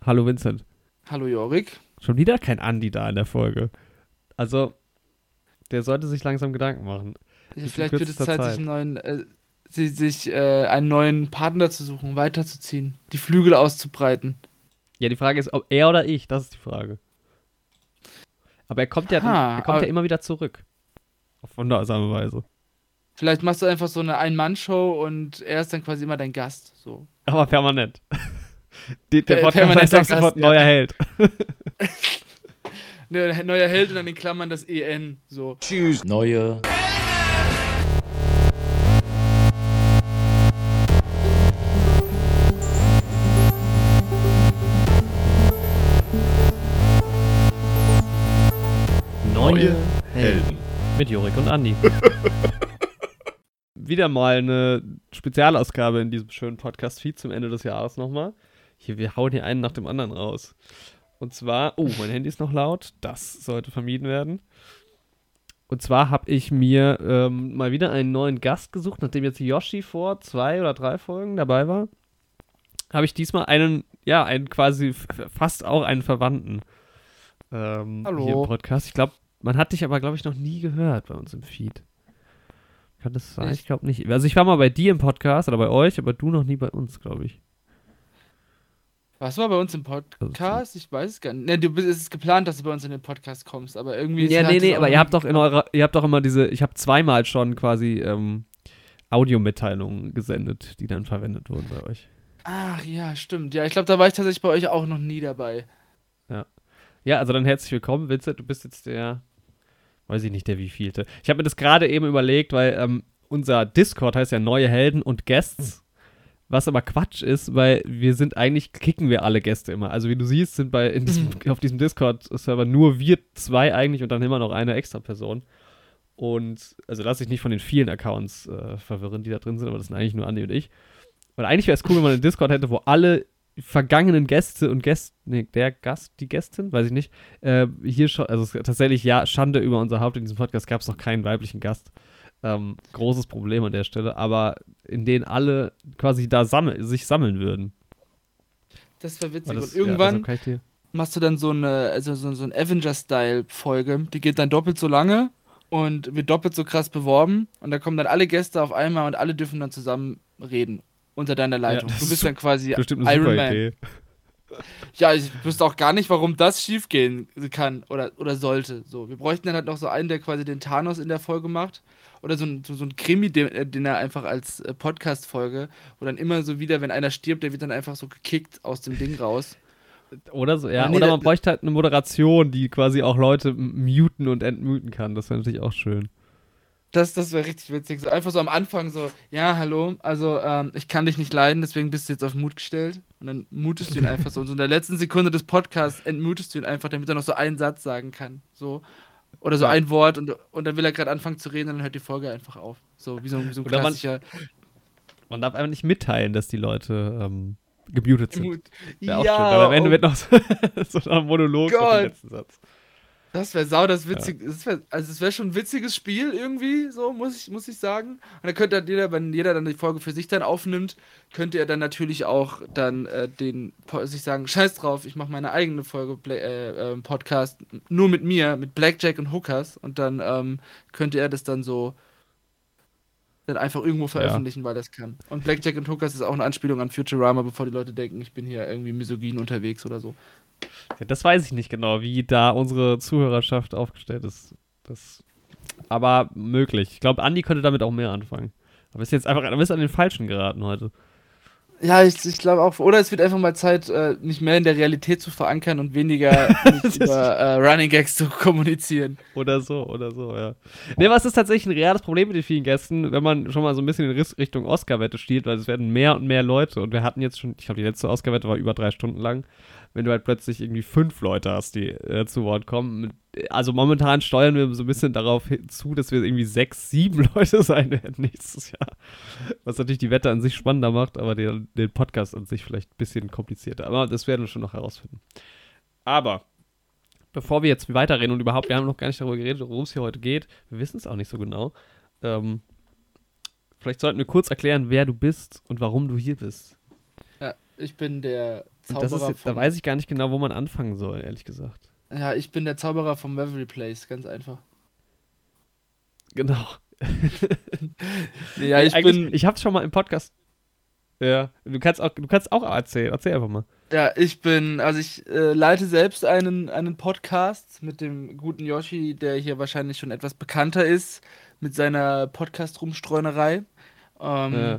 Hallo Vincent. Hallo Jorik. Schon wieder kein Andi da in der Folge. Also, der sollte sich langsam Gedanken machen. Ja, Jetzt in vielleicht wird es kürzester Zeit, Zeit. sich einen neuen Partner zu suchen, weiterzuziehen, die Flügel auszubreiten. Ja, die Frage ist, ob er oder ich, das ist die Frage. Aber er kommt ja Aber immer wieder zurück. Auf wundersame Weise. vielleicht machst du einfach so eine Ein-Mann-Show und er ist dann quasi immer dein Gast. So. Aber permanent. Der Podcast heißt Permanenter ab sofort Gast, ja. neuer Held. Ne, neuer Held und dann in Klammern das EN. So. Tschüss. Neue. Neue Helden. Mit Jorik und Andi. Wieder mal eine Spezialausgabe in diesem schönen Podcast-Feed zum Ende des Jahres nochmal. Wir hauen hier einen nach dem anderen raus. Und zwar, mein Handy ist noch laut. Das sollte vermieden werden. Und zwar habe ich mir mal wieder einen neuen Gast gesucht, nachdem jetzt Yoshi vor 2 oder 3 Folgen dabei war. Habe ich diesmal einen quasi fast auch einen Verwandten hier im Hallo. Podcast. Ich glaube, man hat dich aber, glaube ich, noch nie gehört bei uns im Feed. Kann das sein? Ich glaube nicht. Also ich war mal bei dir im Podcast oder bei euch, aber du noch nie bei uns, glaube ich. Was war bei uns im Podcast? Ich weiß es gar nicht. Ne, es ist geplant, dass du bei uns in den Podcast kommst, aber irgendwie Ja, hat es auch aber noch ihr nie habt doch geklappt. ihr habt doch immer ich habe zweimal schon quasi Audiomitteilungen gesendet, die dann verwendet wurden bei euch. Ach ja, stimmt. Ja, ich glaube, da war ich tatsächlich bei euch auch noch nie dabei. Ja. Ja, also dann herzlich willkommen, Vincent. Du bist jetzt weiß ich nicht, der wievielte. Ich habe mir das gerade eben überlegt, weil unser Discord heißt ja Neue Helden und Guests. Was aber Quatsch ist, weil kicken wir alle Gäste immer. Also wie du siehst, sind auf diesem Discord-Server nur wir zwei eigentlich und dann immer noch eine extra Person. Und also lass dich nicht von den vielen Accounts verwirren, die da drin sind, aber das sind eigentlich nur Andi und ich. Weil eigentlich wäre es cool, wenn man einen Discord hätte, wo alle vergangenen Gäste und die Gästin, weiß ich nicht, hier schon, also es ist tatsächlich, ja, Schande über unser Haupt, in diesem Podcast gab es noch keinen weiblichen Gast. Großes Problem an der Stelle, aber in denen alle quasi da sich sammeln würden. Das wäre witzig. Das, Und irgendwann kann ich dir machst du dann so eine Avenger-Style-Folge. Die geht dann doppelt so lange und wird doppelt so krass beworben. Und da kommen dann alle Gäste auf einmal und alle dürfen dann zusammen reden unter deiner Leitung. das Du ist bist dann quasi bestimmt eine Iron super Man. Idee. Ja, ich wüsste auch gar nicht, warum das schief gehen kann oder sollte. So, wir bräuchten dann halt noch so einen, der quasi den Thanos in der Folge macht. Oder so ein Krimi, den er einfach als Podcast-Folge, wo dann immer so wieder, wenn einer stirbt, der wird dann einfach so gekickt aus dem Ding raus. Oder so, ja. Nee, Oder man bräuchte halt eine Moderation, die quasi auch Leute muten und entmuten kann. Das wäre natürlich auch schön. Das wäre richtig witzig. So einfach so am Anfang so, ja, hallo, also ich kann dich nicht leiden, deswegen bist du jetzt auf Mut gestellt. Und dann mutest du ihn einfach so. Und so in der letzten Sekunde des Podcasts entmutest du ihn einfach, damit er noch so einen Satz sagen kann. So. Oder so Ja. ein Wort und dann will er gerade anfangen zu reden und dann hört die Folge einfach auf. So wie so ein Oder klassischer man darf einfach nicht mitteilen, dass die Leute gemutet sind. Mut. Wäre auch schön. Ja, Weil am Ende oh wird noch so ein Monolog auf den Gott. letzten Satz. Das wäre das witzig. Also es wäre schon ein witziges Spiel irgendwie, so muss ich sagen. Und dann könnte dann wenn jeder dann die Folge für sich dann aufnimmt, könnte er dann natürlich auch dann sich sagen, scheiß drauf, ich mache meine eigene Folge Podcast nur mit mir, mit Blackjack und Hookers und dann könnte er das dann so dann einfach irgendwo veröffentlichen, weil das kann. Und Blackjack und Hookers ist auch eine Anspielung an Futurama, bevor die Leute denken, ich bin hier irgendwie misogyn unterwegs oder so. Ja, das weiß ich nicht genau, wie da unsere Zuhörerschaft aufgestellt ist. Aber möglich. Ich glaube, Andi könnte damit auch mehr anfangen. Aber ist jetzt einfach, du bist an den Falschen geraten heute. Ja, ich glaube auch. Oder es wird einfach mal Zeit, nicht mehr in der Realität zu verankern und weniger nicht über Running Gags zu kommunizieren. Oder so, ja. Nee, aber es ist tatsächlich ein reales Problem mit den vielen Gästen, wenn man schon mal so ein bisschen in Richtung Oscar-Wette stiehlt, weil es werden mehr und mehr Leute und wir hatten jetzt schon, ich glaube, die letzte Oscar-Wette war über 3 Stunden lang. Wenn du halt plötzlich irgendwie 5 Leute hast, die zu Wort kommen. Also momentan steuern wir so ein bisschen darauf hinzu, dass wir irgendwie 6, 7 Leute sein werden nächstes Jahr. Was natürlich die Wette an sich spannender macht, aber den Podcast an sich vielleicht ein bisschen komplizierter. Aber das werden wir schon noch herausfinden. Aber bevor wir jetzt weiterreden und überhaupt, wir haben noch gar nicht darüber geredet, worum es hier heute geht. Wir wissen es auch nicht so genau. Vielleicht sollten wir kurz erklären, wer du bist und warum du hier bist. Ja. Ich bin der Und das ist Zauberer jetzt, da weiß ich gar nicht genau, wo man anfangen soll, ehrlich gesagt. Ja, ich bin der Zauberer vom Waverly Place, ganz einfach. Genau. Ja, Nee, ich eigentlich, bin, ich hab's schon mal im Podcast. Ja, du kannst auch erzählen. Erzähl einfach mal. also ich leite selbst einen Podcast mit dem guten Yoshi, der hier wahrscheinlich schon etwas bekannter ist, mit seiner Podcast-Rumstreunerei. Ähm, Ja.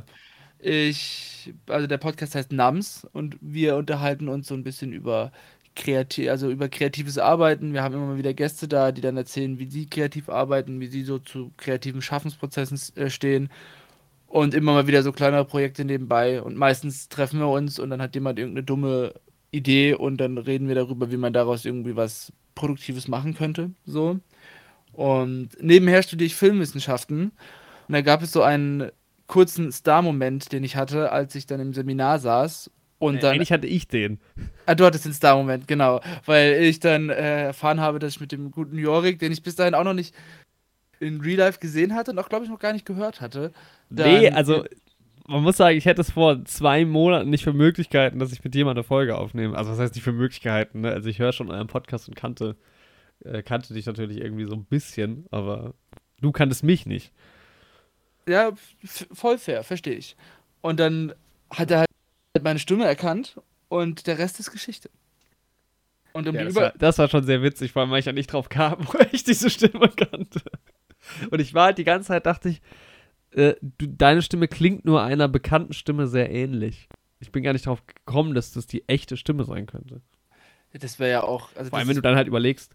also der Podcast heißt NAMS und wir unterhalten uns so ein bisschen über über kreatives Arbeiten. Wir haben immer mal wieder Gäste da, die dann erzählen, wie sie kreativ arbeiten, wie sie so zu kreativen Schaffensprozessen stehen und immer mal wieder so kleinere Projekte nebenbei. Und meistens treffen wir uns und dann hat jemand irgendeine dumme Idee und dann reden wir darüber, wie man daraus irgendwie was Produktives machen könnte. So. Und nebenher studiere ich Filmwissenschaften. Und da gab es so einen kurzen Star-Moment, den ich hatte, als ich dann im Seminar saß. Und dann, Eigentlich hatte ich den. du hattest den Star-Moment, genau. Weil ich dann erfahren habe, dass ich mit dem guten Jorik, den ich bis dahin auch noch nicht in Real Life gesehen hatte und auch, glaube ich, noch gar nicht gehört hatte, Nee, dann, also man muss sagen, ich hätte es vor 2 Monaten nicht für Möglichkeiten, dass ich mit jemandem eine Folge aufnehme. Also was heißt nicht für Möglichkeiten, ne? Also ich höre schon euren Podcast und kannte dich natürlich irgendwie so ein bisschen, aber du kanntest mich nicht. ja, voll fair, verstehe ich. Und dann hat er halt meine Stimme erkannt und der Rest ist Geschichte. Und um Ja, die das war schon sehr witzig, vor allem, weil ich ja nicht drauf kam, wo ich diese Stimme kannte. Und ich war halt die ganze Zeit, dachte ich, deine Stimme klingt nur einer bekannten Stimme sehr ähnlich. Ich bin gar nicht drauf gekommen, dass das die echte Stimme sein könnte. das wäre ja auch, also Vor das allem, wenn du ist, dann halt überlegst,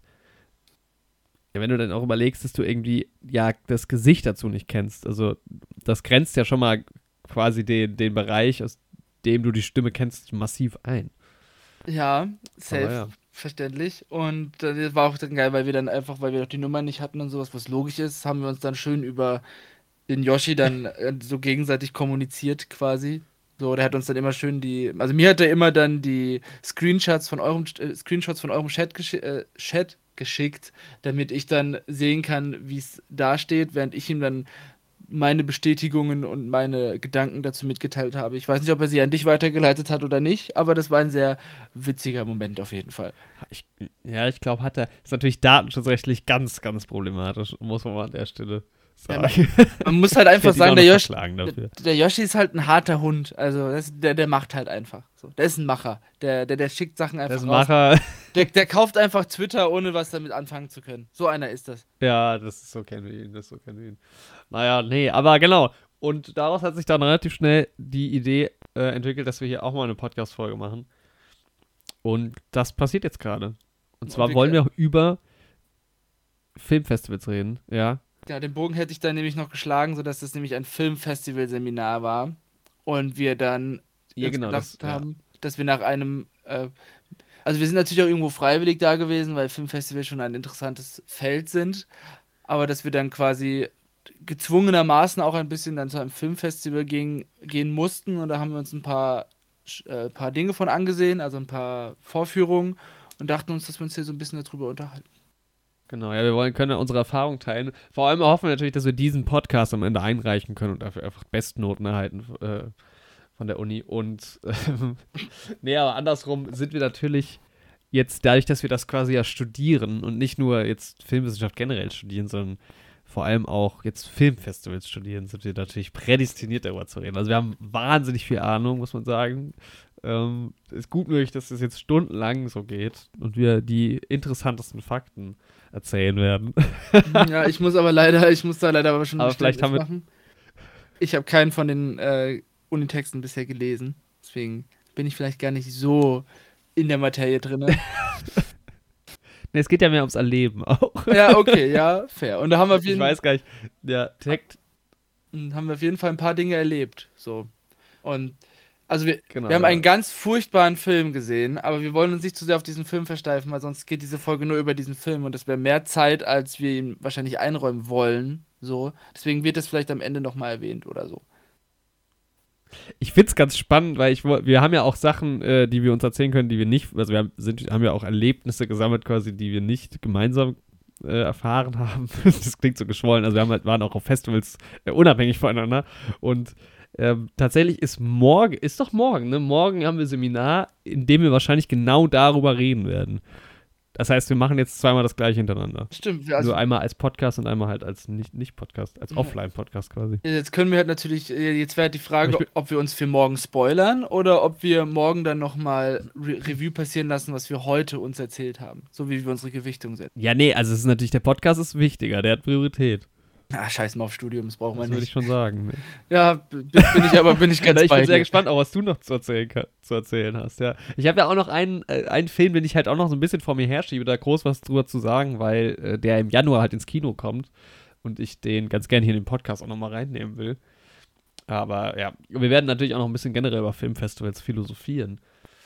ja, wenn du dann auch überlegst, dass du irgendwie, ja, das Gesicht dazu nicht kennst. Also, das grenzt ja schon mal quasi den Bereich, aus dem du die Stimme kennst, massiv ein. ja, Aber safe, ja. verständlich. Und das war auch dann geil, weil wir dann einfach, weil wir doch die Nummer nicht hatten und sowas, was logisch ist, haben wir uns dann schön über den Yoshi dann so gegenseitig kommuniziert quasi. So, der hat uns dann immer schön also mir hat er immer dann die Screenshots von eurem Chat geschickt, damit ich dann sehen kann, wie es da steht, während ich ihm dann meine Bestätigungen und meine Gedanken dazu mitgeteilt habe. Ich weiß nicht, ob er sie an dich weitergeleitet hat oder nicht, aber das war ein sehr witziger Moment auf jeden Fall. Ich, ja, ich glaube, ist natürlich datenschutzrechtlich ganz, ganz problematisch, muss man mal an der Stelle Ja, sagen. man muss halt Ich einfach hätte ihn auch sagen, noch verklagen Der, dafür. der Yoshi ist halt ein harter Hund. Also der macht halt einfach. So. Der ist ein Macher. Der schickt Sachen Das einfach raus. Macher, Der kauft einfach Twitter, ohne was damit anfangen zu können. So einer ist das. ja, das ist so kennen wir ihn, so kennen wir ihn. Naja, nee, aber genau. Und daraus hat sich dann relativ schnell die Idee entwickelt, dass wir hier auch mal eine Podcast-Folge machen. Und das passiert jetzt gerade. Und zwar wollen wir auch über Filmfestivals reden, ja. Ja, den Bogen hätte ich dann nämlich noch geschlagen, sodass das nämlich ein Filmfestival-Seminar war. Und wir dann Ja, uns genau, gedacht haben, dass wir nach einem. Also, wir sind natürlich auch irgendwo freiwillig da gewesen, weil Filmfestivals schon ein interessantes Feld sind. Aber dass wir dann quasi gezwungenermaßen auch ein bisschen dann zu einem Filmfestival gehen mussten. Und da haben wir uns paar Dinge von angesehen, also ein paar Vorführungen und dachten uns, dass wir uns hier so ein bisschen darüber unterhalten. Genau, ja, können ja unsere Erfahrung teilen. Vor allem hoffen wir natürlich, dass wir diesen Podcast am Ende einreichen können und dafür einfach Bestnoten erhalten von der Uni. Und nee, aber andersrum sind wir natürlich jetzt, dadurch, dass wir das quasi ja studieren und nicht nur jetzt Filmwissenschaft generell studieren, sondern vor allem auch jetzt Filmfestivals studieren, sind wir natürlich prädestiniert, darüber zu reden. Also wir haben wahnsinnig viel Ahnung, muss man sagen. Ist gut möglich, dass es jetzt stundenlang so geht und wir die interessantesten Fakten erzählen werden. Ja, ich muss da leider aber schon ein Aber vielleicht Geständnis haben wir. machen. Ich habe keinen von den Unitexten bisher gelesen. Deswegen bin ich vielleicht gar nicht so in der Materie drin. Ne, es geht ja mehr ums Erleben auch. Ja, okay, ja, fair. Und da haben wir Ich weiß gar nicht. Ja, haben wir auf jeden Fall ein paar Dinge erlebt. So. Und also genau. wir haben Ja. einen ganz furchtbaren Film gesehen, aber wir wollen uns nicht zu sehr auf diesen Film versteifen, weil sonst geht diese Folge nur über diesen Film und das wäre mehr Zeit, als wir ihm wahrscheinlich einräumen wollen. So. Deswegen wird es vielleicht am Ende nochmal erwähnt oder so. Ich find's ganz spannend, weil wir haben ja auch Sachen, die wir uns erzählen können, die wir nicht, also haben ja auch Erlebnisse gesammelt quasi, die wir nicht gemeinsam erfahren haben. Das klingt so geschwollen. Also waren auch auf Festivals unabhängig voneinander und Tatsächlich ist doch morgen, ne? Morgen haben wir Seminar, in dem wir wahrscheinlich genau darüber reden werden. Das heißt, wir machen jetzt zweimal das gleiche hintereinander. Stimmt. Also einmal als Podcast und einmal halt als Nicht-Podcast, als Offline-Podcast quasi. Jetzt können wir halt natürlich, jetzt wäre halt die Frage, ob wir uns für morgen spoilern oder ob wir morgen dann nochmal Review passieren lassen, was wir heute uns erzählt haben. So wie wir unsere Gewichtung setzen. Ja, nee, also es ist natürlich, der Podcast ist wichtiger, der hat Priorität. Scheiß mal auf Studium, das brauchen wir Das nicht. würde ich schon sagen. Ne? Ja, bin ich ganz Ich bei bin sehr dir. gespannt, auch was du noch zu erzählen hast. Ja. Ich habe ja auch noch einen Film, den ich halt auch noch so ein bisschen vor mir herschiebe, da groß was drüber zu sagen, weil der im Januar halt ins Kino kommt und ich den ganz gerne hier in den Podcast auch nochmal reinnehmen will. Aber ja, wir werden natürlich auch noch ein bisschen generell über Filmfestivals philosophieren.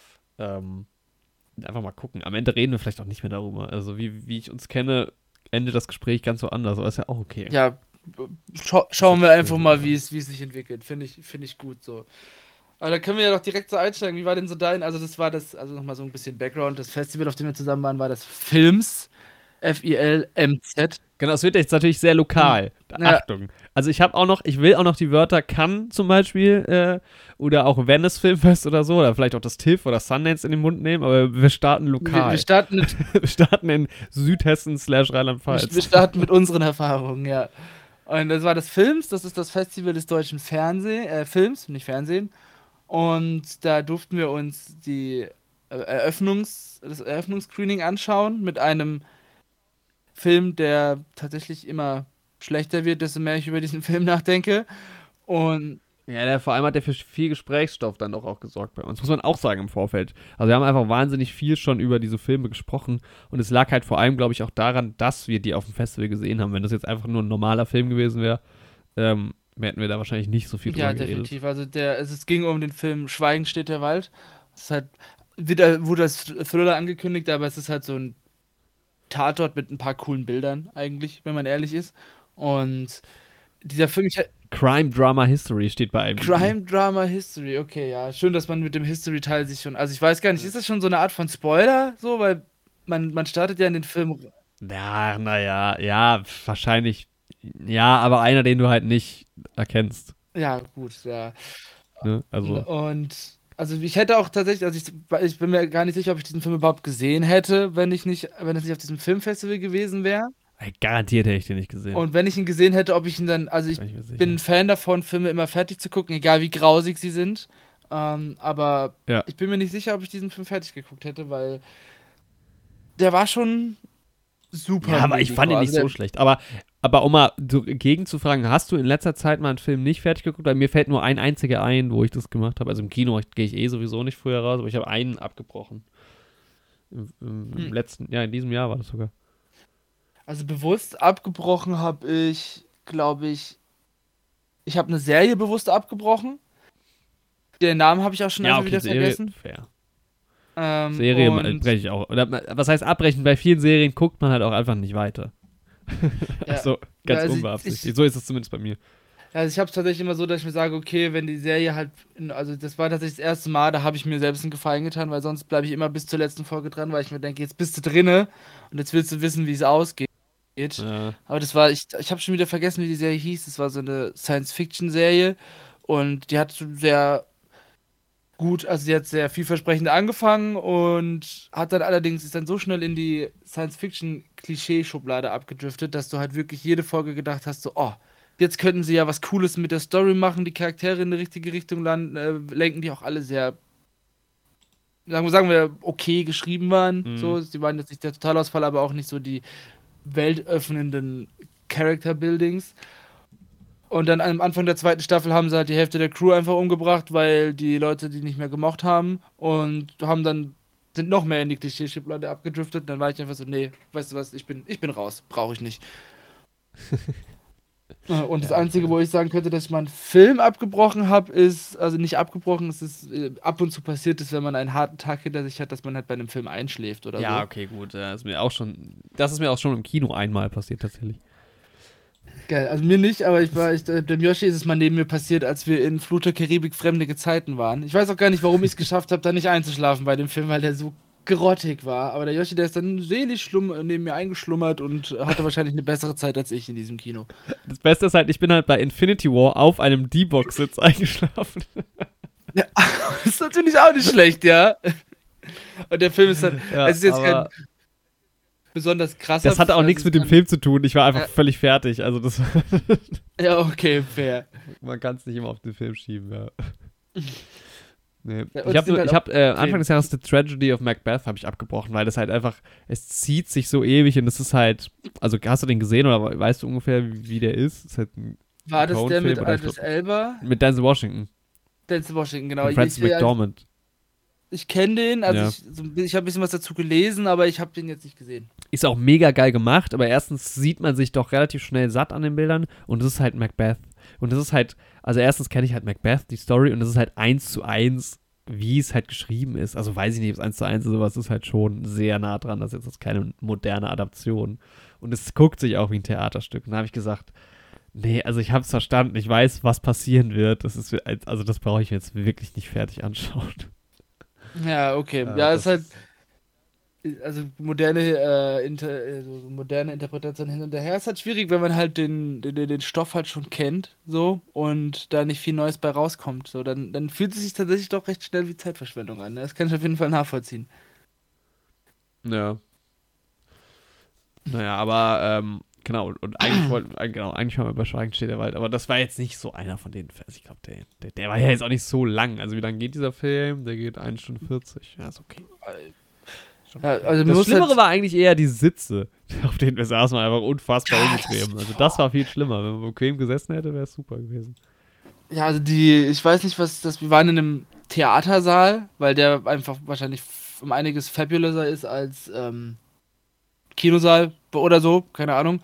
Einfach mal gucken. Am Ende reden wir vielleicht auch nicht mehr darüber. Also wie ich uns kenne, endet das Gespräch ganz so anders, aber ist ja auch okay. Ja, schauen wir einfach mal, wie es sich entwickelt. Finde ich gut so. Aber da können wir ja doch direkt so einsteigen. Wie war denn so dein, also nochmal so ein bisschen Background. Das Festival, auf dem wir zusammen waren, war das Films. F-I-L-M-Z. Genau, es wird jetzt natürlich sehr lokal. Ja. Achtung. Also ich will auch noch die Wörter Cannes zum Beispiel oder auch Venice Filmfest oder so, oder vielleicht auch das TIFF oder Sundance in den Mund nehmen, aber wir starten lokal. Wir starten Wir starten in Südhessen/Rheinland-Pfalz. Wir starten mit unseren Erfahrungen, ja. Und das war das Films, das ist das Festival des deutschen Films, nicht Fernsehen. Und da durften wir uns das Eröffnungsscreening anschauen mit einem Film, der tatsächlich immer schlechter wird, desto mehr ich über diesen Film nachdenke. Und Ja, vor allem hat der für viel Gesprächsstoff dann auch gesorgt bei uns. Muss man auch sagen im Vorfeld. Also wir haben einfach wahnsinnig viel schon über diese Filme gesprochen und es lag halt vor allem, glaube ich, auch daran, dass wir die auf dem Festival gesehen haben. Wenn das jetzt einfach nur ein normaler Film gewesen wäre, hätten wir da wahrscheinlich nicht so viel drüber geredet. Ja, definitiv. Also es ging um den Film Schweigen steht der Wald. Es ist halt, wurde als Thriller angekündigt, aber es ist halt so ein Tatort mit ein paar coolen Bildern eigentlich, wenn man ehrlich ist. Und dieser Film, Crime Drama History steht bei einem. Crime Drama History, okay, ja. Schön, dass man mit dem History-Teil sich schon. Also ich weiß gar nicht, ist das schon so eine Art von Spoiler? So, weil man startet ja in den Film. Ja, wahrscheinlich. Ja, aber einer, den du halt nicht erkennst. Ja, gut, ja. Ne? Also. Und also ich hätte auch tatsächlich, ich bin mir gar nicht sicher, ob ich diesen Film überhaupt gesehen hätte, wenn es nicht auf diesem Filmfestival gewesen wäre. Garantiert hätte ich den nicht gesehen. Und wenn ich ihn gesehen hätte, ob ich ihn dann, also ich bin ein Fan davon, Filme immer fertig zu gucken, egal wie grausig sie sind. Aber ja. Ich bin mir nicht sicher, ob ich diesen Film fertig geguckt hätte, weil der war schon super. Ja, aber ich fand ihn nicht so schlecht. Aber um mal so gegenzufragen, hast du in letzter Zeit mal einen Film nicht fertig geguckt? Weil mir fällt nur ein einziger ein, wo ich das gemacht habe. Also im Kino gehe ich sowieso nicht früher raus, aber ich habe einen abgebrochen. Im letzten, ja, in diesem Jahr war das sogar. Also bewusst abgebrochen habe ich, glaube ich habe eine Serie bewusst abgebrochen. Den Namen habe ich auch schon wieder vergessen. Fair. Serie breche ich auch. Oder, was heißt abbrechen? Bei vielen Serien guckt man halt auch einfach nicht weiter. Ja. Also ganz unbeabsichtigt. So ist es zumindest bei mir. Also ich habe es tatsächlich immer so, dass ich mir sage, okay, wenn die Serie halt, also das war tatsächlich das erste Mal, da habe ich mir selbst einen Gefallen getan, weil sonst bleibe ich immer bis zur letzten Folge dran, weil ich mir denke, jetzt bist du drinne und jetzt willst du wissen, wie es ausgeht. Ja. Aber das war, ich habe schon wieder vergessen, wie die Serie hieß. Das war so eine Science-Fiction-Serie und die hat sehr gut, also sie hat sehr vielversprechend angefangen und hat dann allerdings, ist dann so schnell in die Science-Fiction-Klischee-Schublade abgedriftet, dass du halt wirklich jede Folge gedacht hast, so, oh, jetzt könnten sie ja was Cooles mit der Story machen, die Charaktere in die richtige Richtung lenken, die auch alle sehr, sagen wir, okay geschrieben waren. So, sie waren jetzt nicht der Totalausfall, aber auch nicht so die weltöffnenden Character-Buildings. Und dann am Anfang der zweiten Staffel haben sie halt die Hälfte der Crew einfach umgebracht, weil die Leute die nicht mehr gemocht haben und sind noch mehr in die Klischee-Schublade abgedriftet. Und dann war ich einfach so, nee, weißt du was, ich bin raus, brauche ich nicht. Und das Einzige, wo ich sagen könnte, dass ich mal einen Film abgebrochen habe, ist, also nicht abgebrochen, es ist ab und zu passiert ist, wenn man einen harten Tag hinter sich hat, dass man halt bei einem Film einschläft oder so. Ja, okay, gut. Das ist mir auch schon im Kino einmal passiert, tatsächlich. Geil, also mir nicht, aber dem Yoshi ist es mal neben mir passiert, als wir in Flut der Karibik fremde Gezeiten waren. Ich weiß auch gar nicht, warum ich es geschafft habe, da nicht einzuschlafen bei dem Film, weil der so grottig war. Aber der Yoshi, der ist dann selig neben mir eingeschlummert und hatte wahrscheinlich eine bessere Zeit als ich in diesem Kino. Das Beste ist halt, ich bin halt bei Infinity War auf einem D-Box-Sitz eingeschlafen. Ja, das ist natürlich auch nicht schlecht, ja. Und der Film ist dann, Ja, es ist jetzt kein aber besonders krasser das hatte auch Film, nichts also mit dem es Film zu tun. Ich war einfach Ja. völlig fertig. Also das, ja, okay, fair. man kann es nicht immer auf den Film schieben, ja. Nee. Ja, und Ich habe sind halt hab, auch Anfang des Jahres The Tragedy of Macbeth habe ich abgebrochen, weil das halt einfach, es zieht sich so ewig und es ist halt, also hast du den gesehen oder weißt du ungefähr, wie der ist? Es ist halt ein War das der Coen-Film mit oder ich Idris glaub- Elba? mit Denzel Washington Denzel Washington, genau. und Francis McDormand. Ich kenne den, also Ja. ich habe ein bisschen was dazu gelesen, aber ich habe den jetzt nicht gesehen. Ist auch mega geil gemacht, aber erstens sieht man sich doch relativ schnell satt an den Bildern und es ist halt Macbeth. Und das ist halt, also erstens kenne ich halt Macbeth, die Story, und das ist halt 1:1, wie es halt geschrieben ist. Also weiß ich nicht, ob es 1:1 ist, aber es ist halt schon sehr nah dran. Das ist jetzt keine moderne Adaption. Und es guckt sich auch wie ein Theaterstück. Und da habe ich gesagt, nee, also ich habe es verstanden, ich weiß, was passieren wird. Das ist, also das brauche ich mir jetzt wirklich nicht fertig anschauen. Ja, okay. Ja, Ja, das ist halt, also so moderne Interpretation hin und her ist halt schwierig, wenn man halt den Stoff halt schon kennt, so, und da nicht viel Neues bei rauskommt. So, dann fühlt es sich tatsächlich doch recht schnell wie Zeitverschwendung an. Ne? Das kann ich auf jeden Fall nachvollziehen. Ja. Naja, aber genau, und eigentlich eigentlich haben wir bei Schweigen steht der Wald, aber das war jetzt nicht so einer von den, also ich glaube, der war ja jetzt auch nicht so lang. Also wie lang geht dieser Film? Der geht 1 Stunde 40. Ja, ist okay. Schon Ja, okay. also mir Das muss Schlimmere halt- war eigentlich eher die Sitze, auf denen wir saßen, war einfach unfassbar unbequem. Also das war viel schlimmer. Wenn man bequem gesessen hätte, wäre es super gewesen. Ja, also ich weiß nicht, wir waren in einem Theatersaal, weil der einfach wahrscheinlich um einiges fabulouser ist als Kinosaal oder so, keine Ahnung.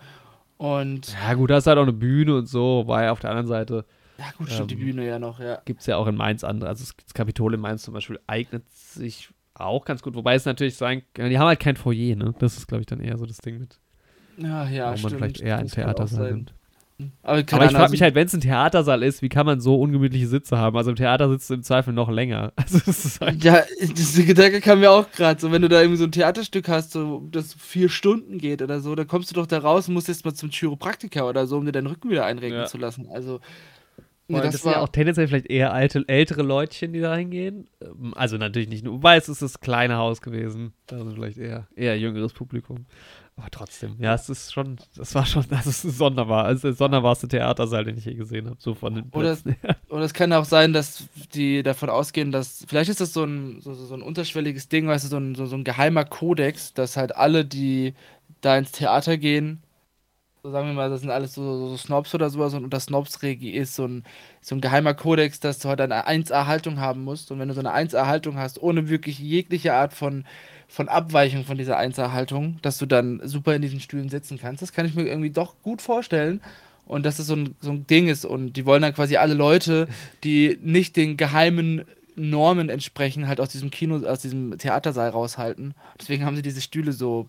Und Ja gut, da ist halt auch eine Bühne und so, wobei auf der anderen Seite ja, gut, stimmt die Ähm, Bühne ja noch, ja. gibt es ja auch in Mainz andere. Also das Kapitol in Mainz zum Beispiel eignet sich auch ganz gut, wobei es natürlich sein kann, die haben halt kein Foyer, ne? Das ist, glaube ich, dann eher so das Ding mit, Ja, ja, warum man stimmt. vielleicht eher einen Das kann auch Theatersaal sein. nimmt. Aber keine Aber ich Ahnung, frage mich halt, wenn es ein Theatersaal ist, wie kann man so ungemütliche Sitze haben? Also im Theater sitzt du im Zweifel noch länger. Also das ist halt, ja, diese Gedanke kam mir auch gerade so, wenn du da irgendwie so ein Theaterstück hast, so, das 4 Stunden geht oder so, dann kommst du doch da raus und musst jetzt mal zum Chiropraktiker oder so, um dir deinen Rücken wieder einrenken Ja. zu lassen. Also, vor allem, das das sind ja auch tendenziell vielleicht eher ältere Leutchen, die da hingehen. Also natürlich nicht nur, wobei es ist das kleine Haus gewesen. Da sind vielleicht eher jüngeres Publikum. Aber trotzdem, ja, es ist schon, das ist sonderbar. Also der sonderbarste Theatersaal, den ich je gesehen habe, so von den Oder, Plätzen her. oder es kann auch sein, dass die davon ausgehen, dass, vielleicht ist das so ein unterschwelliges Ding, weißt du, so ein geheimer Kodex, dass halt alle, die da ins Theater gehen, so sagen wir mal, das sind alles so Snobs oder sowas, und unter Snobs-Regi ist so ein geheimer Kodex, dass du halt eine 1A-Haltung haben musst, und wenn du so eine 1A-Haltung hast, ohne wirklich jegliche Art von Abweichung von dieser 1A-Haltung, dass du dann super in diesen Stühlen sitzen kannst. Das kann ich mir irgendwie doch gut vorstellen. Und dass es so ein Ding ist. Und die wollen dann quasi alle Leute, die nicht den geheimen Normen entsprechen, halt aus diesem aus diesem Theatersaal raushalten. Deswegen haben sie diese Stühle so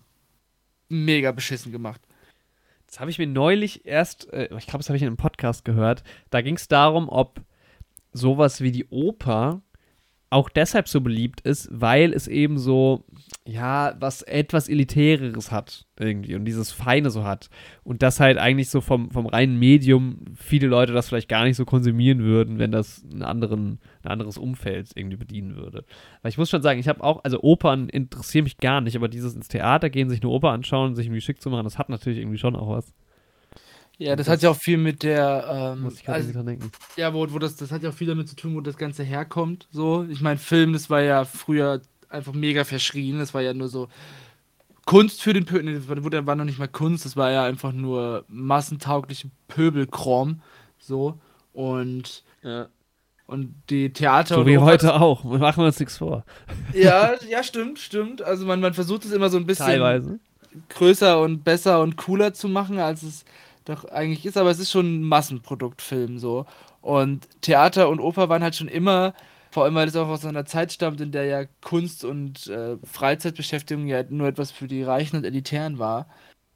mega beschissen gemacht. Das habe ich mir neulich erst, ich glaube, das habe ich in einem Podcast gehört. Da ging es darum, ob sowas wie die Oper auch deshalb so beliebt ist, weil es eben so, ja, was etwas Elitäreres hat irgendwie und dieses Feine so hat. Und das halt eigentlich so vom reinen Medium viele Leute das vielleicht gar nicht so konsumieren würden, wenn das ein anderes Umfeld irgendwie bedienen würde. Weil ich muss schon sagen, ich habe auch, also Opern interessieren mich gar nicht, aber dieses ins Theater gehen, sich eine Oper anschauen, sich irgendwie schick zu machen, das hat natürlich irgendwie schon auch was. Ja, das Das hat ja auch viel mit der, Muss ich gerade also, irgendwie dran denken. ja, wo das hat ja auch viel damit zu tun, wo das Ganze herkommt. So, ich meine, Film, das war ja früher einfach mega verschrien. Das war ja nur so Kunst für den Pöbel. Nee, war noch nicht mal Kunst, das war ja einfach nur massentaugliche Pöbelkram. So. Und, Ja. und die Theater So und wie Oper- heute auch. Machen wir uns nichts vor. Ja, ja, stimmt. Also man versucht es immer so ein bisschen Teilweise. größer und besser und cooler zu machen, als es doch eigentlich ist, aber es ist schon ein Massenproduktfilm so. Und Theater und Oper waren halt schon immer, vor allem weil es auch aus einer Zeit stammt, in der ja Kunst und Freizeitbeschäftigung ja nur etwas für die Reichen und Elitären war,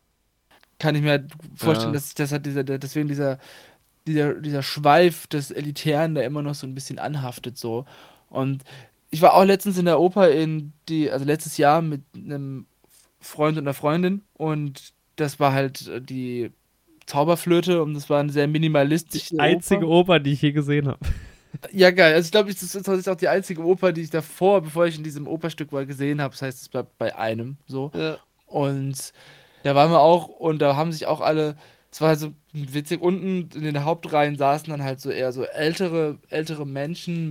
kann ich mir halt vorstellen, Ja. dass das hat deswegen dieser Schweif des Elitären da immer noch so ein bisschen anhaftet so. Und Ich war auch letztens in der Oper also letztes Jahr mit einem Freund und einer Freundin und das war halt die Zauberflöte und das war eine sehr Die minimalistische einzige Oper. Oper, die ich je gesehen habe. Ja, geil. Also ich glaube, das ist tatsächlich auch die einzige Oper, die ich davor, bevor ich in diesem Operstück war, gesehen habe. Das heißt, es bleibt bei einem so. Ja. Und da waren wir auch und da haben sich auch alle, es war halt so witzig, unten in den Hauptreihen saßen dann halt so eher so ältere Menschen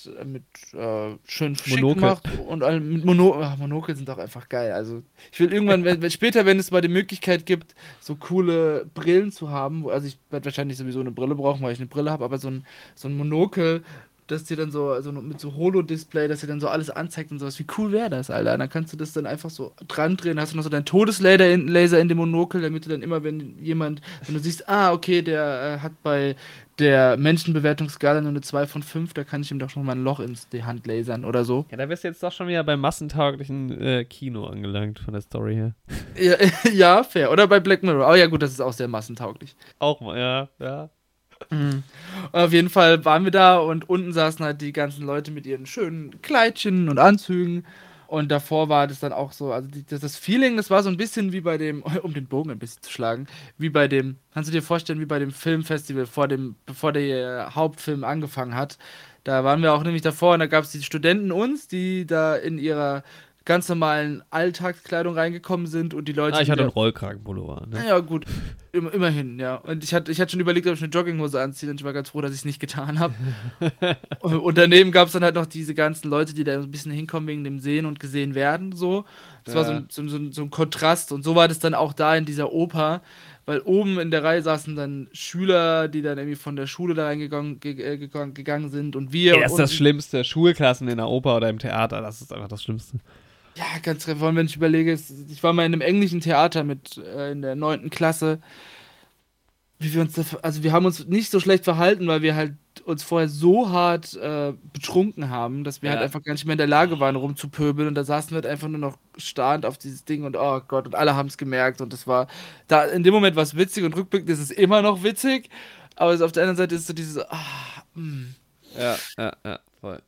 mit schön schick Monokel. gemacht und mit Monokel sind auch einfach geil. Also ich will irgendwann, später, wenn es mal die Möglichkeit gibt, so coole Brillen zu haben, also ich werde wahrscheinlich sowieso eine Brille brauchen, weil ich eine Brille habe, aber so ein Monokel, dass dir dann so mit so Holo-Display, dass dir dann so alles anzeigt und sowas. Wie cool wäre das, Alter? Und dann kannst du das dann einfach so dran drehen, hast du noch so deinen Todeslaser in dem Monokel, damit du dann immer, wenn du siehst, okay, der hat bei der Menschenbewertungsskala nur eine 2 von 5, da kann ich ihm doch schon mal ein Loch in die Hand lasern oder so. Ja, da bist du jetzt doch schon wieder beim massentauglichen Kino angelangt von der Story her. Ja, ja, fair. Oder bei Black Mirror. Oh ja, gut, das ist auch sehr massentauglich. Auch mal, ja, ja. Mhm. Auf jeden Fall waren wir da und unten saßen halt die ganzen Leute mit ihren schönen Kleidchen und Anzügen. Und davor war das dann auch so, also das Feeling, das war so ein bisschen wie bei dem, um den Bogen ein bisschen zu schlagen, wie bei dem, kannst du dir vorstellen, wie bei dem Filmfestival bevor der Hauptfilm angefangen hat. Da waren wir auch nämlich davor und da gab es die Studenten uns, die da in ihrer ganz normalen Alltagskleidung reingekommen sind und die Ah, Leute, ich die hatte da. einen Rollkragenpullover, ne? Ja, gut. Immerhin, ja. Und ich hatte schon überlegt, ob ich eine Jogginghose anziehe und ich war ganz froh, dass ich es nicht getan habe. Und daneben gab es dann halt noch diese ganzen Leute, die da ein bisschen hinkommen wegen dem Sehen und gesehen werden, so. Das war so Ja. ein Kontrast und so war das dann auch da in dieser Oper, weil oben in der Reihe saßen dann Schüler, die dann irgendwie von der Schule da gegangen sind und wir Ey, und das ist das unten. Schlimmste. Schulklassen in der Oper oder im Theater, das ist einfach das Schlimmste. Ja, ganz vor allem, wenn ich überlege, ich war mal in einem englischen Theater in der 9. Klasse. Also wir haben uns nicht so schlecht verhalten, weil wir halt uns vorher so hart betrunken haben, dass wir halt Ja. einfach gar nicht mehr in der Lage waren, rumzupöbeln und da saßen wir halt einfach nur noch starrend auf dieses Ding und oh Gott, und alle haben es gemerkt und das war, da in dem Moment war es witzig und rückblickend ist es immer noch witzig, aber auf der anderen Seite ist so dieses, Ja, ja, ja, voll.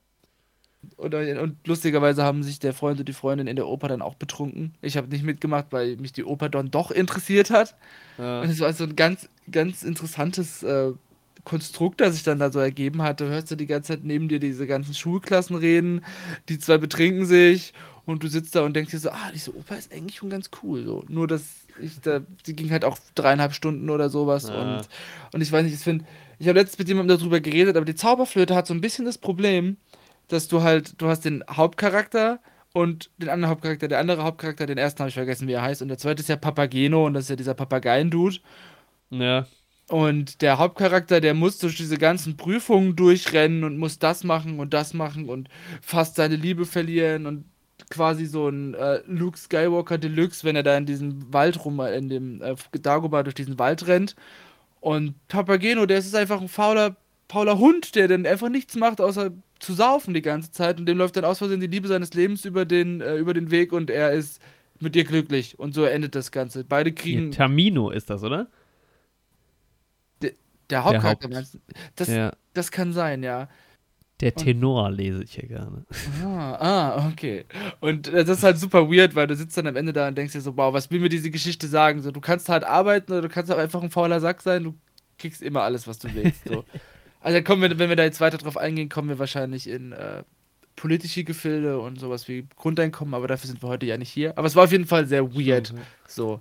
und lustigerweise haben sich der Freund und die Freundin in der Oper dann auch betrunken. Ich habe nicht mitgemacht, weil mich die Oper dann doch interessiert hat. Und Ja. es war so ein ganz, ganz interessantes Konstrukt, das sich dann da so ergeben hat. Du hörst du die ganze Zeit neben dir diese ganzen Schulklassen reden, die zwei betrinken sich und du sitzt da und denkst dir so, diese Oper ist eigentlich schon ganz cool. So. Nur, die ging halt auch 3,5 Stunden oder sowas Ja. und ich weiß nicht, ich habe letztens mit jemandem darüber geredet, aber die Zauberflöte hat so ein bisschen das Problem, dass du hast den Hauptcharakter und den anderen Hauptcharakter. Der andere Hauptcharakter, den ersten habe ich vergessen, wie er heißt. Und der zweite ist ja Papageno und das ist ja dieser Papageien-Dude. Ja. Und der Hauptcharakter, der muss durch diese ganzen Prüfungen durchrennen und muss das machen und fast seine Liebe verlieren und quasi so ein Luke Skywalker Deluxe, wenn er da in diesem Wald in dem Dagobah durch diesen Wald rennt. Und Papageno, der ist einfach ein fauler Hund, der dann einfach nichts macht, außer zu saufen die ganze Zeit. Und dem läuft dann aus Versehen die Liebe seines Lebens über den Weg und er ist mit ihr glücklich. Und so endet das Ganze. Beide Hier, kriegen. Tamino ist das, oder? de- Der Der Hauptcharakter, Haupt. meinst du? Das, Ja. das kann sein, ja. Der Und, Tenor lese ich hier gerne. okay. Und das ist halt super weird, weil du sitzt dann am Ende da und denkst dir so, wow, was will mir diese Geschichte sagen? So, du kannst hart arbeiten oder du kannst auch einfach ein fauler Sack sein, du kriegst immer alles, was du willst. So. Also wenn wir da jetzt weiter drauf eingehen, kommen wir wahrscheinlich in politische Gefilde und sowas wie Grundeinkommen, aber dafür sind wir heute ja nicht hier. Aber es war auf jeden Fall sehr weird. Stimmt, ja. So.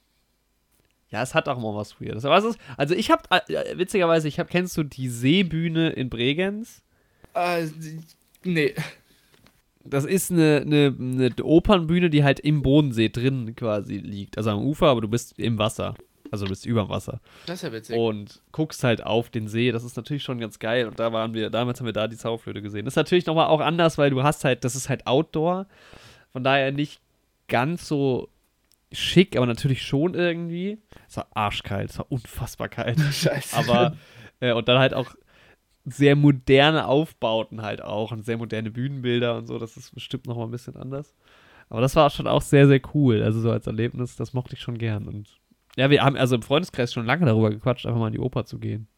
Ja, es hat auch immer was Weirdes. Aber also ich habe, witzigerweise, kennst du die Seebühne in Bregenz? Äh, nee. Das ist eine Opernbühne, die halt im Bodensee drin quasi liegt. Also am Ufer, aber du bist im Wasser. Also du bist überm Wasser. Das ist ja witzig. Und guckst halt auf den See. Das ist natürlich schon ganz geil. Und damals haben wir da die Zauberflöte gesehen. Das ist natürlich nochmal auch anders, weil das ist halt Outdoor. Von daher nicht ganz so schick, aber natürlich schon irgendwie. Es war arschkalt, es war unfassbar kalt. Scheiße. Aber, und dann halt auch sehr moderne Aufbauten halt auch und sehr moderne Bühnenbilder und so. Das ist bestimmt nochmal ein bisschen anders. Aber das war schon auch sehr, sehr cool. Also so als Erlebnis, das mochte ich schon gern. Und ja, wir haben also im Freundeskreis schon lange darüber gequatscht, einfach mal in die Oper zu gehen.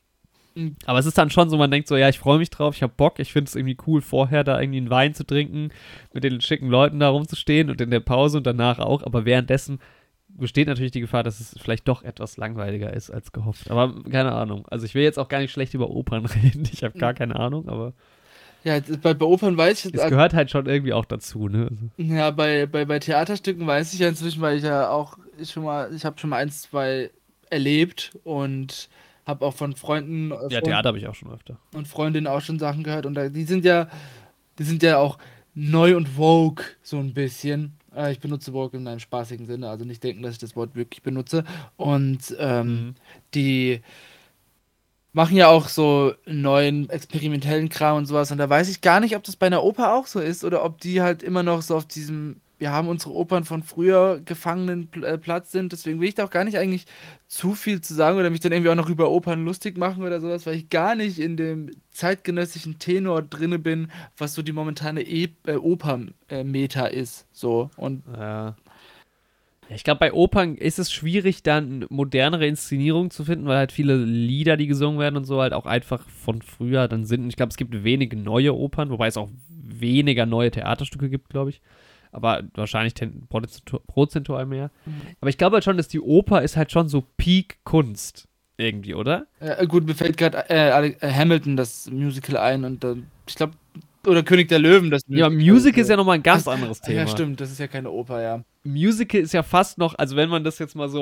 Aber es ist dann schon so, man denkt so, ja, ich freue mich drauf, ich habe Bock, ich finde es irgendwie cool, vorher da irgendwie einen Wein zu trinken, mit den schicken Leuten da rumzustehen und in der Pause und danach auch, aber währenddessen besteht natürlich die Gefahr, dass es vielleicht doch etwas langweiliger ist als gehofft. Aber keine Ahnung. Also ich will jetzt auch gar nicht schlecht über Opern reden, ich habe gar keine Ahnung, aber Ja, bei Opern weiß ich es gehört halt schon irgendwie auch dazu, ne? Also, ja, bei Theaterstücken weiß ich ja inzwischen, weil ich ja auch ich habe schon mal eins, zwei erlebt und habe auch von Freunden ja, Theater habe ich auch schon öfter. und Freundinnen auch schon Sachen gehört und die sind ja auch neu und woke so ein bisschen. Ich benutze woke in einem spaßigen Sinne, also nicht denken, dass ich das Wort wirklich benutze. Und Mhm. die machen ja auch so neuen experimentellen Kram und sowas. Und da weiß ich gar nicht, ob das bei einer Oper auch so ist oder ob die halt immer noch so auf diesem, wir haben unsere Opern von früher gefangenen Platz sind. Deswegen will ich da auch gar nicht eigentlich zu viel zu sagen oder mich dann irgendwie auch noch über Opern lustig machen oder sowas, weil ich gar nicht in dem zeitgenössischen Tenor drinne bin, was so die momentane Oper-Meta ist. So. Und Ja. Ja, ich glaube, bei Opern ist es schwierig, dann modernere Inszenierungen zu finden, weil halt viele Lieder, die gesungen werden und so, halt auch einfach von früher dann sind. Und ich glaube, es gibt wenige neue Opern, wobei es auch weniger neue Theaterstücke gibt, glaube ich. Aber wahrscheinlich prozentual mehr. Aber ich glaube halt schon, dass die Oper ist halt schon so Peak-Kunst irgendwie, oder? gut, mir fällt gerade Hamilton das Musical ein und dann, ich glaube, oder König der Löwen das Ja, Musical. Musical ist ja nochmal ein ganz anderes Ja, Thema. stimmt, das ist ja keine Oper, ja. Musical ist ja fast noch, also wenn man das jetzt mal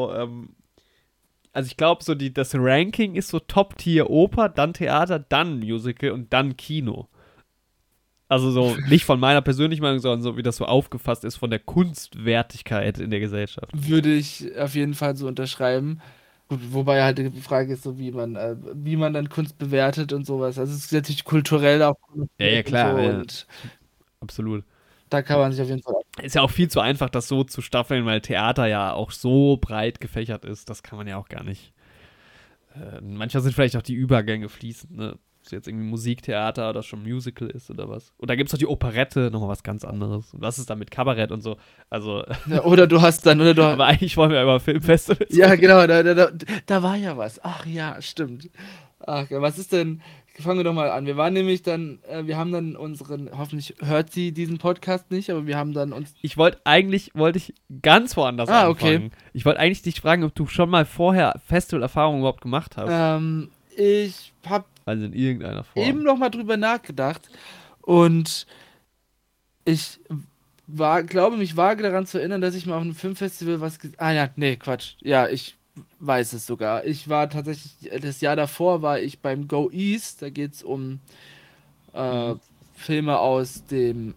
also ich glaube, das Ranking ist so Top-Tier Oper, dann Theater, dann Musical und dann Kino. Also so nicht von meiner persönlichen Meinung, sondern so wie das so aufgefasst ist von der Kunstwertigkeit in der Gesellschaft. Würde ich auf jeden Fall so unterschreiben. Gut, wobei halt die Frage ist so, wie man dann Kunst bewertet und sowas. Also es ist natürlich kulturell auch Ja, ja, und so klar, ja, und absolut. da kann man sich auf jeden Fall. Ist ja auch viel zu einfach, das so zu staffeln, weil Theater ja auch so breit gefächert ist. Das kann man ja auch gar nicht. Manchmal sind vielleicht auch die Übergänge fließend, ne? Ob es jetzt irgendwie Musiktheater oder schon Musical ist oder was. Und da gibt es doch die Operette, nochmal was ganz anderes. Und was ist da mit Kabarett und so? Also, Ja, oder du hast dann, oder du aber eigentlich wollen wir über Filmfestivals ja, reden. genau, da war ja was. Ach ja, stimmt. Ach, ja, was ist denn? Fangen wir doch mal an. Wir waren nämlich dann, wir haben dann hoffentlich hört sie diesen Podcast nicht, aber wir haben dann uns. Wollte ich ganz woanders Okay. anfangen. Ich wollte eigentlich dich fragen, ob du schon mal vorher Festivalerfahrungen überhaupt gemacht hast. Ich habe Also in irgendeiner eben Form. noch mal drüber nachgedacht und ich glaube mich vage daran zu erinnern, dass ich mal auf einem Filmfestival ja, nee, Quatsch. Ja, ich weiß es sogar. Ich war tatsächlich, das Jahr davor war ich beim Go East, da geht es um äh, Mhm. Filme aus dem,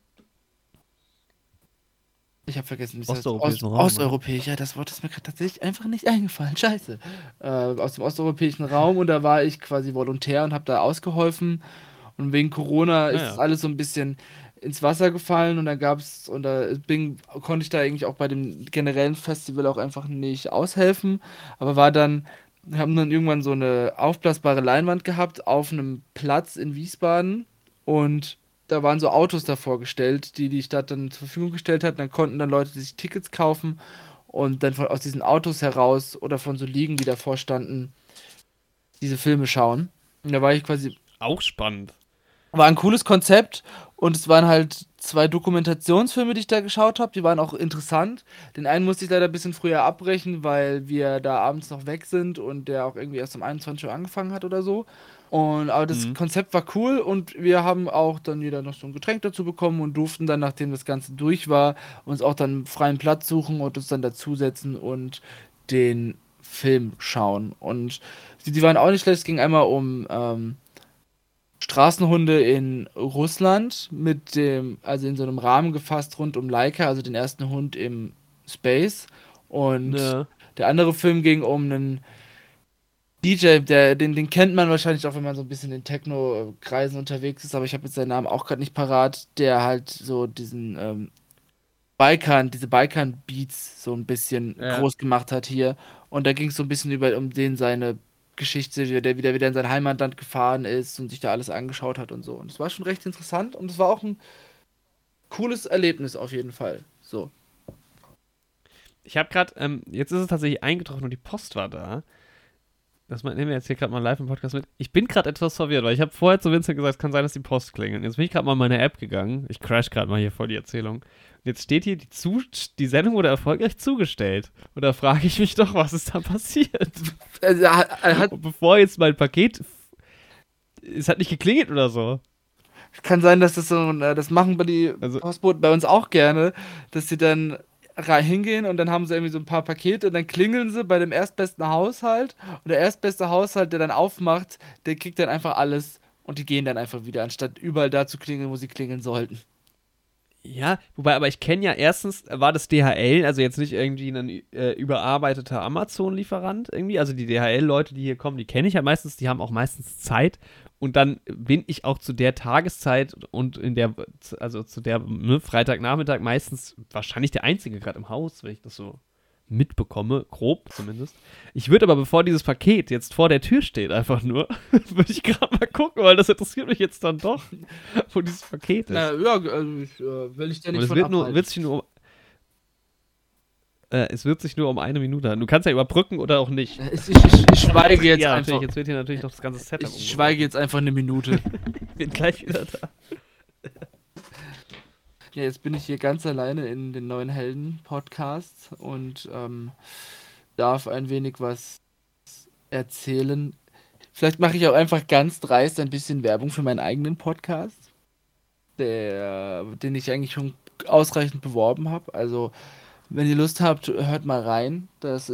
ich habe vergessen, wie es heißt, Osteuropäischen Raum, oder? osteuropäisch, ja, das Wort ist mir gerade tatsächlich einfach nicht eingefallen, scheiße. Aus dem osteuropäischen Raum und da war ich quasi Volontär und habe da ausgeholfen und wegen Corona ist es Naja. alles so ein bisschen ins Wasser gefallen und dann gab's und konnte ich da eigentlich auch bei dem generellen Festival auch einfach nicht aushelfen, aber haben dann irgendwann so eine aufblasbare Leinwand gehabt auf einem Platz in Wiesbaden und da waren so Autos davor gestellt, die die Stadt dann zur Verfügung gestellt hat. Und dann konnten dann Leute sich Tickets kaufen und dann aus diesen Autos heraus oder von so Liegen, die davor standen, diese Filme schauen. Und da war ich quasi Auch spannend. war ein cooles Konzept und es waren halt zwei Dokumentationsfilme, die ich da geschaut habe. Die waren auch interessant. Den einen musste ich leider ein bisschen früher abbrechen, weil wir da abends noch weg sind und der auch irgendwie erst um 21 Uhr angefangen hat oder so. Aber das Mhm. Konzept war cool und wir haben auch dann jeder noch so ein Getränk dazu bekommen und durften dann, nachdem das Ganze durch war, uns auch dann einen freien Platz suchen und uns dann dazusetzen und den Film schauen. Und die waren auch nicht schlecht. Es ging einmal um Straßenhunde in Russland also in so einem Rahmen gefasst rund um Laika, also den ersten Hund im Space. Und Ja. der andere Film ging um einen DJ, den kennt man wahrscheinlich auch, wenn man so ein bisschen in Techno-Kreisen unterwegs ist, aber ich habe jetzt seinen Namen auch gerade nicht parat, der halt so diese Balkan-Beats so ein bisschen Ja. groß gemacht hat hier. Und da ging es so ein bisschen um seine Geschichte, wie der wieder in sein Heimatland gefahren ist und sich da alles angeschaut hat und so. Und es war schon recht interessant und es war auch ein cooles Erlebnis auf jeden Fall. So. Ich habe gerade, jetzt ist es tatsächlich eingetroffen und die Post war da. das nehmen wir jetzt hier gerade mal live im Podcast mit. Ich bin gerade etwas verwirrt, weil ich habe vorher zu Vincent gesagt, es kann sein, dass die Post klingelt. Jetzt bin ich gerade mal in meine App gegangen. Ich crash gerade mal hier voll die Erzählung. Und jetzt steht hier, die Sendung wurde erfolgreich zugestellt. Und da frage ich mich doch, was ist da passiert? Also, er hat Und bevor jetzt mein Paket, es hat nicht geklingelt oder so. Kann sein, dass das so, das machen die Also, Postboten bei uns auch gerne, dass sie dann hingehen und dann haben sie irgendwie so ein paar Pakete und dann klingeln sie bei dem erstbesten Haushalt und der erstbeste Haushalt, der dann aufmacht, der kriegt dann einfach alles und die gehen dann einfach wieder, anstatt überall da zu klingeln, wo sie klingeln sollten. ja, wobei, aber ich kenne ja erstens, war das DHL, also jetzt nicht irgendwie ein überarbeiteter Amazon-Lieferant irgendwie. Also die DHL-Leute, die hier kommen, die kenne ich ja meistens, die haben auch meistens Zeit. Und dann bin ich auch zu der Tageszeit und also zu der Freitagnachmittag meistens wahrscheinlich der Einzige gerade im Haus, wenn ich das so mitbekomme, grob zumindest. Ich würde aber, bevor dieses Paket jetzt vor der Tür steht, einfach nur, würde ich gerade mal gucken, weil das interessiert mich jetzt dann doch, wo dieses Paket ist. Ja, also ich, will ich dir Und nicht es von abhalten. es wird sich nur um eine Minute handeln. Du kannst ja überbrücken oder auch nicht. Ich schweige jetzt Ja, einfach. natürlich. Jetzt wird hier natürlich noch das ganze Setup Ich schweige jetzt einfach eine Minute. Ich bin gleich wieder da. Ja, jetzt bin ich hier ganz alleine in den neuen Helden-Podcast und darf ein wenig was erzählen. Vielleicht mache ich auch einfach ganz dreist ein bisschen Werbung für meinen eigenen Podcast, den ich eigentlich schon ausreichend beworben habe. Also, wenn ihr Lust habt, hört mal rein.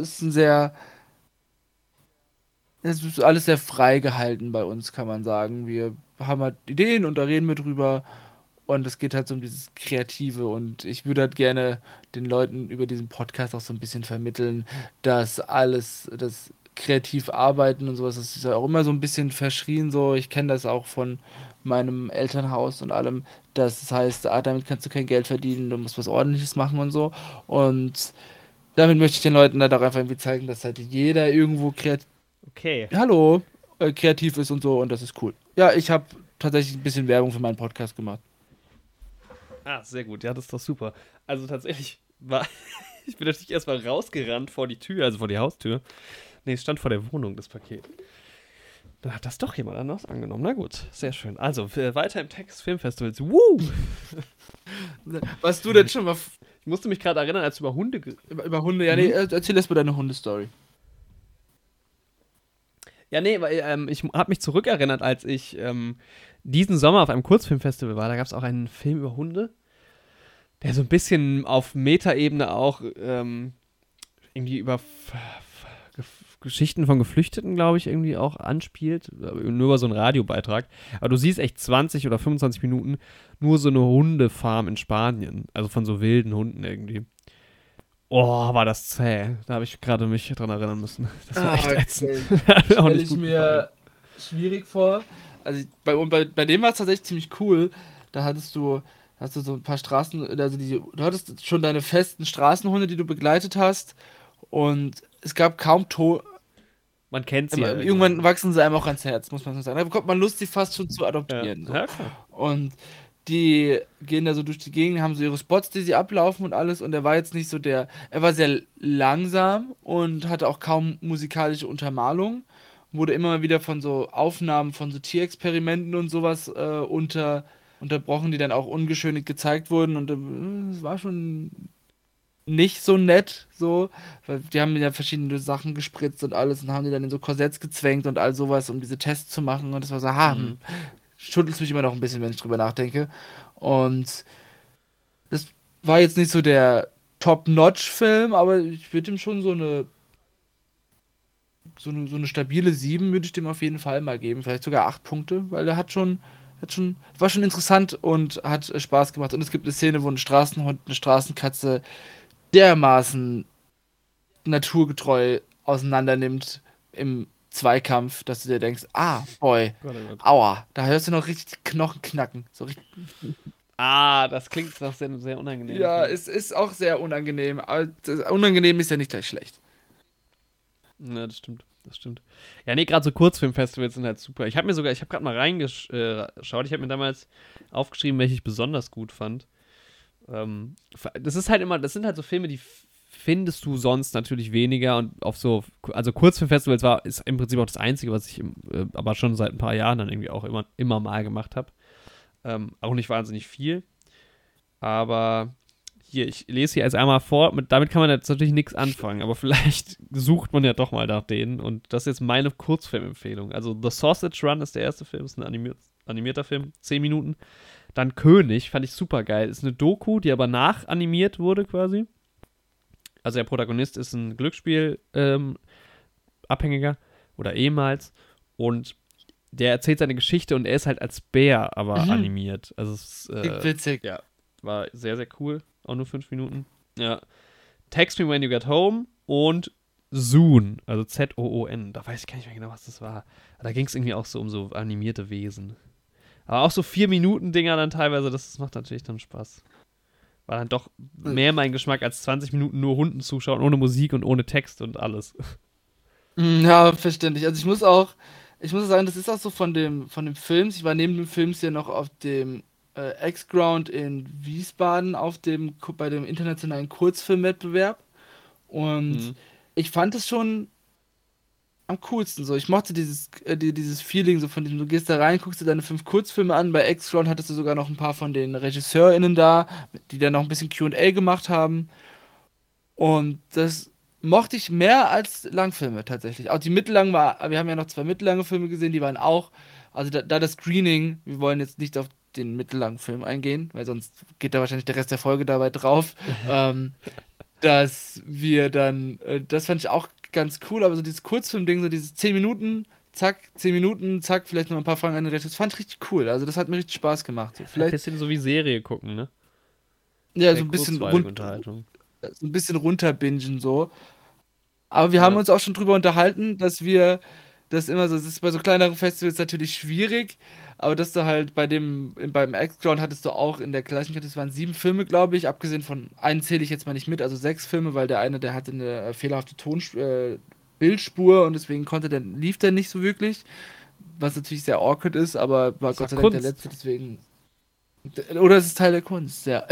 Es ist alles sehr frei gehalten bei uns, kann man sagen. Wir haben halt Ideen und da reden wir drüber. Und es geht halt so um dieses Kreative. Und ich würde halt gerne den Leuten über diesen Podcast auch so ein bisschen vermitteln, dass alles, das kreativ arbeiten und sowas, das ist ja auch immer so ein bisschen verschrien so. Ich kenne das auch von meinem Elternhaus und allem. Das heißt, damit kannst du kein Geld verdienen, du musst was Ordentliches machen und so. Und damit möchte ich den Leuten halt auch einfach irgendwie zeigen, dass halt jeder irgendwo Okay. kreativ ist und so. Und das ist cool. Ja, ich habe tatsächlich ein bisschen Werbung für meinen Podcast gemacht. Ah, sehr gut. Ja, das ist doch super. Also tatsächlich war. Ich bin natürlich erstmal rausgerannt vor die Tür, also vor die Haustür. Nee, es stand vor der Wohnung, das Paket. Dann hat das doch jemand anders angenommen. Na gut, sehr schön. Also, weiter im Text Filmfestivals. Woo! Was du denn schon mal Ich musste mich gerade erinnern, als du über Hunde. über Hunde, ja, nee, erzähl erst mal deine Hundestory. Ja, nee, weil ich habe mich zurückerinnert, als ich diesen Sommer auf einem Kurzfilmfestival war. Da gab es auch einen Film über Hunde, der so ein bisschen auf Metaebene auch irgendwie über Geschichten von Geflüchteten, glaube ich, irgendwie auch anspielt. Nur über so einen Radiobeitrag. Aber du siehst echt 20 oder 25 Minuten nur so eine Hundefarm in Spanien. Also von so wilden Hunden irgendwie. Oh, war das zäh. Da habe ich gerade mich dran erinnern müssen. Das war echt ätzend. Stelle ich mir schwierig vor. Also bei dem war es tatsächlich ziemlich cool. Da hast du so ein paar Straßen, also du hattest schon deine festen Straßenhunde, die du begleitet hast. Und es gab kaum Man kennt sie ja. irgendwann wachsen sie einem auch ans Herz, muss man so sagen. Da bekommt man Lust, sie fast schon zu adoptieren. So. Ja, klar. Und die gehen da so durch die Gegend, haben so ihre Spots, die sie ablaufen und alles. Und er war jetzt nicht so er war sehr langsam und hatte auch kaum musikalische Untermalung. Wurde immer mal wieder von so Aufnahmen von so Tierexperimenten und sowas unterbrochen, die dann auch ungeschönigt gezeigt wurden. Und es war schon nicht so nett, so, weil die haben ja verschiedene Sachen gespritzt und alles und haben die dann in so Korsetts gezwängt und all sowas, um diese Tests zu machen. Und das war so, schüttelt mich immer noch ein bisschen, wenn ich drüber nachdenke. Und das war jetzt nicht so der Top-Notch-Film, aber ich würde ihm schon so eine stabile 7 würde ich dem auf jeden Fall mal geben. Vielleicht sogar 8 Punkte, weil er war schon interessant und hat Spaß gemacht. Und es gibt eine Szene, wo ein Straßenhund eine Straßenkatze dermaßen naturgetreu auseinander nimmt im Zweikampf, dass du dir denkst, boy, aua, da hörst du noch richtig die Knochen knacken. So richtig. Das klingt doch sehr, sehr unangenehm. Ja, es ist auch sehr unangenehm, aber unangenehm ist ja nicht gleich schlecht. Ja, das stimmt. Ja, nee, gerade so Kurzfilmfestivals sind halt super. Ich habe gerade mal reingeschaut, ich habe mir damals aufgeschrieben, welche ich besonders gut fand. Das sind halt so Filme, die findest du sonst natürlich weniger und auf so, also Kurzfilmfestivals ist im Prinzip auch das Einzige, was ich aber schon seit ein paar Jahren dann irgendwie auch immer mal gemacht habe. Auch nicht wahnsinnig viel. Aber hier, ich lese hier erst einmal vor, damit kann man jetzt natürlich nichts anfangen, aber vielleicht sucht man ja doch mal nach denen und das ist jetzt meine Kurzfilmempfehlung. Also The Sausage Run ist der erste Film, ist ein animierter Film, 10 Minuten. Dann König, fand ich super geil, ist eine Doku, die aber nachanimiert wurde quasi. Also der Protagonist ist ein Glücksspiel-Abhängiger oder ehemals und der erzählt seine Geschichte und er ist halt als Bär aber animiert. Also es ist, witzig. Ja, war sehr, sehr cool. Auch nur 5 Minuten. Ja. Text Me When You Get Home und Zoon, also Z-O-O-N. Da weiß ich gar nicht mehr genau, was das war. Da ging es irgendwie auch so um so animierte Wesen. Aber auch so 4-Minuten-Dinger dann teilweise, das macht natürlich dann Spaß. War dann doch mehr mein Geschmack als 20 Minuten nur Hunden zuschauen, ohne Musik und ohne Text und alles. Ja, verständlich. Also ich muss auch sagen, das ist auch so von dem Films. Ich war neben dem Films ja noch auf dem X-Ground in Wiesbaden bei dem internationalen Kurzfilmwettbewerb. Und ich fand es schon am coolsten so. Ich mochte dieses Feeling so von diesem, du gehst da rein, guckst dir deine 5 Kurzfilme an. Bei X-Ground hattest du sogar noch ein paar von den RegisseurInnen da, die dann noch ein bisschen Q&A gemacht haben. Und das mochte ich mehr als Langfilme tatsächlich. Auch die mittellangen wir haben ja noch 2 mittellange Filme gesehen, die waren auch, also da das Screening, wir wollen jetzt nicht auf den mittellangen Film eingehen, weil sonst geht da wahrscheinlich der Rest der Folge dabei drauf, dass wir dann, das fand ich auch ganz cool, aber so dieses Kurzfilm-Ding, so dieses 10 Minuten, zack, 10 Minuten, zack, vielleicht noch ein paar Fragen an den Rest, das fand ich richtig cool, also das hat mir richtig Spaß gemacht. So, Ein vielleicht, bisschen so wie Serie gucken, ne? ja, Sehr kurzweilige Unterhaltung. so ein bisschen runterbingen so. Aber wir haben uns auch schon drüber unterhalten, dass wir das immer so, das ist bei so kleineren Festivals natürlich schwierig, aber dass du halt beim X-Ground hattest du auch in der gleichen Kategorie, es waren 7 Filme, glaube ich, abgesehen von einen zähle ich jetzt mal nicht mit, also 6 Filme, weil der hatte eine fehlerhafte Bildspur und deswegen lief der nicht so wirklich, was natürlich sehr awkward ist, aber war Das war Gott sei Dank der Kunst. letzte, deswegen. Oder es ist Teil der Kunst, ja.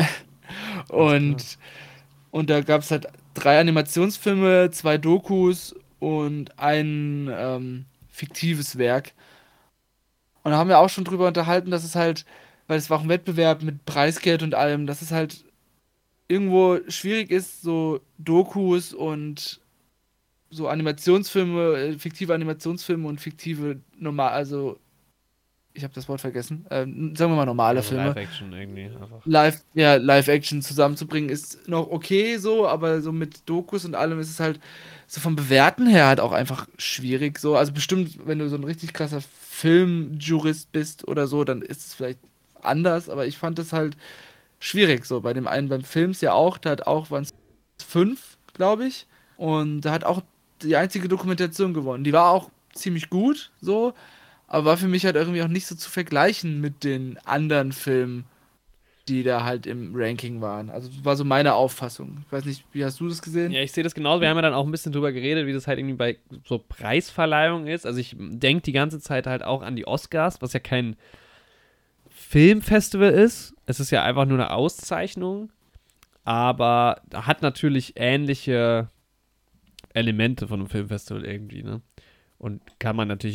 Und da gab es halt 3 Animationsfilme, 2 Dokus und ein fiktives Werk. Und da haben wir auch schon drüber unterhalten, dass es halt, weil es war auch ein Wettbewerb mit Preisgeld und allem, dass es halt irgendwo schwierig ist, so Dokus und so Animationsfilme, fiktive Animationsfilme und fiktive also ich habe das Wort vergessen, sagen wir mal normale Also Filme. Live-Action irgendwie einfach. Live-Action zusammenzubringen ist noch okay so, aber so mit Dokus und allem ist es halt so vom Bewerten her halt auch einfach schwierig so. Also bestimmt, wenn du so ein richtig krasser Filmjurist bist oder so, dann ist es vielleicht anders, aber ich fand das halt schwierig so. Bei dem einen beim Films ja auch, da hat auch, waren es 5, glaube ich, und da hat auch die einzige Dokumentation gewonnen. Die war auch ziemlich gut so, aber war für mich halt irgendwie auch nicht so zu vergleichen mit den anderen Filmen, die da halt im Ranking waren. Also war so meine Auffassung. Ich weiß nicht, wie hast du das gesehen? Ja, ich sehe das genauso. Wir haben ja dann auch ein bisschen drüber geredet, wie das halt irgendwie bei so Preisverleihungen ist. Also ich denke die ganze Zeit halt auch an die Oscars, was ja kein Filmfestival ist. Es ist ja einfach nur eine Auszeichnung. Aber hat natürlich ähnliche Elemente von einem Filmfestival irgendwie, ne? Und kann man natürlich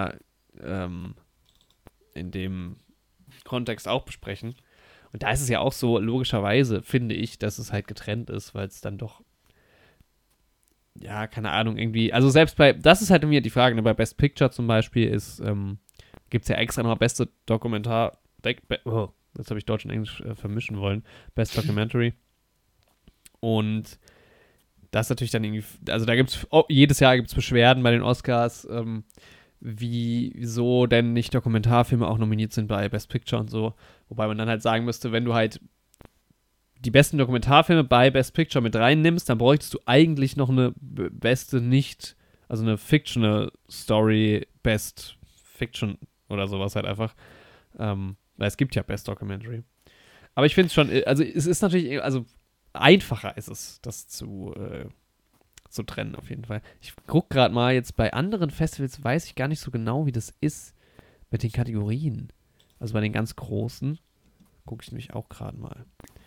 in dem Kontext auch besprechen. Und da ist es ja auch so, logischerweise finde ich, dass es halt getrennt ist, weil es dann doch, ja, keine Ahnung, irgendwie, also selbst das ist halt irgendwie die Frage, ne, bei Best Picture zum Beispiel gibt es ja extra noch beste Dokumentar, jetzt habe ich Deutsch und Englisch vermischen wollen, Best Documentary. Und das ist natürlich dann irgendwie, also da gibt es, jedes Jahr gibt es Beschwerden bei den Oscars, wieso denn nicht Dokumentarfilme auch nominiert sind bei Best Picture und so. Wobei man dann halt sagen müsste, wenn du halt die besten Dokumentarfilme bei Best Picture mit reinnimmst, dann bräuchtest du eigentlich noch eine also eine Fictional Story, Best Fiction oder sowas halt einfach. Weil es gibt ja Best Documentary. Aber ich finde es schon, also es ist natürlich, also einfacher ist es, das zu trennen auf jeden Fall. Ich gucke gerade mal, jetzt bei anderen Festivals weiß ich gar nicht so genau, wie das ist mit den Kategorien. Also bei den ganz großen gucke ich mich auch gerade mal.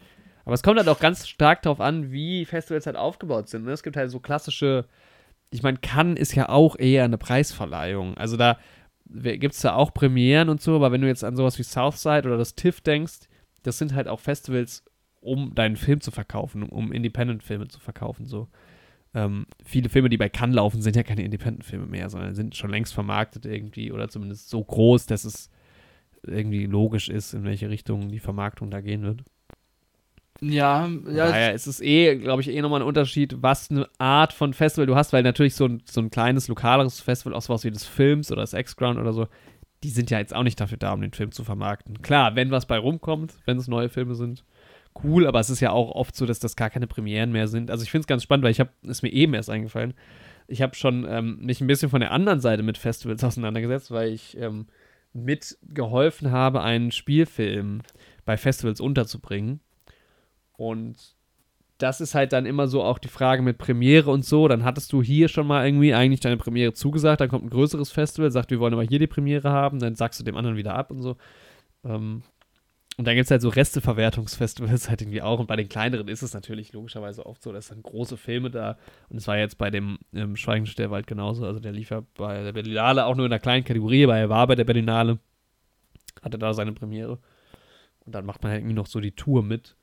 Aber es kommt halt auch ganz stark darauf an, wie Festivals halt aufgebaut sind. Ne? Es gibt halt so klassische, ich meine, Cannes ist ja auch eher eine Preisverleihung. Also da gibt es da auch Premieren und so, aber wenn du jetzt an sowas wie Southside oder das TIFF denkst, das sind halt auch Festivals, um deinen Film zu verkaufen, um Independent-Filme zu verkaufen. So. Viele Filme, die bei Cannes laufen, sind ja keine Independent-Filme mehr, sondern sind schon längst vermarktet irgendwie oder zumindest so groß, dass es irgendwie logisch ist, in welche Richtung die Vermarktung da gehen wird. Ja, ja. Daher ist es glaube ich, nochmal ein Unterschied, was eine Art von Festival du hast, weil natürlich so ein kleines, lokaleres Festival, auch sowas wie das Films oder das X-Ground oder so, die sind ja jetzt auch nicht dafür da, um den Film zu vermarkten. Klar, wenn was bei rumkommt, wenn es neue Filme sind, cool, aber es ist ja auch oft so, dass das gar keine Premieren mehr sind. Also ich finde es ganz spannend, weil ist mir eben erst eingefallen, ich habe schon mich ein bisschen von der anderen Seite mit Festivals auseinandergesetzt, weil ich mitgeholfen habe, einen Spielfilm bei Festivals unterzubringen. Und das ist halt dann immer so auch die Frage mit Premiere und so. Dann hattest du hier schon mal irgendwie eigentlich deine Premiere zugesagt, dann kommt ein größeres Festival, sagt, wir wollen aber hier die Premiere haben, dann sagst du dem anderen wieder ab und so. Und dann gibt es halt so Resteverwertungsfestivals halt irgendwie auch. Und bei den kleineren ist es natürlich logischerweise oft so, dass dann große Filme da. Und es war jetzt bei dem Schweigen der Wald genauso. Also der lief ja bei der Berlinale auch nur in einer kleinen Kategorie, weil er war bei der Berlinale. Hatte da seine Premiere. Und dann macht man halt irgendwie noch so die Tour mit.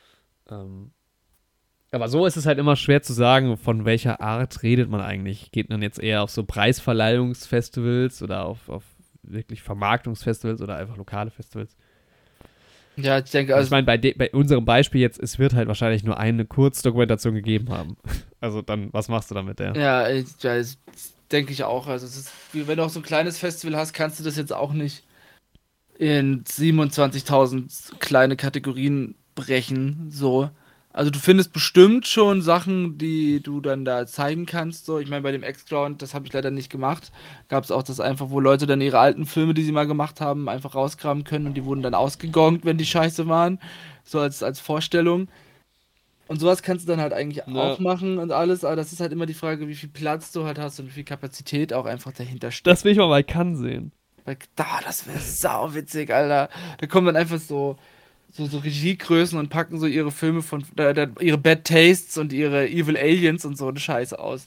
Aber so ist es halt immer schwer zu sagen, von welcher Art redet man eigentlich. Geht man jetzt eher auf so Preisverleihungsfestivals oder auf wirklich Vermarktungsfestivals oder einfach lokale Festivals? Ja, ich denke, also ich meine, bei unserem Beispiel jetzt, es wird halt wahrscheinlich nur eine Kurzdokumentation gegeben haben. Also dann, was machst du damit, der? Ja, das denke ich auch. Also es ist, wenn du auch so ein kleines Festival hast, kannst du das jetzt auch nicht in 27.000 kleine Kategorien brechen, so. Also du findest bestimmt schon Sachen, die du dann da zeigen kannst, so. Ich meine, bei dem X-Ground, das habe ich leider nicht gemacht, gab es auch das einfach, wo Leute dann ihre alten Filme, die sie mal gemacht haben, einfach rauskramen können und die wurden dann ausgegongt, wenn die scheiße waren, so als Vorstellung. Und sowas kannst du dann halt eigentlich auch machen und alles, aber das ist halt immer die Frage, wie viel Platz du halt hast und wie viel Kapazität auch einfach dahinter steht. Das will ich mal bei Cannes sehen. Das wäre sauwitzig, Alter. Da kommen dann einfach so Regiegrößen und packen so ihre Filme von, ihre Bad Tastes und ihre Evil Aliens und so eine Scheiße aus.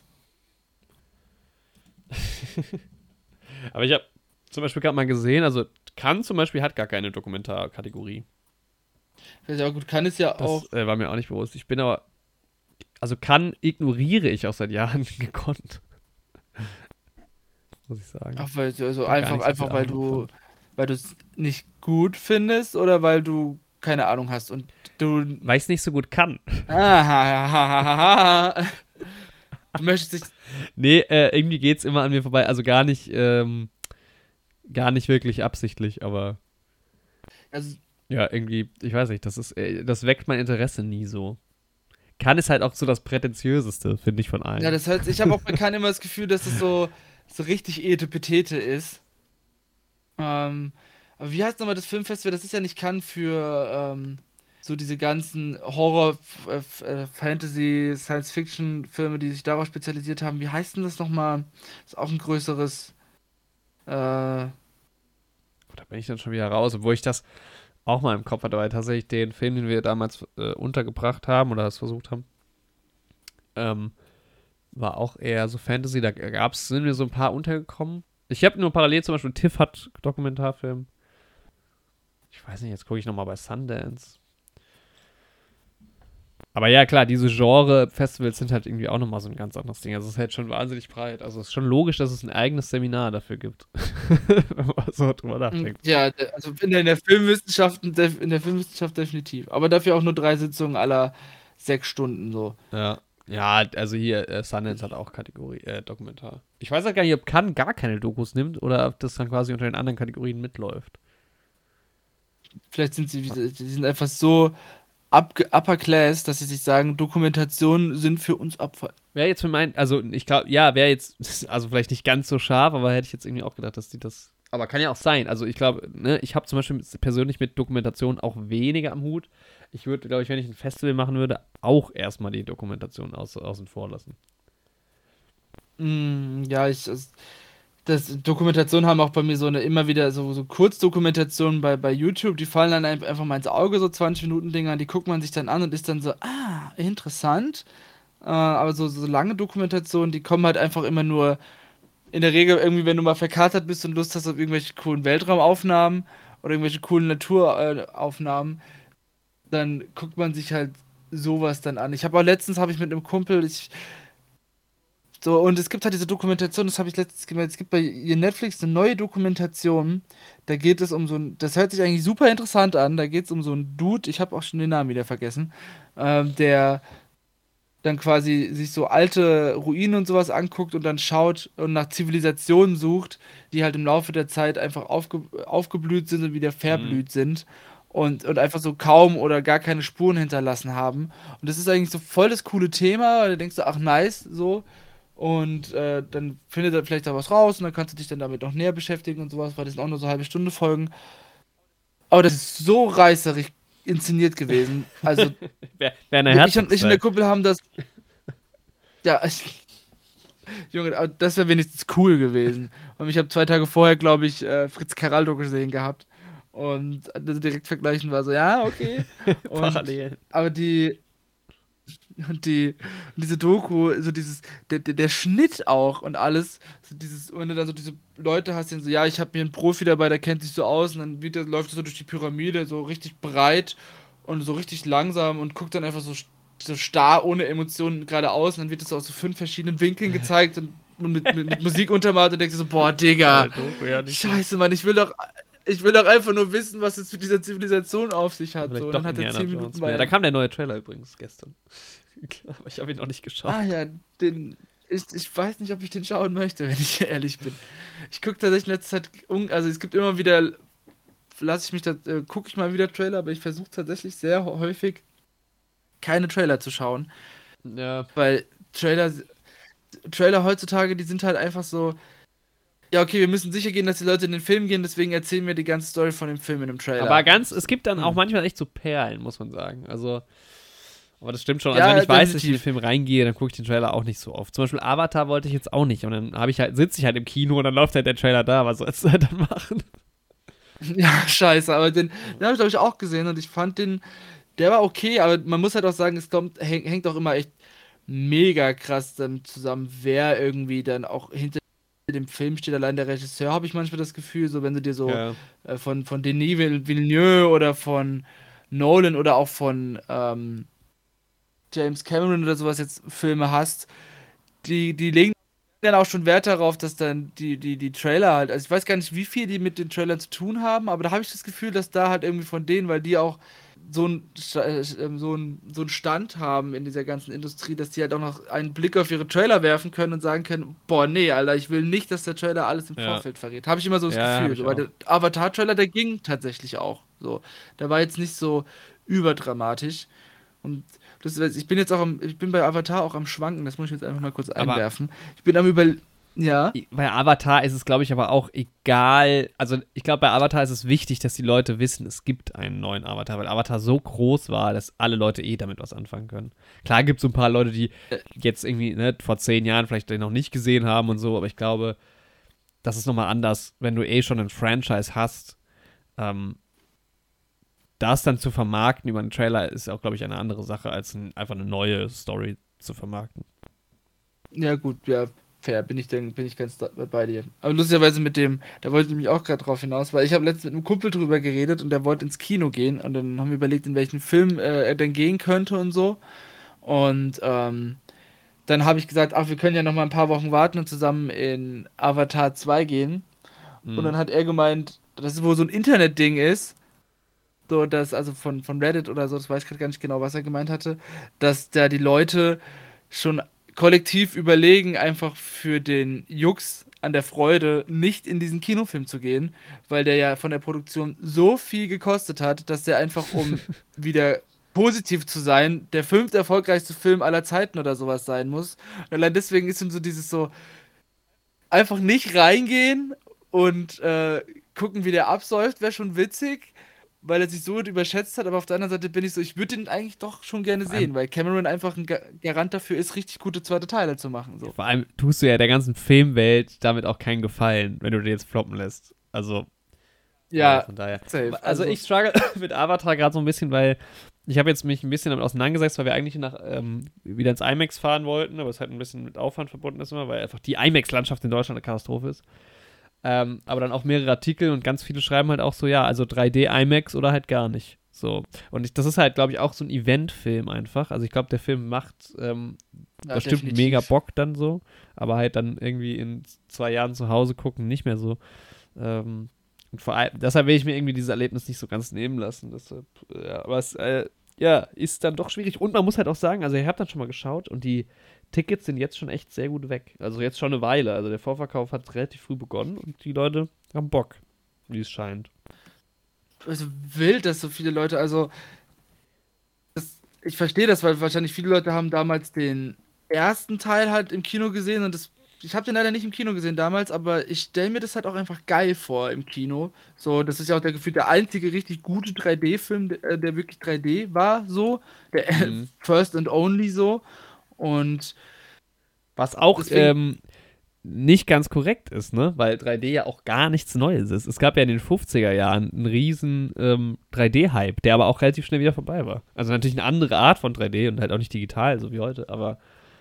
Aber ich habe zum Beispiel gerade mal gesehen, also Cannes zum Beispiel hat gar keine Dokumentarkategorie. Ja gut, kann es ja das auch. War mir auch nicht bewusst. Ich bin aber, also Cannes ignoriere ich auch seit Jahren gekonnt. Muss ich sagen. Ach, einfach weil du es nicht gut findest oder weil du keine Ahnung hast und du. Weil ich es nicht so gut kann. Du möchtest dich. Nee, irgendwie geht's immer an mir vorbei. Also gar nicht wirklich absichtlich, aber. Also, ja, irgendwie, ich weiß nicht, das weckt mein Interesse nie so. Cannes ist halt auch so das Prätentiöseste, finde ich, von allen. Ja, das heißt, ich habe auch bei Cannes immer das Gefühl, dass es so richtig Etepetete ist. Aber wie heißt nochmal das Filmfestival? Das ist ja nicht Cannes für so diese ganzen Horror, Fantasy, Science-Fiction-Filme, die sich darauf spezialisiert haben. Wie heißt denn das nochmal? Das ist auch ein größeres. Da bin ich dann schon wieder raus, obwohl ich das auch mal im Kopf hatte, weil tatsächlich den Film, den wir damals untergebracht haben oder das versucht haben, war auch eher so Fantasy. Da sind mir so ein paar untergekommen. Ich habe nur parallel zum Beispiel TIFF hat Dokumentarfilm. Ich weiß nicht, jetzt gucke ich nochmal bei Sundance. Aber ja, klar, diese Genre-Festivals sind halt irgendwie auch nochmal so ein ganz anderes Ding. Also es ist halt schon wahnsinnig breit. Also es ist schon logisch, dass es ein eigenes Seminar dafür gibt. Wenn man so drüber nachdenkt. Ja, also in der Filmwissenschaft definitiv. Aber dafür auch nur 3 Sitzungen aller 6 Stunden so. Ja. Ja, also hier, Sundance hat auch Kategorie, Dokumentar. Ich weiß halt gar nicht, ob Cannes gar keine Dokus nimmt oder ob das dann quasi unter den anderen Kategorien mitläuft. Vielleicht die sind einfach so upper class, dass sie sich sagen, Dokumentationen sind für uns Abfall. Wäre jetzt für also ich glaube, ja, wäre jetzt, also vielleicht nicht ganz so scharf, aber hätte ich jetzt irgendwie auch gedacht, dass die das, aber kann ja auch sein. Also ich glaube, ne, ich habe zum Beispiel persönlich mit Dokumentation auch weniger am Hut. Ich würde, glaube ich, wenn ich ein Festival machen würde, auch erstmal die Dokumentation außen vor lassen. Ja, das Dokumentationen haben auch bei mir so eine immer wieder so Kurzdokumentationen bei YouTube, die fallen dann einfach mal ins Auge, so 20 Minuten Dinger, die guckt man sich dann an und ist dann so, interessant. Aber so lange Dokumentationen, die kommen halt einfach immer nur in der Regel irgendwie, wenn du mal verkatert bist und Lust hast auf irgendwelche coolen Weltraumaufnahmen oder irgendwelche coolen Naturaufnahmen, dann guckt man sich halt sowas dann an. Letztens habe ich mit einem Kumpel, und es gibt halt diese Dokumentation, das habe ich letztens gemerkt, es gibt bei Netflix eine neue Dokumentation, da geht es um das hört sich eigentlich super interessant an, da geht es um so einen Dude, ich habe auch schon den Namen wieder vergessen, der dann quasi sich so alte Ruinen und sowas anguckt und dann schaut und nach Zivilisationen sucht, die halt im Laufe der Zeit einfach aufgeblüht sind und wieder Mhm. verblüht sind und einfach so kaum oder gar keine Spuren hinterlassen haben. Und das ist eigentlich so voll das coole Thema, weil du denkst so, ach nice, so. Und dann findet er vielleicht da was raus und dann kannst du dich dann damit noch näher beschäftigen und sowas, weil das sind auch nur so halbe Stunde Folgen. Aber das ist so reißerig inszeniert gewesen. Also Werner ich und der Herzog-Style. Kumpel haben das, ja, Junge, aber das wäre wenigstens cool gewesen. Und ich habe 2 Tage vorher, glaube ich, Fritz Caraldo gesehen gehabt. Und also direkt vergleichen war so, ja, okay. Und Parallel. aber diese Doku, so der Schnitt auch und alles, so wenn du dann so diese Leute hast, die so, ja, ich habe mir einen Profi dabei, der kennt sich so aus, und dann läuft er so durch die Pyramide, so richtig breit und so richtig langsam und guckt dann einfach so starr, ohne Emotionen geradeaus, und dann wird es so aus so 5 verschiedenen Winkeln gezeigt und mit Musik untermalt und denkst du so, boah, Digga, Geile Doku, ja, nicht schlecht. scheiße, Mann, ich will doch einfach nur wissen, was es mit dieser Zivilisation auf sich hat, so, Vielleicht und dann doch hat er Indiana 10 Minuten Jones mehr. Da bei. kam der neue Trailer übrigens gestern. Aber ich habe ihn noch nicht Ah geschaut. ja, ich weiß nicht, ob ich den schauen möchte, wenn ich ehrlich bin. Ich gucke tatsächlich in letzter Zeit, also es gibt immer wieder, gucke ich mal wieder Trailer, aber ich versuche tatsächlich sehr häufig keine Trailer zu schauen, Ja. weil Trailer heutzutage, die sind halt einfach so, ja okay, wir müssen sicher gehen, dass die Leute in den Film gehen, deswegen erzählen wir die ganze Story von dem Film in einem Aber Trailer. es gibt dann auch manchmal echt so Perlen, muss man sagen. Also, aber das stimmt schon. Also, wenn Ja, ich weiß, dass ich in den definitiv. Film reingehe, dann gucke ich den Trailer auch nicht so oft. Zum Beispiel Avatar wollte ich jetzt auch nicht. Und dann sitze ich halt im Kino und dann läuft halt der Trailer da. Was sollst du halt dann machen? Ja, scheiße, aber den habe ich glaube ich auch gesehen und ich fand der war okay, aber man muss halt auch sagen, hängt auch immer echt mega krass damit zusammen, wer irgendwie dann auch hinter dem Film steht. Allein der Regisseur, habe ich manchmal das Gefühl, so wenn du dir so Ja. von Denis Villeneuve oder von Nolan oder auch von James Cameron oder sowas jetzt Filme hast, die legen dann auch schon Wert darauf, dass dann die Trailer halt, also ich weiß gar nicht, wie viel die mit den Trailern zu tun haben, aber da habe ich das Gefühl, dass da halt irgendwie von denen, weil die auch so einen Stand haben in dieser ganzen Industrie, dass die halt auch noch einen Blick auf ihre Trailer werfen können und sagen können, boah, nee, Alter, ich will nicht, dass der Trailer alles im Ja. Vorfeld verrät. Habe ich immer so das Ja, habe Gefühl. ich So, weil auch. der Avatar-Trailer, der ging tatsächlich auch. So. Der war jetzt nicht so überdramatisch. Und ich bin bei Avatar auch am Schwanken, das muss ich jetzt einfach mal kurz Aber einwerfen. Ich bin am über, ja, bei Avatar ist es, glaube ich, aber auch egal. Also, ich glaube, bei Avatar ist es wichtig, dass die Leute wissen, es gibt einen neuen Avatar, weil Avatar so groß war, dass alle Leute damit was anfangen können. Klar gibt es so ein paar Leute, die jetzt irgendwie vor 10 Jahren vielleicht den noch nicht gesehen haben und so, aber ich glaube, das ist nochmal anders, wenn du schon ein Franchise hast. Ähm, das dann zu vermarkten über einen Trailer ist auch, glaube ich, eine andere Sache, als einfach eine neue Story zu vermarkten. ja gut, ja, fair, bin ich ganz bei dir. Aber lustigerweise da wollte ich mich auch gerade drauf hinaus, weil ich habe letztens mit einem Kumpel drüber geredet und der wollte ins Kino gehen und dann haben wir überlegt, in welchen Film er denn gehen könnte und so. Und dann habe ich gesagt, ach, wir können ja noch mal ein paar Wochen warten und zusammen in Avatar 2 gehen. Und Mhm. dann hat er gemeint, dass es wohl so ein Internetding ist, so dass, also von Reddit oder so, das weiß ich gerade gar nicht genau, was er gemeint hatte, dass da die Leute schon kollektiv überlegen, einfach für den Jux an der Freude nicht in diesen Kinofilm zu gehen, weil der ja von der Produktion so viel gekostet hat, dass der einfach, um wieder positiv zu sein, der fünft erfolgreichste Film aller Zeiten oder sowas sein muss. Und allein deswegen ist ihm so dieses so, einfach nicht reingehen und gucken, wie der absäuft, wäre schon witzig. weil er sich so überschätzt hat, aber auf der anderen Seite bin ich so, ich würde ihn eigentlich doch schon gerne sehen, weil Cameron einfach ein Garant dafür ist, richtig gute zweite Teile zu machen. So. Vor allem tust du ja der ganzen Filmwelt damit auch keinen Gefallen, wenn du den jetzt floppen lässt. Also, Ja, von daher. safe. Also ich struggle mit Avatar gerade so ein bisschen, weil ich habe jetzt mich ein bisschen damit auseinandergesetzt, weil wir eigentlich wieder ins IMAX fahren wollten, aber es halt ein bisschen mit Aufwand verbunden ist immer, weil einfach die IMAX-Landschaft in Deutschland eine Katastrophe ist. Aber dann auch mehrere Artikel und ganz viele schreiben halt auch so, ja, also 3D IMAX oder halt gar nicht. So. Und das ist halt, glaube ich, auch so ein Eventfilm einfach. Also ich glaube, der Film macht bestimmt definitiv. mega Bock dann so, aber halt dann irgendwie in 2 Jahren zu Hause gucken nicht mehr so. Und vor allem, deshalb will ich mir irgendwie dieses Erlebnis nicht so ganz nehmen lassen. Deshalb, aber es ist dann doch schwierig. Und man muss halt auch sagen, also ich habe dann schon mal geschaut und die Tickets sind jetzt schon echt sehr gut weg. Also jetzt schon eine Weile. Also der Vorverkauf hat relativ früh begonnen und die Leute haben Bock, wie es scheint. Also wild, dass so viele Leute, also ich verstehe das, weil wahrscheinlich viele Leute haben damals den ersten Teil halt im Kino gesehen und ich habe den leider nicht im Kino gesehen damals, aber ich stelle mir das halt auch einfach geil vor im Kino. So, das ist ja auch der einzige richtig gute 3D-Film, der wirklich 3D war, so. Der First and Only so. Und was auch deswegen, nicht ganz korrekt ist, ne? Weil 3D ja auch gar nichts Neues ist. Es gab ja in den 50er Jahren einen riesen 3D-Hype, der aber auch relativ schnell wieder vorbei war. Also natürlich eine andere Art von 3D und halt auch nicht digital, so wie heute, aber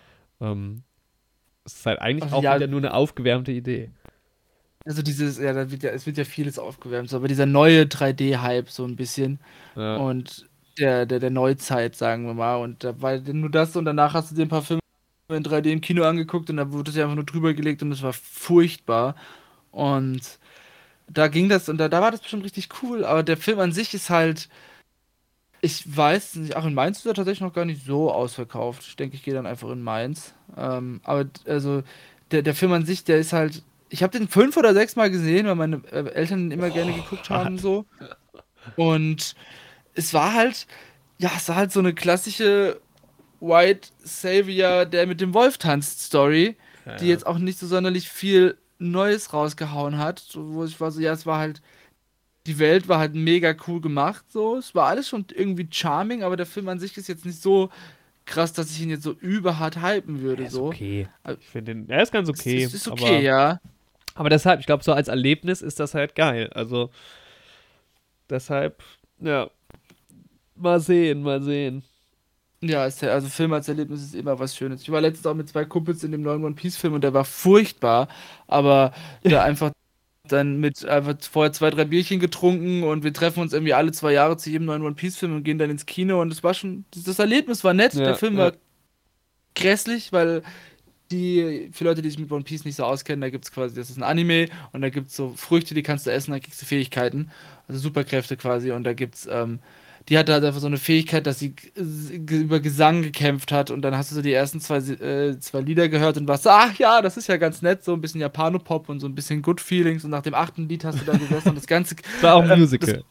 es ist halt eigentlich also auch ja, wieder nur eine aufgewärmte Idee. also es wird ja vieles aufgewärmt, so, aber dieser neue 3D-Hype so ein bisschen Ja. und der Neuzeit, sagen wir mal, und da war nur das und danach hast du dir ein paar Filme in 3D im Kino angeguckt und da wurde es ja einfach nur drüber gelegt und es war furchtbar und da ging das und da war das bestimmt richtig cool, aber der Film an sich ist halt, ich weiß nicht, ach, in Mainz ist er tatsächlich noch gar nicht so ausverkauft. Ich denke, ich gehe dann einfach in Mainz. Aber also der Film an sich, der ist halt. Ich habe den 5 oder 6 Mal gesehen, weil meine Eltern ihn immer gerne geguckt haben, Hart. so. Und es war halt, ja, es war halt so eine klassische White Savior, der mit dem Wolf tanzt Story, die Ja. jetzt auch nicht so sonderlich viel Neues rausgehauen hat. So, wo ich war so, ja, es war halt die Welt war halt mega cool gemacht, so. Es war alles schon irgendwie charming, aber der Film an sich ist jetzt nicht so krass, dass ich ihn jetzt so überhart hypen würde, Er ist so. okay. Aber Ich finde er ist ganz Es okay. ist okay, ja. Aber deshalb, ich glaube, so als Erlebnis ist das halt geil. Also deshalb, ja, mal sehen, mal sehen. Ja, also Film als Erlebnis ist immer was Schönes. Ich war letztens auch mit 2 Kumpels in dem neuen One Piece Film und der war furchtbar, aber da einfach dann mit einfach vorher 2, 3 Bierchen getrunken und wir treffen uns irgendwie alle 2 Jahre zu jedem neuen One Piece Film und gehen dann ins Kino und es war schon, das Erlebnis war nett, der Ja, Film ja. war grässlich, weil für Leute, die sich mit One Piece nicht so auskennen, da gibt es quasi, das ist ein Anime und da gibt es so Früchte, die kannst du essen, dann kriegst du Fähigkeiten, also Superkräfte quasi und da gibt's, die hatte halt einfach so eine Fähigkeit, dass sie über Gesang gekämpft hat und dann hast du so die ersten 2 Lieder gehört und warst so, ach ja, das ist ja ganz nett, so ein bisschen Japanopop und so ein bisschen Good Feelings und nach dem 8. Lied hast du da gesessen und das Ganze, Das war auch ein das, Musical.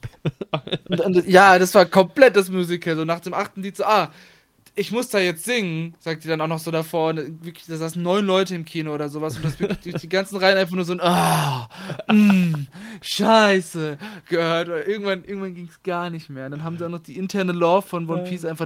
ja, das war komplett das Musical, so nach dem 8. Lied so, ich muss da jetzt singen, sagt die dann auch noch so davor. Und wirklich, da saßen 9 Leute im Kino oder sowas und das wirklich durch die ganzen Reihen einfach nur so ein Scheiße gehört. Oder irgendwann ging es gar nicht mehr. Und dann haben sie auch noch die interne Lore von One Piece einfach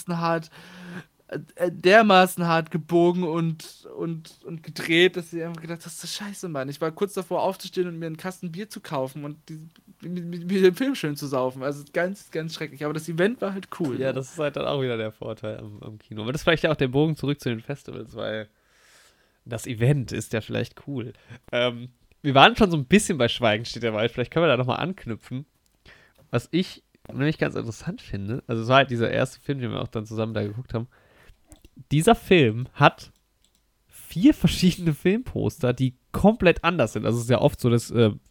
dermaßen hart gebogen und gedreht, dass sie einfach gedacht, das ist so scheiße, Mann. Ich war kurz davor aufzustehen und mir einen Kasten Bier zu kaufen und mir den Film schön zu saufen. Also ganz, ganz schrecklich. Aber das Event war halt cool. Ja, So. das ist halt dann auch wieder der Vorteil am Kino. Aber das ist vielleicht ja auch der Bogen zurück zu den Festivals, weil das Event ist ja vielleicht cool. Wir waren schon so ein bisschen bei Schweigen steht der Wald. Vielleicht können wir da nochmal anknüpfen. Was ich nämlich ganz interessant finde, also es war halt dieser erste Film, den wir auch dann zusammen da geguckt haben. Dieser Film hat 4 verschiedene Filmposter, die komplett anders sind. Also es ist ja oft so, dass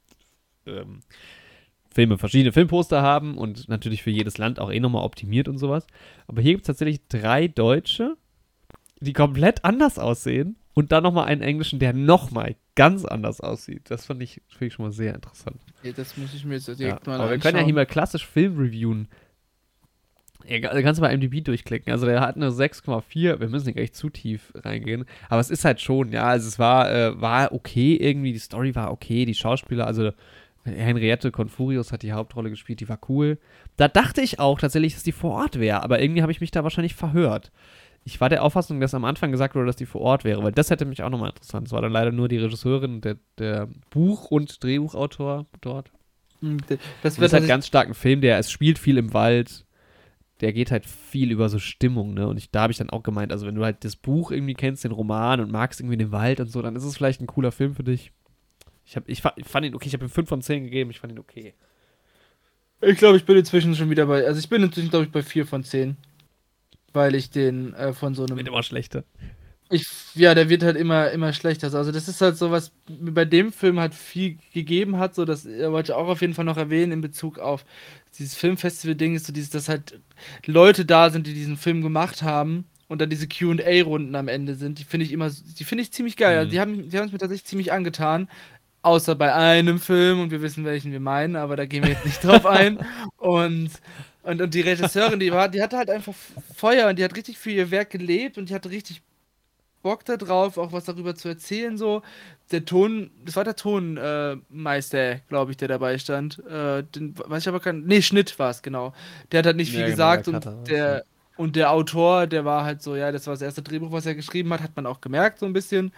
Filme verschiedene Filmposter haben und natürlich für jedes Land auch nochmal optimiert und sowas. Aber hier gibt es tatsächlich 3 deutsche, die komplett anders aussehen und dann nochmal einen englischen, der nochmal ganz anders aussieht. Das finde ich schon mal sehr interessant. Okay, das muss ich mir jetzt Ja, direkt mal aber wir können ja hier anschauen. mal klassisch Film reviewen. Da kannst du bei IMDb durchklicken. Also der hat eine 6,4. Wir müssen nicht echt zu tief reingehen. Aber es ist halt schon, ja, also es war okay irgendwie. Die Story war okay. Die Schauspieler, also Henriette Confurius hat die Hauptrolle gespielt, die war cool. Da dachte ich auch tatsächlich, dass die vor Ort wäre, aber irgendwie habe ich mich da wahrscheinlich verhört. Ich war der Auffassung, dass am Anfang gesagt wurde, dass die vor Ort wäre, weil das hätte mich auch nochmal interessant. Es war dann leider nur die Regisseurin und der Buch- und Drehbuchautor dort. Das ist halt ganz stark ein Film, es spielt viel im Wald. Der geht halt viel über so Stimmung, ne? Und da habe ich dann auch gemeint, also wenn du halt das Buch irgendwie kennst, den Roman und magst irgendwie den Wald und so, dann ist es vielleicht ein cooler Film für dich. Ich fand ihn okay, ich habe ihm 5 von 10 gegeben, ich fand ihn okay. Ich glaube, ich bin inzwischen schon wieder also ich bin inzwischen, glaube ich, bei 4 von 10. Weil ich den von so einem... Wird immer schlechter. Der wird halt immer schlechter. Also das ist halt so, was bei dem Film halt viel gegeben hat, so das wollte ich auch auf jeden Fall noch erwähnen in Bezug auf dieses Filmfestival-Ding, ist so dass halt Leute da sind, die diesen Film gemacht haben und dann diese Q&A-Runden am Ende sind. Die finde ich ziemlich geil. Also die haben es mir tatsächlich ziemlich angetan. Außer bei einem Film, und wir wissen, welchen wir meinen, aber da gehen wir jetzt nicht drauf ein. Und die Regisseurin, die hatte halt einfach Feuer und die hat richtig für ihr Werk gelebt und die hatte richtig Bock da drauf, auch was darüber zu erzählen, so. Das war der Tonmeister, glaube ich, der dabei stand. Den weiß ich aber Schnitt war es, genau. Der hat halt nicht viel gesagt und der Autor, der war halt so, ja, das war das erste Drehbuch, was er geschrieben hat man auch gemerkt, so ein bisschen.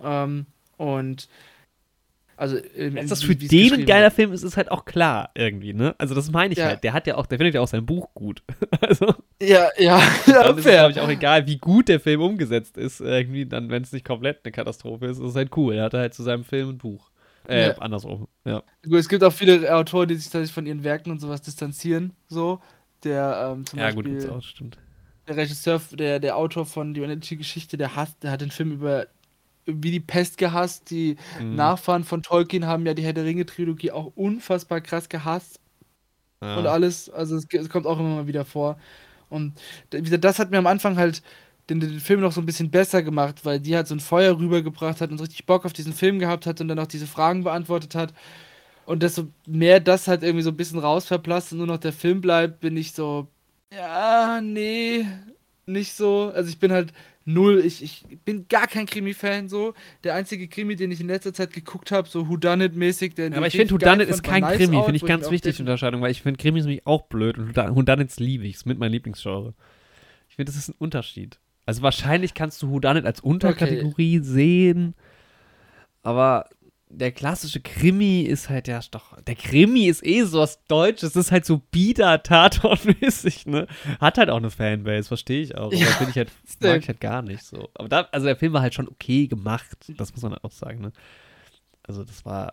Und also, dass das für den ein geiler Film ist, ist halt auch klar irgendwie, ne? Also das meine ich halt. Der findet ja auch sein Buch gut. Also, ja, dann ist es, glaube ich, auch egal, wie gut der Film umgesetzt ist. Irgendwie dann, wenn es nicht komplett eine Katastrophe ist, ist es halt cool. Er hatte halt zu seinem Film ein Buch. Andersrum, ja. Es gibt auch viele Autoren, die sich tatsächlich von ihren Werken und sowas distanzieren, so. Der, zum Beispiel, gut, gibt's auch, stimmt. Der Regisseur, der Autor von Die unendliche Geschichte, der hat den Film wie die Pest gehasst. Die Nachfahren von Tolkien haben ja die Herr der Ringe-Trilogie auch unfassbar krass gehasst. Ja. Und alles, also es kommt auch immer mal wieder vor. Und das hat mir am Anfang halt den Film noch so ein bisschen besser gemacht, weil die halt so ein Feuer rübergebracht hat und richtig Bock auf diesen Film gehabt hat und dann auch diese Fragen beantwortet hat. Und desto mehr das halt irgendwie so ein bisschen rausverblasst und nur noch der Film bleibt, bin ich so, ja, nee, nicht so. Also ich bin halt ich bin gar kein Krimi-Fan so. Der einzige Krimi, den ich in letzter Zeit geguckt habe, so Whodunit-mäßig. Aber ich finde, Whodunit ist kein Krimi, finde ich ganz wichtig, die Unterscheidung, weil ich finde Krimis nämlich auch blöd und Whodunits liebe ich, ist mit meinem Lieblingsgenre. Ich finde, das ist ein Unterschied. Also wahrscheinlich kannst du Whodunit als Unterkategorie sehen, aber der klassische Krimi ist halt ja doch. Der Krimi ist so was Deutsches, das ist halt so Bieder-Tatort-mäßig, ne? Hat halt auch eine Fanbase, verstehe ich auch. Aber finde ich halt, mag ich halt gar nicht so. Aber also der Film war halt schon okay gemacht, das muss man halt auch sagen, ne? Also das war.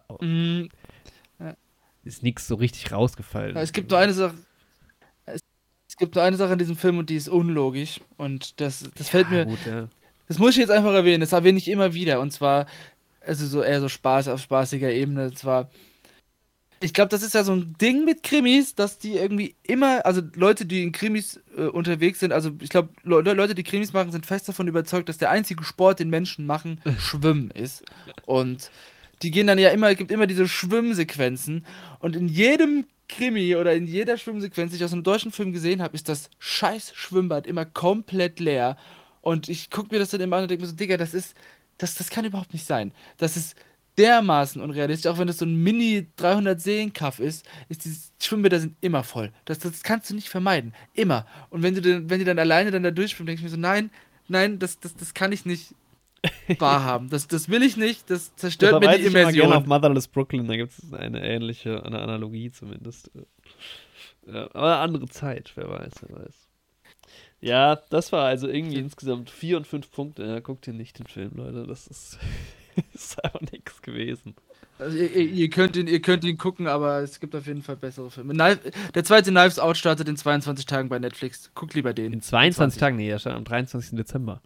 Ist nichts so richtig rausgefallen. Ja, es gibt nur eine Sache. Es gibt nur eine Sache in diesem Film und die ist unlogisch. Und das fällt mir. Gut, ja. Das muss ich jetzt einfach erwähnen, das erwähne ich immer wieder. Und zwar. Also so eher so Spaß auf spaßiger Ebene. Zwar, ich glaube, das ist ja so ein Ding mit Krimis, dass die irgendwie immer, also Leute, die in Krimis unterwegs sind, also ich glaube, Leute, die Krimis machen, sind fest davon überzeugt, dass der einzige Sport, den Menschen machen, Schwimmen ist. Und die gehen dann gibt immer diese Schwimmsequenzen. Und in jedem Krimi oder in jeder Schwimmsequenz, die ich aus einem deutschen Film gesehen habe, ist das scheiß Schwimmbad immer komplett leer. Und ich gucke mir das dann immer an und denke mir so, Digga, das kann überhaupt nicht sein. Das ist dermaßen unrealistisch, auch wenn das so ein Mini-300-Seelen-Kaff ist die Schwimmbäder sind immer voll. Das kannst du nicht vermeiden. Immer. Und wenn die dann alleine dann da durchschwimmen, denke ich mir so, nein, das kann ich nicht wahrhaben. Das will ich nicht, das zerstört mir die Immersion. Ich gerne auf Motherless Brooklyn, da gibt es eine Analogie zumindest. Ja, aber andere Zeit, wer weiß. Ja, das war also irgendwie insgesamt 4 und 5 Punkte. Ja, guckt ihr nicht den Film, Leute. Das ist einfach nichts gewesen. Also ihr könnt ihn gucken, aber es gibt auf jeden Fall bessere Filme. Der zweite Knives Out startet in 22 Tagen bei Netflix. Guckt lieber den. In 22 Tagen? Nee, der startet am 23. Dezember.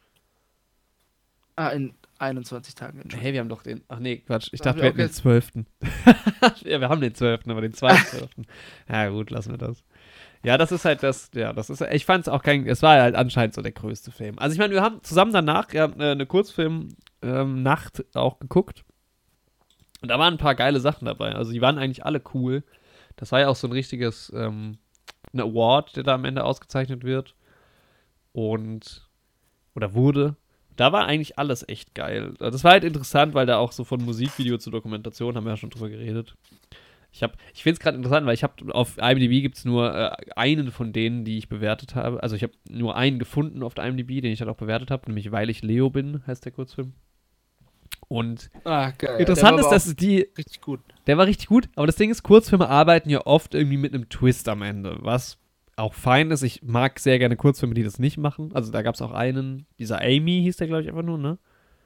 In 21 Tagen. Hey, wir haben doch den. Ach nee, Quatsch. Ich dachte, wir hätten den 12. Ja, wir haben den 12., aber den 2.12. Ja, gut, lassen wir das. Ja, das ist halt ich fand es auch es war halt anscheinend so der größte Film. Also ich meine, wir haben zusammen danach eine Kurzfilm-Nacht auch geguckt und da waren ein paar geile Sachen dabei. Also die waren eigentlich alle cool. Das war ja auch so ein richtiges ein Award, der da am Ende ausgezeichnet wird oder wurde. Da war eigentlich alles echt geil. Das war halt interessant, weil da auch so von Musikvideo zu Dokumentation haben wir ja schon drüber geredet. Ich finde es gerade interessant, weil ich habe auf IMDb gibt es nur einen von denen, die ich bewertet habe. Also ich habe nur einen gefunden auf der IMDb, den ich dann auch bewertet habe, nämlich Weil ich Leo bin, heißt der Kurzfilm. Und geil. interessant ist, dass die. Richtig gut. Der war richtig gut, aber das Ding ist, Kurzfilme arbeiten ja oft irgendwie mit einem Twist am Ende, was auch fein ist. Ich mag sehr gerne Kurzfilme, die das nicht machen. Also da gab es auch einen, dieser Amy hieß der, glaube ich, einfach nur, ne?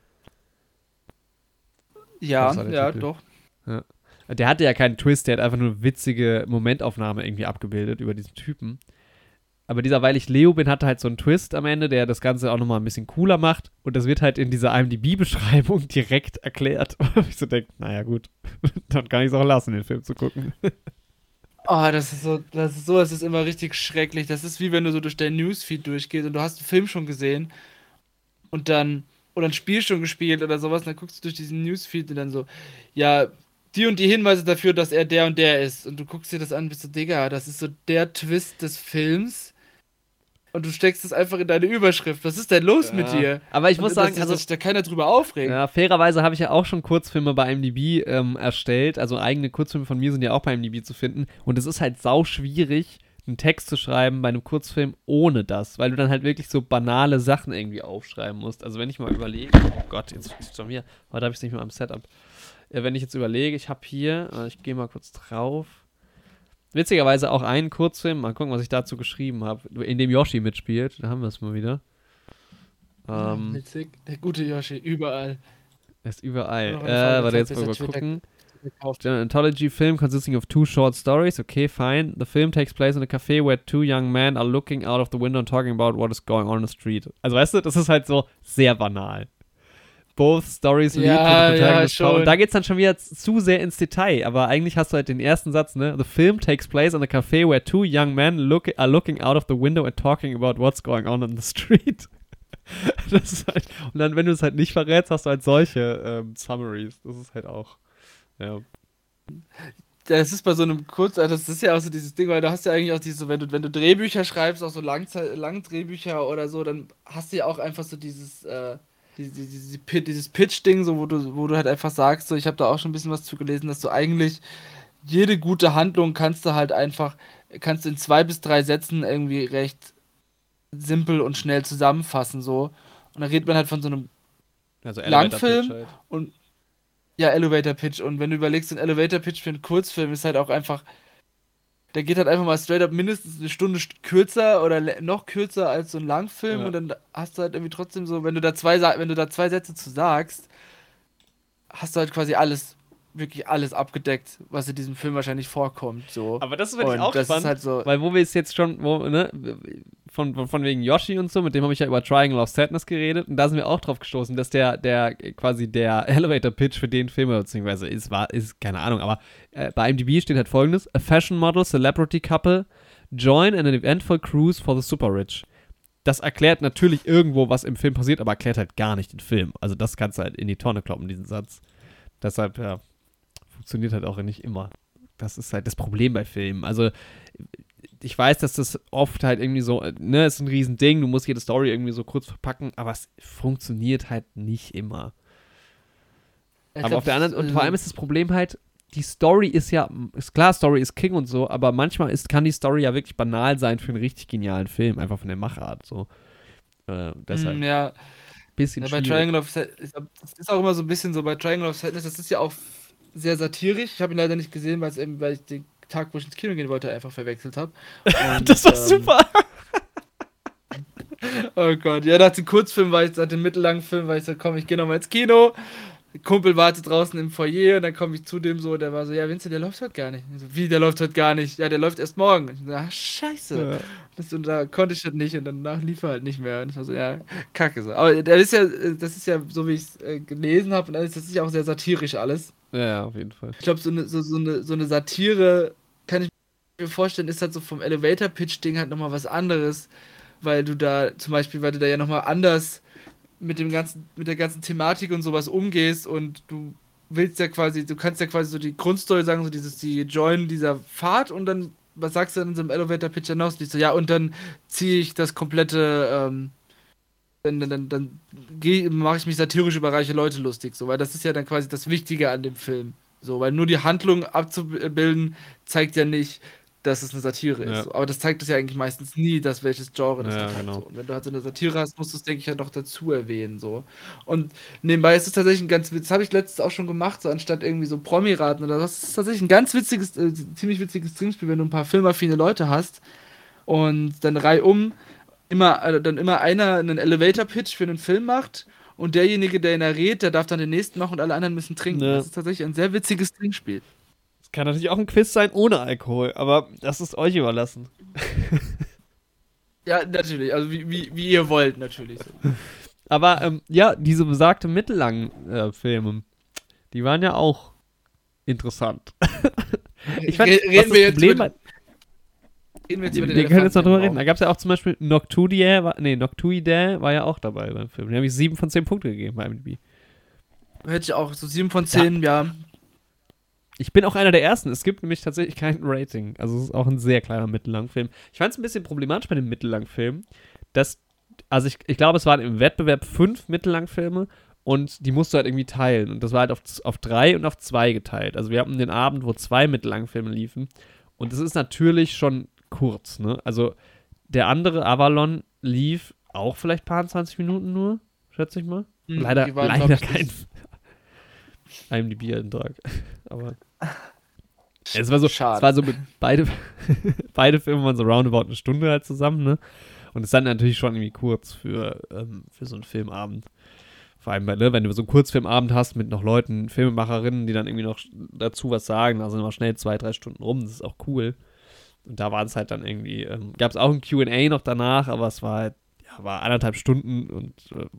Ja, Das war der ja, Titel. doch. Ja. Der hatte ja keinen Twist, der hat einfach nur eine witzige Momentaufnahme irgendwie abgebildet über diesen Typen. Aber dieser Weil ich Leo bin, hatte halt so einen Twist am Ende, der das Ganze auch nochmal ein bisschen cooler macht. Und das wird halt in dieser IMDb-Beschreibung direkt erklärt. Und ich so denke, naja gut, dann kann ich es auch lassen, den Film zu gucken. Oh, das ist immer richtig schrecklich. Das ist wie wenn du so durch dein Newsfeed durchgehst und du hast einen Film schon gesehen und dann, oder ein Spiel schon gespielt oder sowas, und dann guckst du durch diesen Newsfeed und dann so, ja, die und die Hinweise dafür, dass er der und der ist. Und du guckst dir das an und bist so, Digga, das ist so der Twist des Films. Und du steckst es einfach in deine Überschrift. Was ist denn los mit dir? Aber ich muss sagen, dass sich da keiner drüber aufregt. Ja, fairerweise habe ich ja auch schon Kurzfilme bei IMDb erstellt. Also eigene Kurzfilme von mir sind ja auch bei IMDb zu finden. Und es ist halt sau schwierig, einen Text zu schreiben bei einem Kurzfilm ohne das. Weil du dann halt wirklich so banale Sachen irgendwie aufschreiben musst. Also wenn ich mal überlege, oh Gott, jetzt ist es schon wieder. Heute habe ich es nicht mehr am Setup. Wenn ich jetzt überlege, ich habe hier, ich gehe mal kurz drauf. Witzigerweise auch einen Kurzfilm, mal gucken, was ich dazu geschrieben habe, in dem Yoshi mitspielt. Da haben wir es mal wieder. Witzig. Der gute Yoshi, überall. Er ist überall. Noch eine Frage, Warte, jetzt bis mal er Twitter gucken. gekauft. An anthology film consisting of 2 short stories. Okay, fine. The film takes place in a cafe where 2 young men are looking out of the window and talking about what is going on the street. Also weißt du, das ist halt so sehr banal. Both stories lead to the protagonist's power. Und da geht's dann schon wieder zu sehr ins Detail. Aber eigentlich hast du halt den ersten Satz, ne? The film takes place in a cafe where 2 young men are looking out of the window and talking about what's going on in the street. Das ist halt, und dann, wenn du es halt nicht verrätst, hast du halt solche Summaries. Das ist halt auch, ja. Das ist bei so einem das ist ja auch so dieses Ding, weil du hast ja eigentlich auch diese, wenn du Drehbücher schreibst, auch so Langdrehbücher oder so, dann hast du ja auch einfach so dieses Pitch-Ding, so, wo du halt einfach sagst, so, ich habe da auch schon ein bisschen was zu gelesen, dass du eigentlich jede gute Handlung kannst du in 2 bis 3 Sätzen irgendwie recht simpel und schnell zusammenfassen, so. Und dann redet man halt von so einem Also Langfilm halt. und ja, Elevator Pitch. Und wenn du überlegst, ein Elevator Pitch für einen Kurzfilm ist halt auch einfach, der geht halt einfach mal straight up mindestens eine Stunde kürzer oder noch kürzer als so ein Langfilm, Ja. und dann hast du halt irgendwie trotzdem so, wenn du da 2 Sätze zu sagst, hast du halt quasi wirklich alles abgedeckt, was in diesem Film wahrscheinlich vorkommt, so. Aber das finde ich Und auch das spannend, ist halt so, weil wo wir es jetzt schon, ne, von wegen Yoshi und so, mit dem habe ich ja über Triangle of Sadness geredet und da sind wir auch drauf gestoßen, dass der quasi der Elevator-Pitch für den Film, beziehungsweise ist keine Ahnung, aber bei IMDb steht halt folgendes: A fashion model, celebrity couple join in an eventful cruise for the super rich. Das erklärt natürlich irgendwo, was im Film passiert, aber erklärt halt gar nicht den Film. Also das kannst du halt in die Tonne kloppen, diesen Satz. Deshalb, ja, funktioniert halt auch nicht immer. Das ist halt das Problem bei Filmen. Also, ich weiß, dass das oft halt irgendwie so, ne, ist ein Riesending, du musst jede Story irgendwie so kurz verpacken, aber es funktioniert halt nicht immer. Aber auf der anderen, und vor allem ist das Problem halt, die Story ist klar, Story ist King und so, aber manchmal kann die Story ja wirklich banal sein für einen richtig genialen Film, einfach von der Machart, so. Deshalb. ja, Bisschen ja, bei schwierig. Triangle of Sadness, das ist auch immer so ein bisschen so bei Triangle of Sadness, das ist ja auch sehr satirisch. Ich habe ihn leider nicht gesehen, weil ich den Tag, wo ich ins Kino gehen wollte, einfach verwechselt habe. Das war super. Oh Gott, ja, nach dem Kurzfilm nach dem mittellangen Film war ich so, komm, ich gehe nochmal ins Kino. Der Kumpel wartet draußen im Foyer und dann komme ich zu dem so, der war so, ja, Vincent, der läuft heute gar nicht. Ich so, wie, der läuft heute gar nicht? Ja, der läuft erst morgen. Ich so, ach, scheiße. Ja. Und da konnte ich das nicht und danach lief er halt nicht mehr. Und ich war so, ja, kacke so. Aber das ist ja so, wie ich es gelesen habe und alles, das ist ja auch sehr satirisch alles. Ja, auf jeden Fall. Ich glaube, so eine Satire, kann ich mir vorstellen, ist halt so vom Elevator-Pitch-Ding halt nochmal was anderes, weil du da ja nochmal anders mit der ganzen Thematik und sowas umgehst und du kannst ja quasi so die Grundstory sagen, so die Join dieser Fahrt und dann, was sagst du denn in so einem Elevator-Pitch dann noch? So, ja, und dann ziehe ich das komplette dann mache ich mich satirisch über reiche Leute lustig, so, weil das ist ja dann quasi das Wichtige an dem Film. So, weil nur die Handlung abzubilden, zeigt ja nicht, dass es eine Satire ist. Ja. So. Aber das zeigt es ja eigentlich meistens nie, dass welches Genre das Ja, dann hat. genau. So. Und wenn du halt so eine Satire hast, musst du es, denke ich, ja noch dazu erwähnen. So. Und nebenbei ist es tatsächlich ein das habe ich letztens auch schon gemacht, so anstatt irgendwie so Promi-Raten oder was. Das ist tatsächlich ein ganz witziges, ziemlich witziges Trinkspiel, wenn du ein paar filmaffine Leute hast und dann reihum dann immer einer einen Elevator-Pitch für einen Film macht und derjenige, der ihn errät, der darf dann den nächsten machen und alle anderen müssen trinken. Ja. Das ist tatsächlich ein sehr witziges Trinkspiel. Es kann natürlich auch ein Quiz sein ohne Alkohol, aber das ist euch überlassen. Ja, natürlich. Also wie ihr wollt, natürlich. Aber ja, diese besagte mittellangen Filme, die waren ja auch interessant. Ich fand, Reden wir jetzt Problem über den wir können jetzt noch drüber Elefanten reden. Da gab es ja auch zum Beispiel Noctuidae war ja auch dabei beim Film. Den habe ich 7 von 10 Punkte gegeben bei IMDb. Hätte ich auch so 7 von 10, ja. Ich bin auch einer der Ersten. Es gibt nämlich tatsächlich kein Rating. Also es ist auch ein sehr kleiner Mittellangfilm. Ich fand es ein bisschen problematisch bei dem Mittellangfilm, dass, also ich glaube, es waren im Wettbewerb 5 Mittellangfilme und die musst du halt irgendwie teilen. Und das war halt auf 3 und auf 2 geteilt. Also wir hatten den Abend, wo 2 Mittellangfilme liefen. Und das ist natürlich schon kurz, ne? Also der andere, Avalon, lief auch vielleicht ein paar 20 Minuten nur, schätze ich mal. Leider kein IMDb-Eintrag. Aber es war so, schade. Es war so mit beide Filme waren so roundabout eine Stunde halt zusammen, ne? Und es ist dann natürlich schon irgendwie kurz für so einen Filmabend. Vor allem, wenn du so einen Kurzfilmabend hast mit noch Leuten, Filmemacherinnen, die dann irgendwie noch dazu was sagen, da sind immer schnell 2-3 Stunden rum, das ist auch cool. Und da war es halt dann irgendwie, gab es auch ein Q&A noch danach, aber es war halt, ja, war 1,5 Stunden und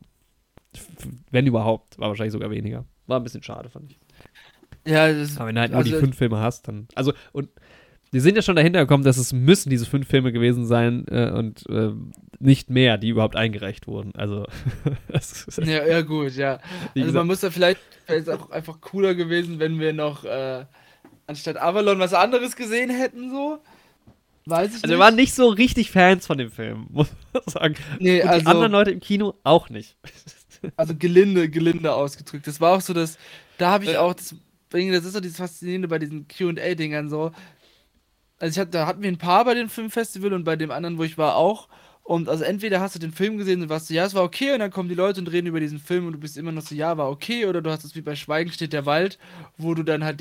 wenn überhaupt, war wahrscheinlich sogar weniger. War ein bisschen schade, fand ich. Ja, aber wenn du halt nur die 5 Filme hast, dann, also, und wir sind ja schon dahinter gekommen, dass es müssen diese 5 Filme gewesen sein und nicht mehr, die überhaupt eingereicht wurden. Also, ja, gut, ja. Also man muss da vielleicht ist auch einfach cooler gewesen, wenn wir noch anstatt Avalon was anderes gesehen hätten, so. Weiß ich nicht. Also wir waren nicht so richtig Fans von dem Film, muss man sagen. Nee, und also, die anderen Leute im Kino auch nicht. Also gelinde ausgedrückt. Das war auch so das, da habe ich auch, das ist so dieses Faszinierende bei diesen Q&A-Dingern so. Also da hatten wir ein paar bei dem Filmfestival und bei dem anderen, wo ich war, auch. Und also entweder hast du den Film gesehen und warst so, ja, es war okay, und dann kommen die Leute und reden über diesen Film und du bist immer noch so, ja, war okay, oder du hast es wie bei Schweigen steht der Wald, wo du dann halt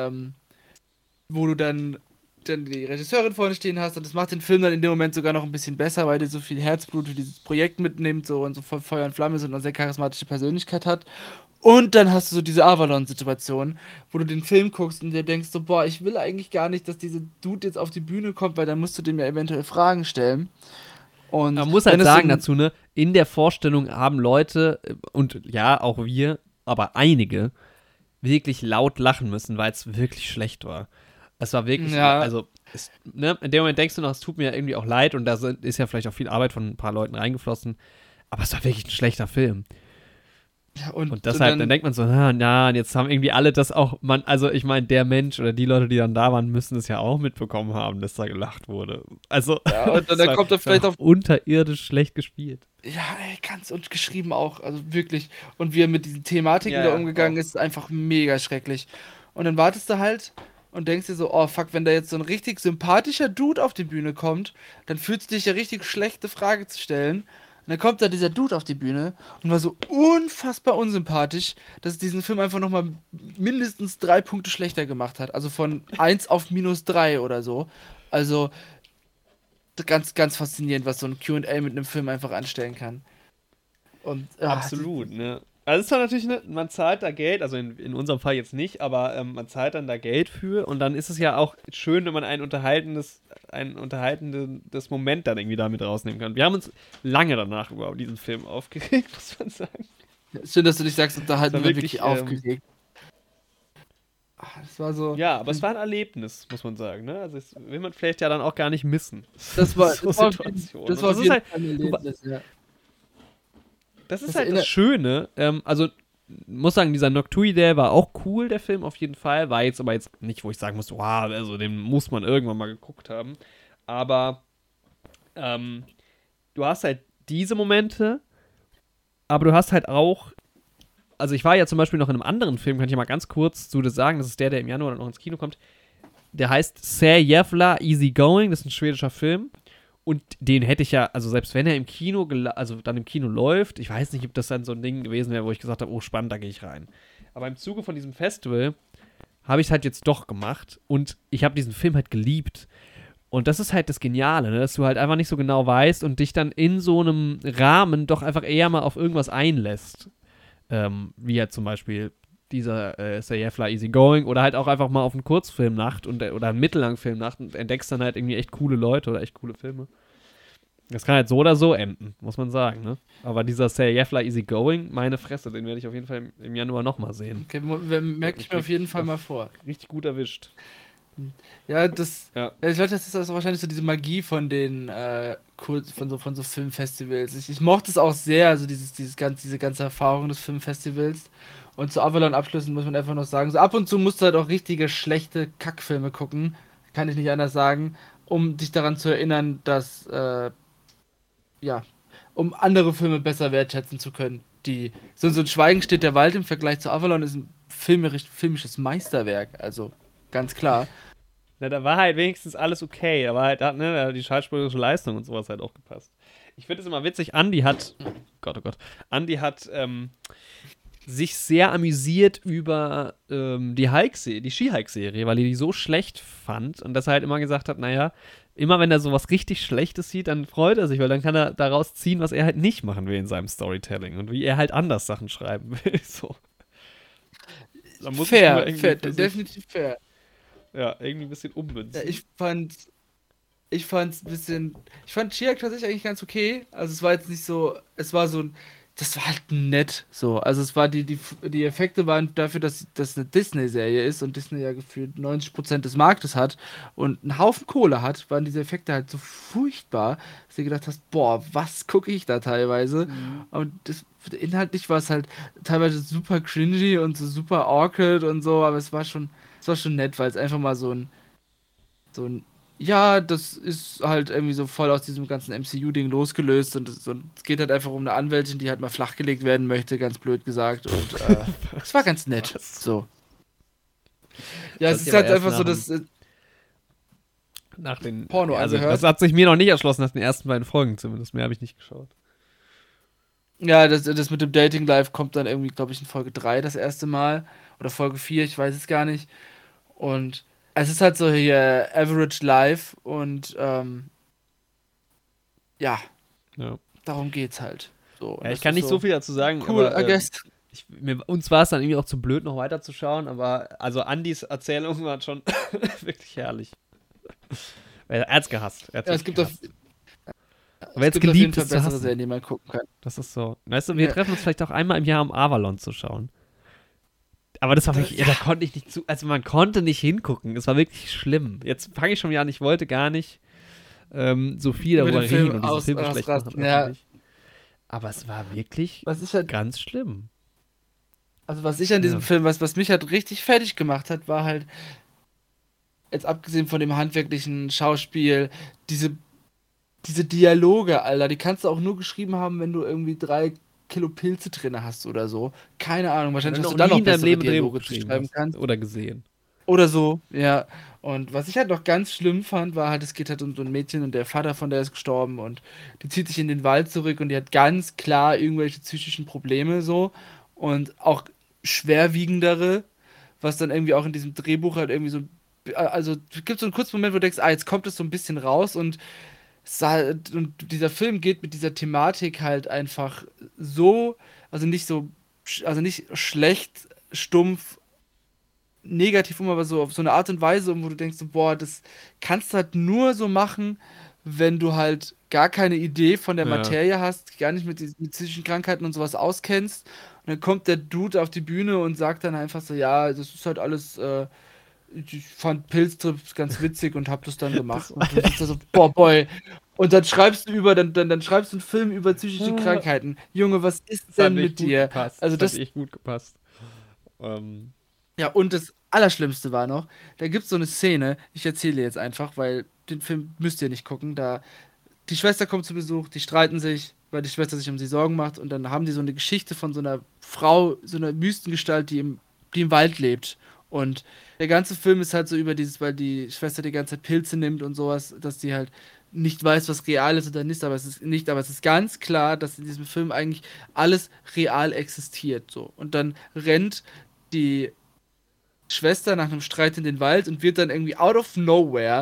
wo du dann die Regisseurin vorne stehen hast und das macht den Film dann in dem Moment sogar noch ein bisschen besser, weil der so viel Herzblut für dieses Projekt mitnimmt so und so voll Feuer und Flamme ist und eine sehr charismatische Persönlichkeit hat. Und dann hast du so diese Avalon-Situation, wo du den Film guckst und dir denkst so, boah, ich will eigentlich gar nicht, dass dieser Dude jetzt auf die Bühne kommt, weil dann musst du dem ja eventuell Fragen stellen. Und man muss halt sagen dazu, ne, in der Vorstellung haben Leute, und ja, auch wir, aber einige, wirklich laut lachen müssen, weil es wirklich schlecht war. Es war wirklich, also, in dem Moment denkst du noch, es tut mir irgendwie auch leid und da ist ja vielleicht auch viel Arbeit von ein paar Leuten reingeflossen, aber es war wirklich ein schlechter Film. Ja, und deshalb, dann denkt man so, und jetzt haben irgendwie alle das auch, also ich meine, der Mensch oder die Leute, die dann da waren, müssen es ja auch mitbekommen haben, dass da gelacht wurde. Also, ja, und dann kommt er vielleicht auf unterirdisch schlecht gespielt. Ja, ganz und geschrieben auch, also wirklich. Und wie er mit diesen Thematiken da umgegangen ist, ist einfach mega schrecklich. Und dann wartest du halt und denkst dir so, oh fuck, wenn da jetzt so ein richtig sympathischer Dude auf die Bühne kommt, dann fühlst du dich ja richtig schlechte Frage zu stellen. Und dann kommt da dieser Dude auf die Bühne und war so unfassbar unsympathisch, dass es diesen Film einfach nochmal mindestens 3 Punkte schlechter gemacht hat. Also von 1 auf -3 oder so. Also ganz, ganz faszinierend, was so ein Q&A mit einem Film einfach anstellen kann. Und, absolut, ne? Also es ist dann natürlich, man zahlt da Geld, also in unserem Fall jetzt nicht, aber man zahlt dann da Geld für und dann ist es ja auch schön, wenn man ein unterhaltendes Moment dann irgendwie damit rausnehmen kann. Wir haben uns lange danach über diesen Film aufgeregt, muss man sagen. Ja, schön, dass du dich sagst, unterhalten wir wirklich aufgeregt. Das war so. Ja, aber es war ein Erlebnis, muss man sagen, ne? Also das will man vielleicht ja dann auch gar nicht missen. Das war so Situation. Das war halt ein Erlebnis, ja. Das ist halt das Schöne. Also, muss sagen, dieser Noctuidae war auch cool, der Film auf jeden Fall. War jetzt aber jetzt nicht, wo ich sagen muss, wow, also den muss man irgendwann mal geguckt haben. Aber du hast halt diese Momente, Aber du hast halt auch, also ich war ja zum Beispiel noch in einem anderen Film, kann ich ja mal ganz kurz zu dir sagen, das ist der im Januar noch ins Kino kommt. Der heißt Säjävla Easy Going, das ist ein schwedischer Film. Und den hätte ich ja, also selbst wenn er im Kino, dann im Kino läuft, ich weiß nicht, ob das dann so ein Ding gewesen wäre, wo ich gesagt habe, oh spannend, da gehe ich rein. Aber im Zuge von diesem Festival habe ich es halt jetzt doch gemacht und ich habe diesen Film halt geliebt. Und das ist halt das Geniale, ne? Dass du halt einfach nicht so genau weißt und dich dann in so einem Rahmen doch einfach eher mal auf irgendwas einlässt. Wie ja zum Beispiel dieser Säjävla Easy Going oder halt auch einfach mal auf eine Kurzfilmnacht oder eine Mittellangfilmnacht und entdeckst dann halt irgendwie echt coole Leute oder echt coole Filme. Das kann halt so oder so enden, muss man sagen, ne? Aber dieser Säjävla Easy Going, meine Fresse, den werde ich auf jeden Fall im Januar nochmal sehen. Okay, merke ich mir auf jeden Fall mal vor. Richtig gut erwischt. Ja, ich glaube, das ist also wahrscheinlich so diese Magie von den von so Filmfestivals. Ich mochte es auch sehr, also diese ganze Erfahrung des Filmfestivals. Und zu Avalon abschließend muss man einfach noch sagen, so ab und zu musst du halt auch richtige schlechte Kackfilme gucken, kann ich nicht anders sagen, um dich daran zu erinnern, dass um andere Filme besser wertschätzen zu können. So ein Schweigen steht der Wald im Vergleich zu Avalon ist ein filmisches Meisterwerk, also ganz klar. Na, da war halt wenigstens alles okay. Da war halt, ne, die schauspielerische Leistung und sowas halt auch gepasst. Ich finde es immer witzig, Gott, Andi hat sich sehr amüsiert über die Ski-Hike-Serie, weil er die so schlecht fand und dass er halt immer gesagt hat, naja, immer wenn er sowas richtig Schlechtes sieht, dann freut er sich, weil dann kann er daraus ziehen, was er halt nicht machen will in seinem Storytelling und wie er halt anders Sachen schreiben will. So. Fair, definitiv fair. Ja, irgendwie ein bisschen ummünzen. Ja, ich fand Chiak tatsächlich eigentlich ganz okay. Also es war jetzt nicht so, das war halt nett so. Also es war die Effekte waren dafür, dass das eine Disney-Serie ist und Disney ja gefühlt 90% des Marktes hat und einen Haufen Kohle hat, waren diese Effekte halt so furchtbar, dass du gedacht hast, boah, was gucke ich da teilweise? Und inhaltlich war es halt teilweise super cringy und so super awkward und so, aber es war schon nett, weil es einfach mal so ein ja, das ist halt irgendwie so voll aus diesem ganzen MCU-Ding losgelöst und es geht halt einfach um eine Anwältin, die halt mal flachgelegt werden möchte, ganz blöd gesagt. Und es war ganz nett. So. Ja, es ist halt einfach so, dass nach den Porno angehört. Das hat sich mir noch nicht erschlossen, nach den ersten beiden Folgen zumindest. Mehr habe ich nicht geschaut. Ja, das mit dem Dating Live kommt dann irgendwie, glaube ich, in Folge 3 das erste Mal. Oder Folge 4, ich weiß es gar nicht. Und es ist halt so hier Average Life und darum geht's halt. So, ja, ich kann nicht so viel dazu sagen. Cool, aber, I guess. Uns war es dann irgendwie auch zu blöd, noch weiter zu schauen, aber also Andys Erzählung war schon wirklich herrlich. Er hat's gehasst. Es gibt auf jeden Fall bessere Serien, die man gucken kann. Das ist so. Weißt du, wir treffen uns vielleicht auch einmal im Jahr, um Avalon zu schauen. Aber das war wirklich, da konnte ich nicht also man konnte nicht hingucken. Es war wirklich schlimm. Jetzt fange ich schon wieder an, ich wollte gar nicht so viel darüber reden und diesen Film schlecht machen. Ja. Aber es war wirklich ganz schlimm. Also was ich an diesem Film, was mich halt richtig fertig gemacht hat, war halt, jetzt abgesehen von dem handwerklichen Schauspiel, diese Dialoge, Alter, die kannst du auch nur geschrieben haben, wenn du irgendwie 3 Kilo Pilze drin hast oder so. Keine Ahnung, wahrscheinlich hast du dann noch bessere Dialoge schreiben kannst. Oder gesehen. Oder so, ja. Und was ich halt noch ganz schlimm fand, war halt, es geht halt um so ein Mädchen und der Vater von der ist gestorben und die zieht sich in den Wald zurück und die hat ganz klar irgendwelche psychischen Probleme so und auch schwerwiegendere, was dann irgendwie auch in diesem Drehbuch halt irgendwie so, also es gibt so einen kurzen Moment, wo du denkst, jetzt kommt es so ein bisschen raus und dieser Film geht mit dieser Thematik halt einfach so, also nicht schlecht, stumpf, negativ aber so auf so eine Art und Weise, wo du denkst, boah, das kannst du halt nur so machen, wenn du halt gar keine Idee von der Materie hast, gar nicht mit psychischen Krankheiten und sowas auskennst. Und dann kommt der Dude auf die Bühne und sagt dann einfach so, ja, das ist halt alles, ich fand Pilztrips ganz witzig und hab das dann gemacht. Und du sitzt da so, boah, boy. Und dann schreibst du dann schreibst du einen Film über psychische Krankheiten. Junge, was ist denn mit dir? Also das hat echt gut gepasst. Ja, und das Allerschlimmste war noch, da gibt's so eine Szene, ich erzähle jetzt einfach, weil den Film müsst ihr nicht gucken, die Schwester kommt zu Besuch, die streiten sich, weil die Schwester sich um sie Sorgen macht und dann haben die so eine Geschichte von so einer Frau, so einer Wüstengestalt, die im Wald lebt. Und der ganze Film ist halt so über dieses, weil die Schwester die ganze Zeit Pilze nimmt und sowas, dass die halt nicht weiß, was real ist oder nicht, aber es ist ganz klar, dass in diesem Film eigentlich alles real existiert, so. Und dann rennt die Schwester nach einem Streit in den Wald und wird dann irgendwie out of nowhere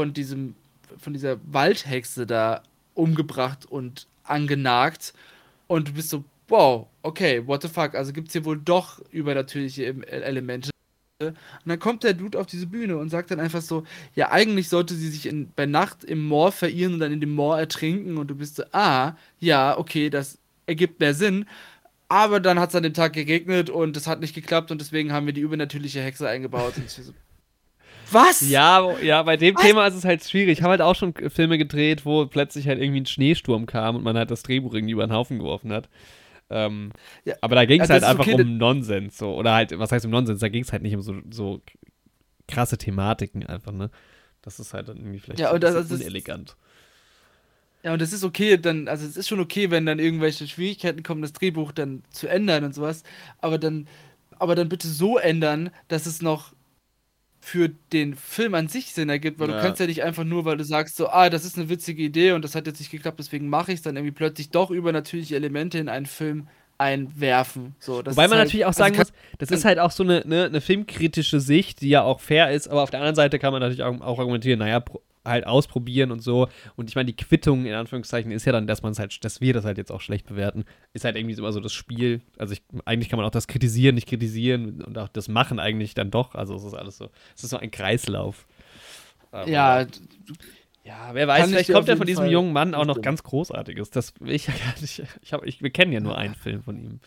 von dieser Waldhexe da umgebracht und angenagt. Und du bist so, wow, okay, what the fuck, also gibt's hier wohl doch übernatürliche Elemente. Und dann kommt der Dude auf diese Bühne und sagt dann einfach so, ja, eigentlich sollte sie sich bei Nacht im Moor verirren und dann in dem Moor ertrinken. Und du bist so, ja, okay, das ergibt mehr Sinn. Aber dann hat es an dem Tag geregnet und es hat nicht geklappt und deswegen haben wir die übernatürliche Hexe eingebaut. Und ich so, was? Ja, bei dem Thema ist es halt schwierig. Ich habe halt auch schon Filme gedreht, wo plötzlich halt irgendwie ein Schneesturm kam und man halt das Drehbuch irgendwie über den Haufen geworfen hat. Ja, aber da ging es halt einfach um Nonsens. So. Oder halt, was heißt um Nonsens? Da ging es halt nicht um so krasse Thematiken einfach, ne? Das ist halt dann irgendwie vielleicht ja, und das unelegant. Ja, und das ist okay, also es ist schon okay, wenn dann irgendwelche Schwierigkeiten kommen, das Drehbuch dann zu ändern und sowas, aber dann bitte so ändern, dass es noch für den Film an sich Sinn ergibt, weil du kannst ja nicht einfach nur, weil du sagst so, das ist eine witzige Idee und das hat jetzt nicht geklappt, deswegen mache ich es, dann irgendwie plötzlich doch übernatürliche Elemente in einen Film einwerfen. So, das Wobei man halt, natürlich auch sagen muss, das ist halt auch so eine filmkritische Sicht, die ja auch fair ist, aber auf der anderen Seite kann man natürlich auch argumentieren, naja, halt ausprobieren und so. Und ich meine, die Quittung in Anführungszeichen ist ja dann, dass wir das halt jetzt auch schlecht bewerten. Ist halt irgendwie immer so das Spiel. Also eigentlich kann man auch das kritisieren, nicht kritisieren und auch das Machen eigentlich dann doch. Also es ist alles so, es ist so ein Kreislauf. Aber, ja, wer weiß, vielleicht kommt ja von diesem jungen Mann auch noch ganz Großartiges. Das will ich ja gar nicht. Wir kennen ja nur einen Film von ihm.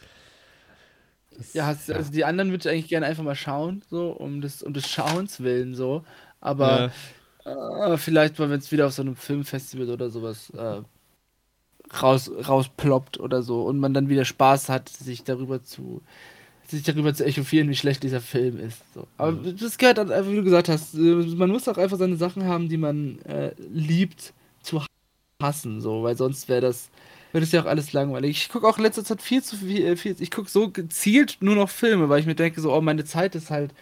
Also die anderen würde ich eigentlich gerne einfach mal schauen, so, um des Schauens willen, so. Aber vielleicht mal, wenn es wieder auf so einem Filmfestival oder sowas rausploppt oder so und man dann wieder Spaß hat, sich darüber zu echauffieren, wie schlecht dieser Film ist. So. Aber das gehört dann einfach, wie du gesagt hast, man muss auch einfach seine Sachen haben, die man liebt, zu hassen, so, weil sonst wird das ja auch alles langweilig. Ich gucke auch in letzter Zeit viel zu viel, ich gucke so gezielt nur noch Filme, weil ich mir denke, so, meine Zeit ist halt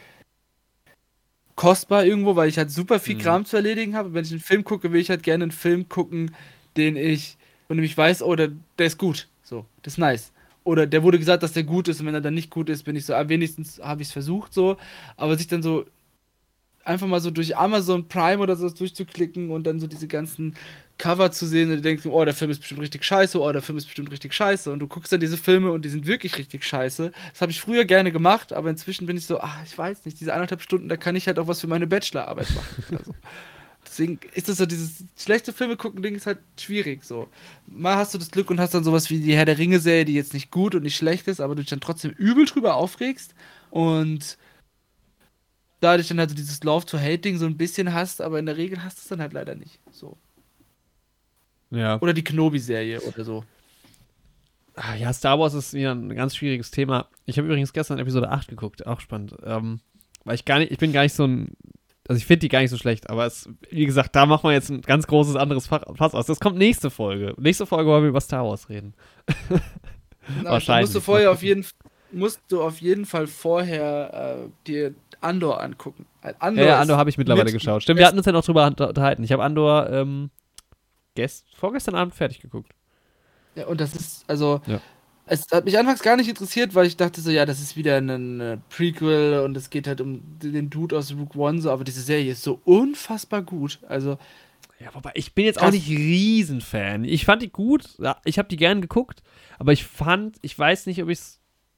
kostbar irgendwo, weil ich halt super viel Kram zu erledigen habe. Wenn ich einen Film gucke, will ich halt gerne einen Film gucken, von dem ich weiß, der ist gut. So, das ist nice. Oder der wurde gesagt, dass der gut ist und wenn er dann nicht gut ist, bin ich so, wenigstens habe ich es versucht, so. Aber sich dann so einfach mal so durch Amazon Prime oder so durchzuklicken und dann so diese ganzen Cover zu sehen und du denkst, der Film ist bestimmt richtig scheiße, der Film ist bestimmt richtig scheiße und du guckst dann diese Filme und die sind wirklich richtig scheiße. Das habe ich früher gerne gemacht, aber inzwischen bin ich so, ich weiß nicht, diese 1,5 Stunden, da kann ich halt auch was für meine Bachelorarbeit machen. Also, deswegen ist das so, dieses schlechte Filme gucken Ding ist halt schwierig, so. Mal hast du das Glück und hast dann sowas wie die Herr der Ringe-Serie, die jetzt nicht gut und nicht schlecht ist, aber du dich dann trotzdem übel drüber aufregst und dadurch dann halt so dieses Love-to-Hate-Ding so ein bisschen hast, aber in der Regel hast du es dann halt leider nicht. So. Ja. Oder die Kenobi-Serie oder so. Ja, Star Wars ist wieder ein ganz schwieriges Thema. Ich habe übrigens gestern Episode 8 geguckt, auch spannend. Weil ich bin gar nicht so ein, also ich finde die gar nicht so schlecht, aber wie gesagt, da machen wir jetzt ein ganz großes anderes Fass aus. Das kommt nächste Folge. Nächste Folge wollen wir über Star Wars reden. Wahrscheinlich. Musst du auf jeden Fall vorher dir Andor angucken. Andor habe ich mittlerweile geschaut. Stimmt, wir hatten uns ja noch drüber unterhalten. Ich habe Andor vorgestern Abend fertig geguckt. Ja, und das ist, es hat mich anfangs gar nicht interessiert, weil ich dachte so, ja, das ist wieder ein Prequel und es geht halt um den Dude aus Rogue One, so, aber diese Serie ist so unfassbar gut. Also. Ja, wobei, ich bin jetzt auch nicht Riesenfan. Ich fand die gut, ja, ich habe die gern geguckt, aber ich weiß nicht, ob ich's.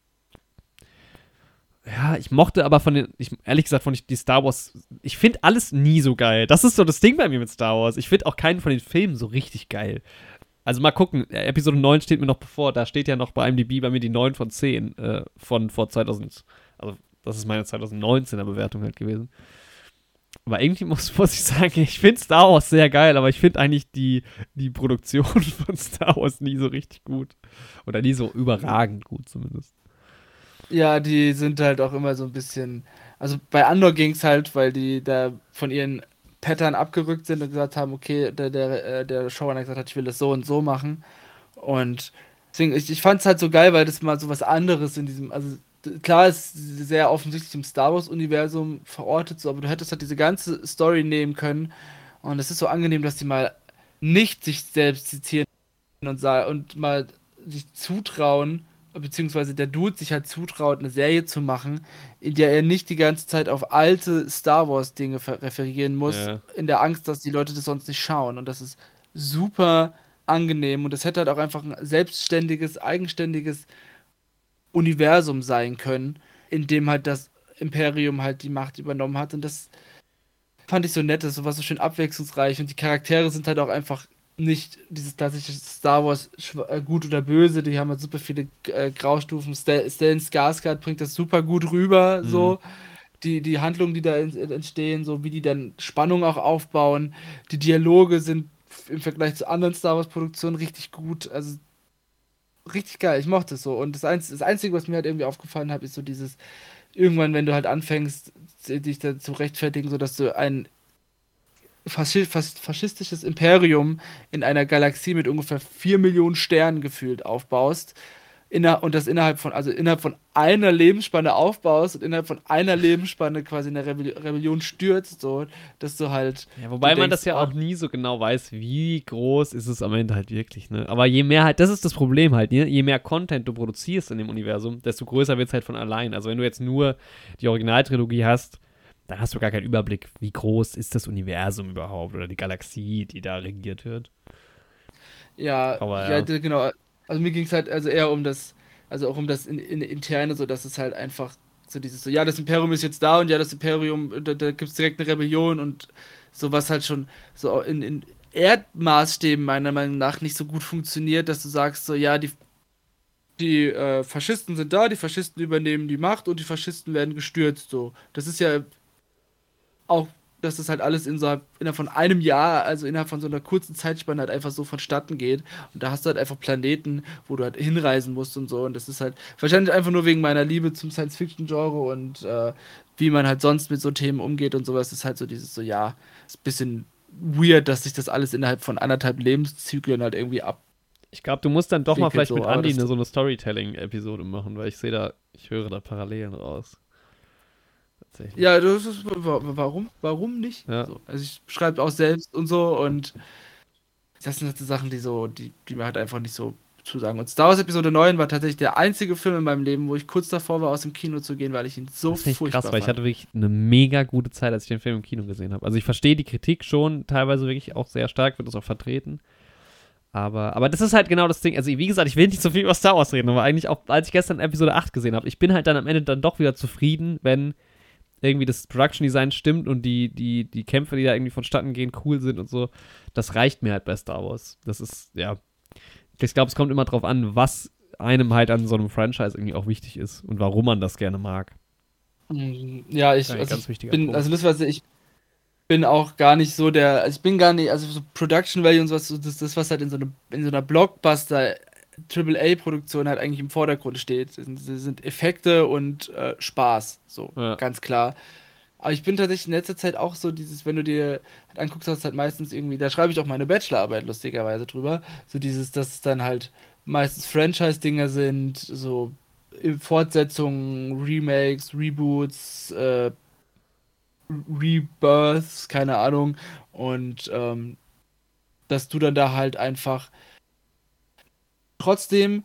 Ja, ich mochte aber ehrlich gesagt, die Star Wars, ich finde alles nie so geil. Das ist so das Ding bei mir mit Star Wars. Ich finde auch keinen von den Filmen so richtig geil. Also mal gucken, Episode 9 steht mir noch bevor, da steht ja noch bei IMDb bei mir die 9 von 10 von vor 2000, also das ist meine 2019er Bewertung halt gewesen. Aber irgendwie muss ich sagen, ich finde Star Wars sehr geil, aber ich finde eigentlich die Produktion von Star Wars nie so richtig gut. Oder nie so überragend gut zumindest. Ja, die sind halt auch immer so ein bisschen, also bei Andor ging es halt, weil die da von ihren Pattern abgerückt sind und gesagt haben, okay, der Showrunner gesagt hat, ich will das so und so machen. Und deswegen, ich fand es halt so geil, weil das mal so was anderes in diesem, also klar ist sehr offensichtlich im Star Wars-Universum verortet, so, aber du hättest halt diese ganze Story nehmen können. Und es ist so angenehm, dass die mal nicht sich selbst zitieren und mal sich zutrauen, beziehungsweise der Dude sich halt zutraut, eine Serie zu machen, in der er nicht die ganze Zeit auf alte Star Wars-Dinge referieren muss, Ja. in der Angst, dass die Leute das sonst nicht schauen. Und das ist super angenehm und das hätte halt auch einfach ein selbstständiges, eigenständiges Universum sein können, in dem halt das Imperium halt die Macht übernommen hat. Und das fand ich so nett, das war so schön abwechslungsreich und die Charaktere sind halt auch einfach nicht dieses klassische Star Wars gut oder böse, die haben halt super viele Graustufen. Stellan Skarsgård bringt das super gut rüber, Mhm. so. Die Handlungen, die da entstehen, so wie die dann Spannung auch aufbauen. Die Dialoge sind im Vergleich zu anderen Star Wars Produktionen richtig gut. Also richtig geil, ich mochte es so. Und das Einzige, was mir halt irgendwie aufgefallen hat, ist so dieses, irgendwann, wenn du halt anfängst, dich da zu rechtfertigen, so dass du ein faschistisches Imperium in einer Galaxie mit ungefähr 4 Millionen Sternen gefühlt aufbaust. Und das innerhalb von einer Lebensspanne aufbaust und innerhalb von einer Lebensspanne quasi eine Rebellion stürzt, so, dass du halt. Ja, Du wobei man denkst, das ja oh, auch nie so genau weiß, wie groß ist es am Ende halt wirklich, ne? Aber je mehr halt, das ist das Problem halt, ne? Je mehr Content du produzierst in dem Universum, desto größer wird es halt von allein. Also wenn du jetzt nur die Originaltrilogie hast, dann hast du gar keinen Überblick, wie groß ist das Universum überhaupt oder die Galaxie, die da regiert wird. ja, Aber ja, ja. genau. Also mir ging es halt also eher um das, also auch um das Interne, so dass es halt einfach so dieses so, ja, das Imperium ist jetzt da und ja, das Imperium, da gibt es direkt eine Rebellion und sowas halt schon so in Erdmaßstäben meiner Meinung nach nicht so gut funktioniert, dass du sagst so, ja, die Faschisten sind da, die Faschisten übernehmen die Macht und die Faschisten werden gestürzt, so. Das ist ja auch, dass das halt alles innerhalb von einem Jahr, also innerhalb von so einer kurzen Zeitspanne halt einfach so vonstatten geht. Und da hast du halt einfach Planeten, wo du halt hinreisen musst und so. Und das ist halt wahrscheinlich einfach nur wegen meiner Liebe zum Science-Fiction-Genre und wie man halt sonst mit so Themen umgeht und sowas, ist halt so dieses so, ja, ist ein bisschen weird, dass sich das alles innerhalb von anderthalb Lebenszyklen halt irgendwie Ich glaube, du musst dann doch mal abwickelt, vielleicht so. mit Aber Andy das, so eine Storytelling-Episode machen, weil ich höre da Parallelen raus. Tatsächlich. ja, das ist, warum nicht? Ja. So, also ich schreibe auch selbst und so und das sind halt so Sachen, die mir halt einfach nicht so zusagen. Und Star Wars Episode 9 war tatsächlich der einzige Film in meinem Leben, wo ich kurz davor war, aus dem Kino zu gehen, weil ich ihn so Das finde ich furchtbar krass, weil ich fand. hatte wirklich eine mega gute Zeit, als ich den Film im Kino gesehen habe. Also ich verstehe die Kritik schon, teilweise wirklich auch sehr stark, wird das auch vertreten. Aber das ist halt genau das Ding. Also wie gesagt, ich will nicht so viel über Star Wars reden, aber eigentlich auch, als ich gestern Episode 8 gesehen habe, ich bin halt dann am Ende dann doch wieder zufrieden, wenn irgendwie das Production Design stimmt und die Kämpfe, die da irgendwie vonstatten gehen, cool sind und so. Das reicht mir halt bei Star Wars. Das ist, ja, ich glaube, es kommt immer drauf an, was einem halt an so einem Franchise irgendwie auch wichtig ist und warum man das gerne mag. Ja, Das ist ein ganz wichtiger Punkt. also das, was ich bin auch gar nicht so also ich bin gar nicht, also so Production Value und sowas, so das, was halt in so einer Blockbuster AAA-Produktion halt eigentlich im Vordergrund steht, sind Effekte und Spaß, so, Ja. ganz klar. Aber ich bin tatsächlich in letzter Zeit auch so dieses, wenn du dir halt anguckst, hast halt meistens irgendwie, da schreibe ich auch meine Bachelorarbeit lustigerweise drüber, so dieses, dass es dann halt meistens Franchise-Dinger sind, so Fortsetzungen, Remakes, Reboots, Rebirths, keine Ahnung. Und dass du dann da halt einfach trotzdem,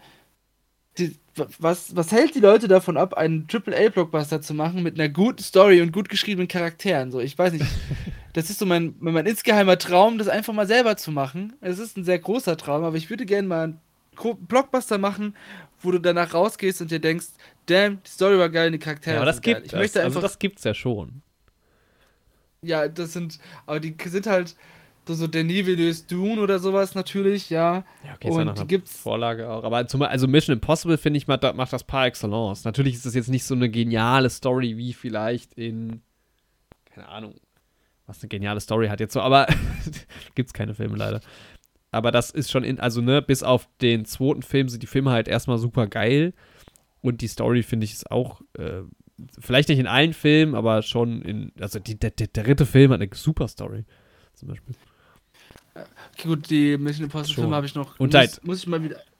was hält die Leute davon ab, einen AAA-Blockbuster zu machen mit einer guten Story und gut geschriebenen Charakteren? So, ich weiß nicht. Das ist so mein insgeheimer Traum, das einfach mal selber zu machen. Es ist ein sehr großer Traum, aber ich würde gerne mal einen Blockbuster machen, wo du danach rausgehst und dir denkst, damn, die Story war geil, die Ja, Charaktere aber das sind geil. gibt Ich es. möchte Also einfach, das gibt's ja schon. ja, aber die sind halt so Denis Villeneuve's Dune oder sowas natürlich, ja. Ja, okay, ist ja nach Und die einer gibt's, Vorlage auch. Aber also Mission Impossible, finde ich, macht das par excellence. Natürlich ist das jetzt nicht so eine geniale Story wie vielleicht in, keine Ahnung, was eine geniale Story hat jetzt so, aber gibt's keine Filme leider. Aber das ist schon also ne, bis auf den zweiten Film sind die Filme halt erstmal super geil. Und die Story, finde ich, ist auch, vielleicht nicht in allen Filmen, aber schon also der dritte Film hat eine super Story, zum Beispiel. okay, gut, die Mission Impossible Schon. Filme habe ich noch, Und halt, muss ich mal wieder,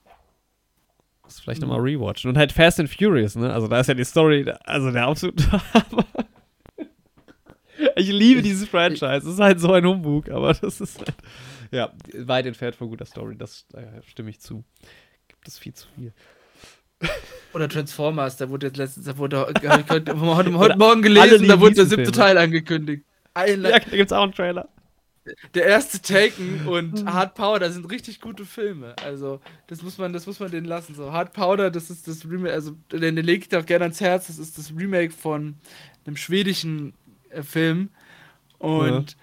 Das vielleicht nochmal rewatchen. Und halt Fast and Furious, ne? Also da ist ja die Story, also der absolute Hammer. Ich liebe dieses Franchise. Es ist halt so ein Humbug, aber das ist halt, ja, weit entfernt von guter Story. Das stimme ich zu. Gibt es viel zu viel. Oder Transformers, da wurde jetzt letztens, heute Morgen gelesen, da wurde der 7. Teil angekündigt. Ja, da gibt's auch einen Trailer. Der erste Taken und Hard Powder sind richtig gute Filme. Also, das muss man denen lassen. So, Hard Powder, das ist das Remake, also den lege ich auch gerne ans Herz, das ist das Remake von einem schwedischen Film. Und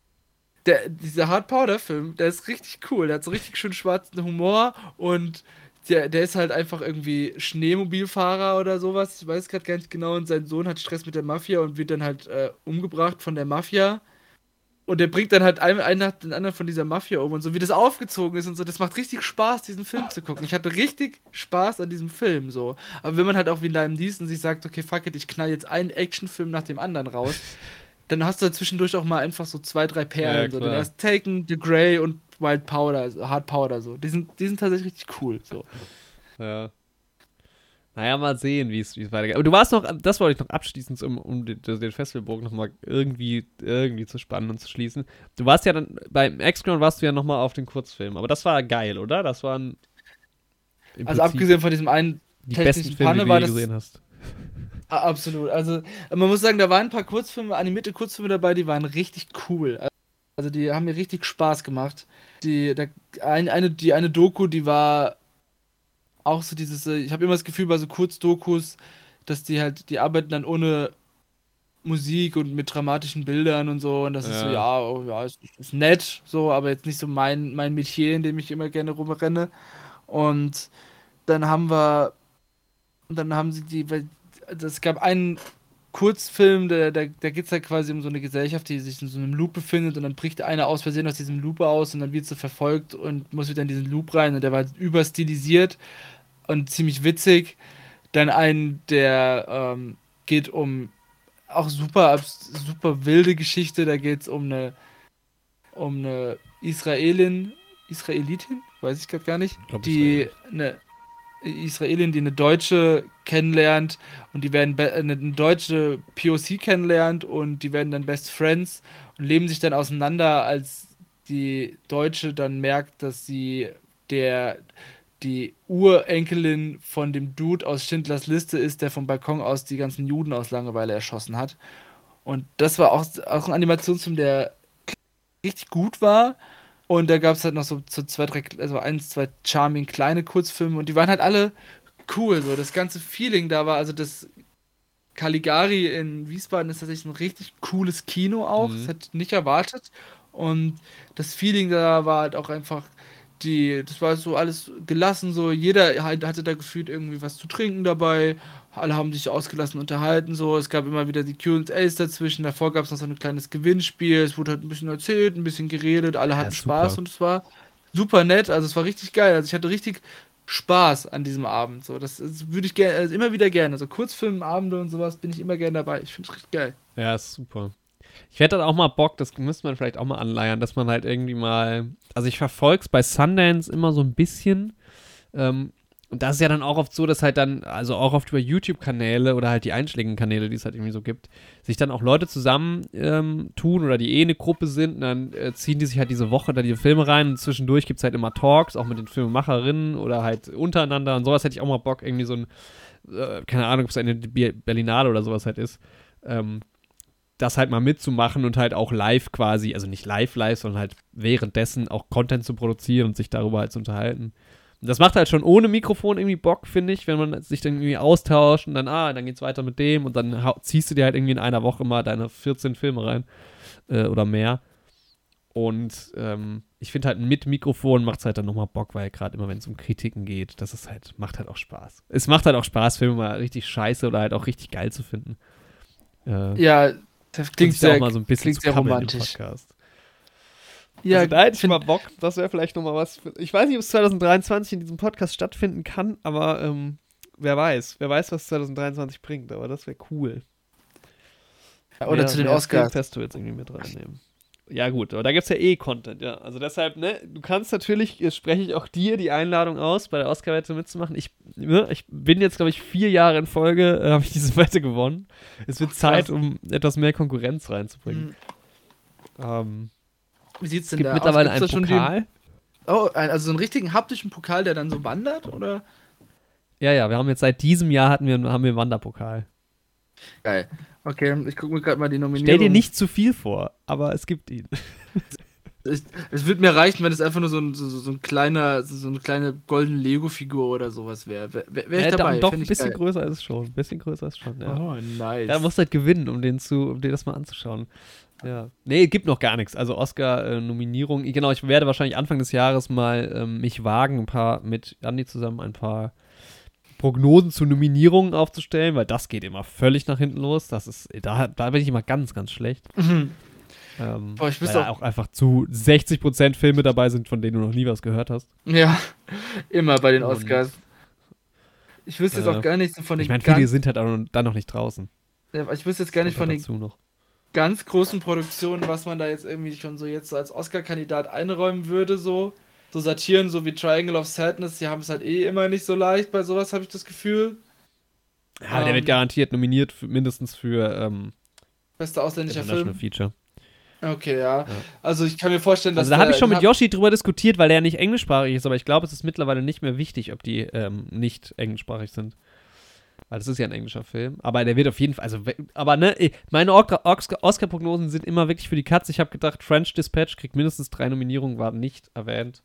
dieser Hard Powder-Film, der ist richtig cool. Der hat so richtig schön schwarzen Humor und der ist halt einfach irgendwie Schneemobilfahrer oder sowas. Ich weiß gerade gar nicht genau. Und sein Sohn hat Stress mit der Mafia und wird dann halt umgebracht von der Mafia. Und der bringt dann halt einen nach den anderen von dieser Mafia um und so, wie das aufgezogen ist und so. Das macht richtig Spaß, diesen Film zu gucken. Ich hatte richtig Spaß an diesem Film, so. Aber wenn man halt auch wie Liam Neeson sich sagt, okay, fuck it, ich knall jetzt einen Actionfilm nach dem anderen raus, dann hast du zwischendurch auch mal einfach so 2, 3 Perlen. Ja, so. Den erst Taken, The Grey und Wild Powder, also Hard Powder, so. Die sind tatsächlich richtig cool, so. Ja. Naja, mal sehen, wie es weitergeht. Aber du warst noch, das wollte ich noch abschließend, um den Festivalbogen nochmal irgendwie zu spannen und zu schließen. Du warst ja dann, beim X-Ground warst du ja nochmal auf den Kurzfilm. Aber das war geil, oder? Das waren also abgesehen von diesem einen die besten Filme, die du gesehen hast. Absolut. Also man muss sagen, da waren ein paar Kurzfilme, animierte Kurzfilme dabei, die waren richtig cool. Also die haben mir richtig Spaß gemacht. Die eine Doku, die war auch so dieses, ich habe immer das Gefühl bei so Kurzdokus, dass die arbeiten dann ohne Musik und mit dramatischen Bildern und so und das ist so, ist nett, so, aber jetzt nicht so mein Metier, in dem ich immer gerne rumrenne. Und dann haben sie also es gab einen Kurzfilm, da geht es halt quasi um so eine Gesellschaft, die sich in so einem Loop befindet und dann bricht einer aus Versehen aus diesem Loop aus und dann wird sie verfolgt und muss wieder in diesen Loop rein und der war überstilisiert und ziemlich witzig. Dann einen, der geht um auch super wilde Geschichte, da geht es um eine Israelitin, weiß ich gerade gar nicht, die eine Israelin, die eine Deutsche kennenlernt und die werden eine deutsche POC kennenlernt und die werden dann Best Friends und leben sich dann auseinander, als die Deutsche dann merkt, dass sie die Urenkelin von dem Dude aus Schindlers Liste ist, der vom Balkon aus die ganzen Juden aus Langeweile erschossen hat. Und das war auch ein Animationsfilm, der richtig gut war. Und da gab es halt noch so 2, 3, also 1, 2 charming kleine Kurzfilme und die waren halt alle cool. So, das ganze Feeling da war, also das Caligari in Wiesbaden ist tatsächlich ein richtig cooles Kino auch. Das hätte ich nicht erwartet. Und das Feeling da war halt auch einfach das war so alles gelassen, so jeder hatte da gefühlt irgendwie was zu trinken dabei, alle haben sich ausgelassen unterhalten, so, es gab immer wieder die Q&As dazwischen, davor gab es noch so ein kleines Gewinnspiel, es wurde halt ein bisschen erzählt, ein bisschen geredet, alle hatten Spaß und es war super nett, also es war richtig geil, also ich hatte richtig Spaß an diesem Abend, so, das würde ich gerne, also immer wieder gerne, so Kurzfilmabende und sowas bin ich immer gerne dabei, ich finde es richtig geil. Ja, ist super. Ich hätte dann auch mal Bock, das müsste man vielleicht auch mal anleiern, dass man halt irgendwie mal, also ich verfolge es bei Sundance immer so ein bisschen, und das ist ja dann auch oft so, dass halt dann, also auch oft über YouTube-Kanäle oder halt die einschlägigen Kanäle, die es halt irgendwie so gibt, sich dann auch Leute zusammen tun oder die eine Gruppe sind und dann ziehen die sich halt diese Woche da die Filme rein und zwischendurch gibt es halt immer Talks, auch mit den Filmemacherinnen oder halt untereinander und sowas hätte ich auch mal Bock, irgendwie so ein, keine Ahnung, ob es eine Berlinale oder sowas halt ist, das halt mal mitzumachen und halt auch live quasi, also nicht live, sondern halt währenddessen auch Content zu produzieren und sich darüber halt zu unterhalten. Und das macht halt schon ohne Mikrofon irgendwie Bock, finde ich, wenn man sich dann irgendwie austauscht und dann geht's weiter mit dem und dann ziehst du dir halt irgendwie in einer Woche mal deine 14 Filme rein oder mehr. Und ich finde halt mit Mikrofon macht es halt dann nochmal Bock, weil gerade immer, wenn es um Kritiken geht, das ist halt, macht halt auch Spaß. Es macht halt auch Spaß, Filme mal richtig scheiße oder halt auch richtig geil zu finden. Ja, das klingt sehr, auch mal so ein bisschen sehr romantisch. Ja, also da hätte ich mal Bock. Das wäre vielleicht nochmal was. Ich weiß nicht, ob es 2023 in diesem Podcast stattfinden kann, aber wer weiß. Wer weiß, was 2023 bringt, aber das wäre cool. Ja, oder zu den Oscars. Festivals irgendwie mit reinnehmen. Ja, gut, aber da gibt es ja eh Content, ja. Also deshalb, ne, du kannst natürlich, jetzt spreche ich auch dir die Einladung aus, bei der Oscar-Wette mitzumachen. Ich bin jetzt, glaube ich, 4 Jahre in Folge, habe ich diese Wette gewonnen. Es wird Zeit, um etwas mehr Konkurrenz reinzubringen. Wie sieht's Es denn gibt da mittlerweile aus? Gibt's einen da schon Pokal. also so einen richtigen haptischen Pokal, der dann so wandert, oder? Ja, wir haben jetzt seit diesem Jahr haben wir einen Wanderpokal. Geil. Okay, ich gucke mir gerade mal die Nominierung. Stell dir nicht zu viel vor, aber es gibt ihn. Es würde mir reichen, wenn es einfach nur so ein kleiner, so eine kleine goldene Lego-Figur oder sowas wäre. Wär ich dabei? Doch Fänd ein ich bisschen geil. größer ist es schon. Ein bisschen größer ist es schon, ja. Oh, nice. Ja, musst halt gewinnen, um dir das mal anzuschauen. Ja. Nee, gibt noch gar nichts. Also Oscar-Nominierung. Genau, ich werde wahrscheinlich Anfang des Jahres mal mich wagen, mit Andi zusammen ein paar Prognosen zu Nominierungen aufzustellen, weil das geht immer völlig nach hinten los. Da bin ich immer ganz, ganz schlecht. Boah, ich weil wüsste da auch einfach zu 60% Filme dabei sind, von denen du noch nie was gehört hast. Ja, immer bei den Und, Oscars. Ich wüsste jetzt auch gar nicht so von den Ich meine, viele sind halt auch dann noch nicht draußen. Ja, ich wüsste jetzt gar nicht von den Dazu noch. ganz großen Produktionen, was man da jetzt irgendwie schon so jetzt so als Oscar-Kandidat einräumen würde, so. So Satiren, so wie Triangle of Sadness, die haben es halt eh immer nicht so leicht bei sowas, habe ich das Gefühl. Ja, aber der wird garantiert nominiert, mindestens für Bester ausländischer International Film. Feature. Okay, ja. Also ich kann mir vorstellen, dass Also da habe ich schon mit Yoshi drüber diskutiert, weil der ja nicht englischsprachig ist, aber ich glaube, es ist mittlerweile nicht mehr wichtig, ob die nicht englischsprachig sind. Weil das ist ja ein englischer Film. Aber der wird auf jeden Fall, aber ne, meine Oscar-Prognosen sind immer wirklich für die Katz. Ich habe gedacht, French Dispatch kriegt mindestens 3 Nominierungen, war nicht erwähnt.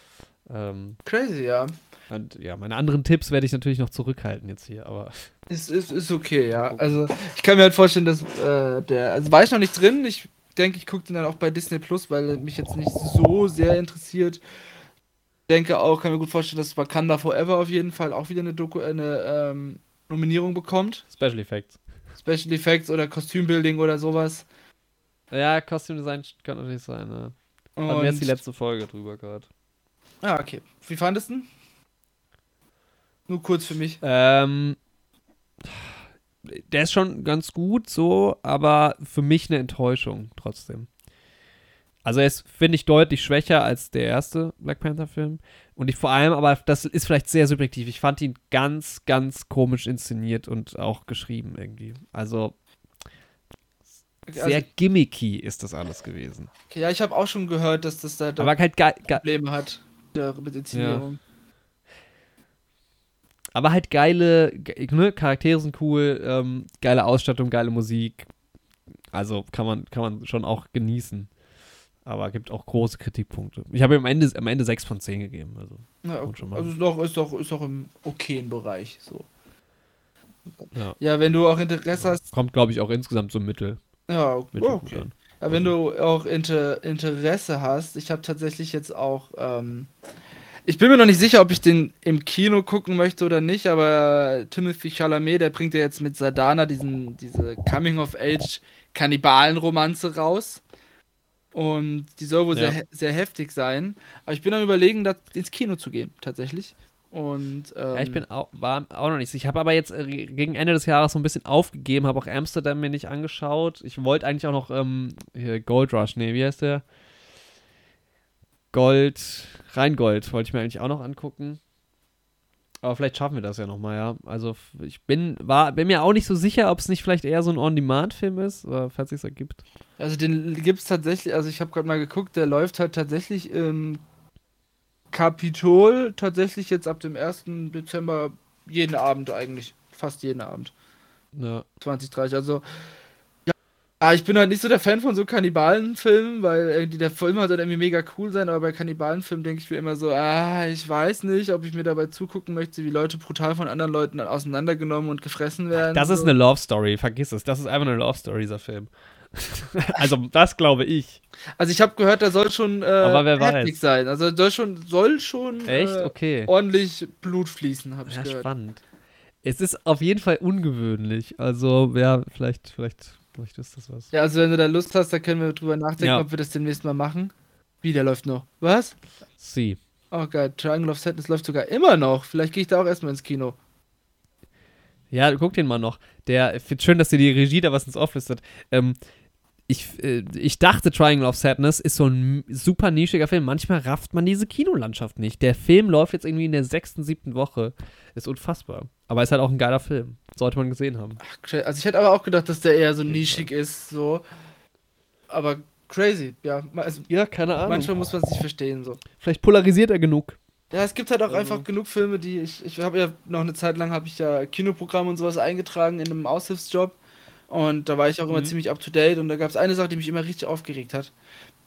Crazy, ja. Und ja, meine anderen Tipps werde ich natürlich noch zurückhalten jetzt hier, aber. Ist okay, ja. Also ich kann mir halt vorstellen, dass also war ich noch nicht drin. Ich denke, ich gucke den dann auch bei Disney Plus, weil er mich jetzt nicht so sehr interessiert. Ich denke auch, kann mir gut vorstellen, dass Wakanda Forever auf jeden Fall auch wieder eine Nominierung bekommt. Special Effects. Special Effects oder Kostümbuilding oder sowas. Ja, Costume Design kann natürlich sein, ne? Hatten wir jetzt die letzte Folge drüber gerade. Ah, okay. Wie fandest du ihn? Nur kurz für mich. Der ist schon ganz gut so, aber für mich eine Enttäuschung trotzdem. Also er ist, finde ich, deutlich schwächer als der erste Black Panther-Film. Und vor allem, aber das ist vielleicht sehr subjektiv, ich fand ihn ganz, ganz komisch inszeniert und auch geschrieben irgendwie. Also sehr gimmicky ist das alles gewesen. Okay, ja, ich habe auch schon gehört, dass das da aber halt Probleme hat mit Inszenierung. Ja. Aber halt geile, ne, Charaktere sind cool, geile Ausstattung, geile Musik. Also kann man schon auch genießen. Aber gibt auch große Kritikpunkte. Ich habe ihm am Ende 6 von 10 gegeben. Also, ja, okay. Also ist doch im okayen Bereich. So. Ja, wenn du auch Interesse hast. Kommt, glaube ich, auch insgesamt so Mittel. Ja, okay. Ja, wenn du auch Interesse hast, ich habe tatsächlich jetzt auch. Ich bin mir noch nicht sicher, ob ich den im Kino gucken möchte oder nicht, aber Timothée Chalamet, der bringt ja jetzt mit Sadana diese Coming-of-Age-Kannibalen-Romanze raus. Und die soll wohl sehr, sehr heftig sein. Aber ich bin am Überlegen, ins Kino zu gehen, tatsächlich. Und, ja, ich war auch noch nicht sicher. Ich habe aber jetzt gegen Ende des Jahres so ein bisschen aufgegeben, habe auch Amsterdam mir nicht angeschaut. Ich wollte eigentlich auch noch Gold Rush, wie heißt der? Rheingold wollte ich mir eigentlich auch noch angucken. Aber vielleicht schaffen wir das ja nochmal, ja. Also ich bin mir auch nicht so sicher, ob es nicht vielleicht eher so ein On-Demand-Film ist, falls es ergibt. Also den gibt es tatsächlich, also ich habe gerade mal geguckt, der läuft halt tatsächlich im Kapitol, tatsächlich jetzt ab dem 1. Dezember jeden Abend eigentlich. Fast jeden Abend. Ja. 20:30, also ich bin halt nicht so der Fan von so Kannibalenfilmen, weil irgendwie der Film soll irgendwie mega cool sein, aber bei Kannibalenfilmen denke ich mir immer so, ich weiß nicht, ob ich mir dabei zugucken möchte, wie Leute brutal von anderen Leuten auseinandergenommen und gefressen werden. Das ist eine Love Story, vergiss es. Das ist einfach eine Love Story, dieser Film. Also, das glaube ich. Also ich habe gehört, da soll schon heftig sein. Also soll schon echt? Okay. Ordentlich Blut fließen, habe ich gehört. Spannend. Es ist auf jeden Fall ungewöhnlich. Also, ja, vielleicht ist das was. Ja, also wenn du da Lust hast, da können wir drüber nachdenken, ob wir das demnächst mal machen. Wie, der läuft noch? Was? Sie. Oh geil, Triangle of Sadness läuft sogar immer noch. Vielleicht gehe ich da auch erstmal ins Kino. Ja, guck den mal noch. Ich finde schön, dass dir die Regie da was ins Off listet. ich dachte, Triangle of Sadness ist so ein super nischiger Film. Manchmal rafft man diese Kinolandschaft nicht. Der Film läuft jetzt irgendwie in der 6., 7. Woche. Ist unfassbar. Aber ist halt auch ein geiler Film. Sollte man gesehen haben. Also ich hätte aber auch gedacht, dass der eher so nischig ist, so. Aber crazy, ja. Also Ja, keine Ahnung. manchmal muss man es nicht verstehen, so. Vielleicht polarisiert er genug. Ja, es gibt halt auch einfach genug Filme, die ich habe ja noch eine Zeit lang habe ich ja Kinoprogramm und sowas eingetragen in einem Aushilfsjob und da war ich auch immer ziemlich up to date und da gab es eine Sache, die mich immer richtig aufgeregt hat.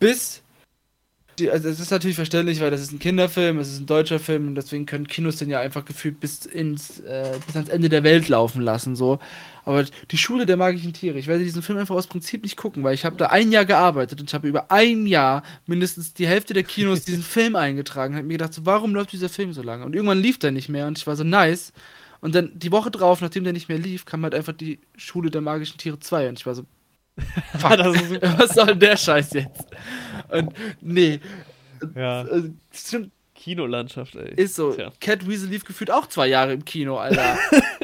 Also es ist natürlich verständlich, weil das ist ein Kinderfilm, es ist ein deutscher Film und deswegen können Kinos den ja einfach gefühlt bis ans Ende der Welt laufen lassen, so. Aber die Schule der magischen Tiere, ich werde diesen Film einfach aus Prinzip nicht gucken, weil ich habe da ein Jahr gearbeitet und ich habe über ein Jahr mindestens die Hälfte der Kinos diesen Film eingetragen und habe mir gedacht, so, warum läuft dieser Film so lange? Und irgendwann lief der nicht mehr und ich war so nice. Und dann die Woche drauf, nachdem der nicht mehr lief, kam halt einfach die Schule der magischen Tiere 2 und ich war so, fuck, Das ist super. was soll denn der Scheiß jetzt? Und nee. Ja. Stimmt, Kinolandschaft, ey. ist so. Tja. Cat Weasel lief gefühlt auch 2 Jahre im Kino, Alter.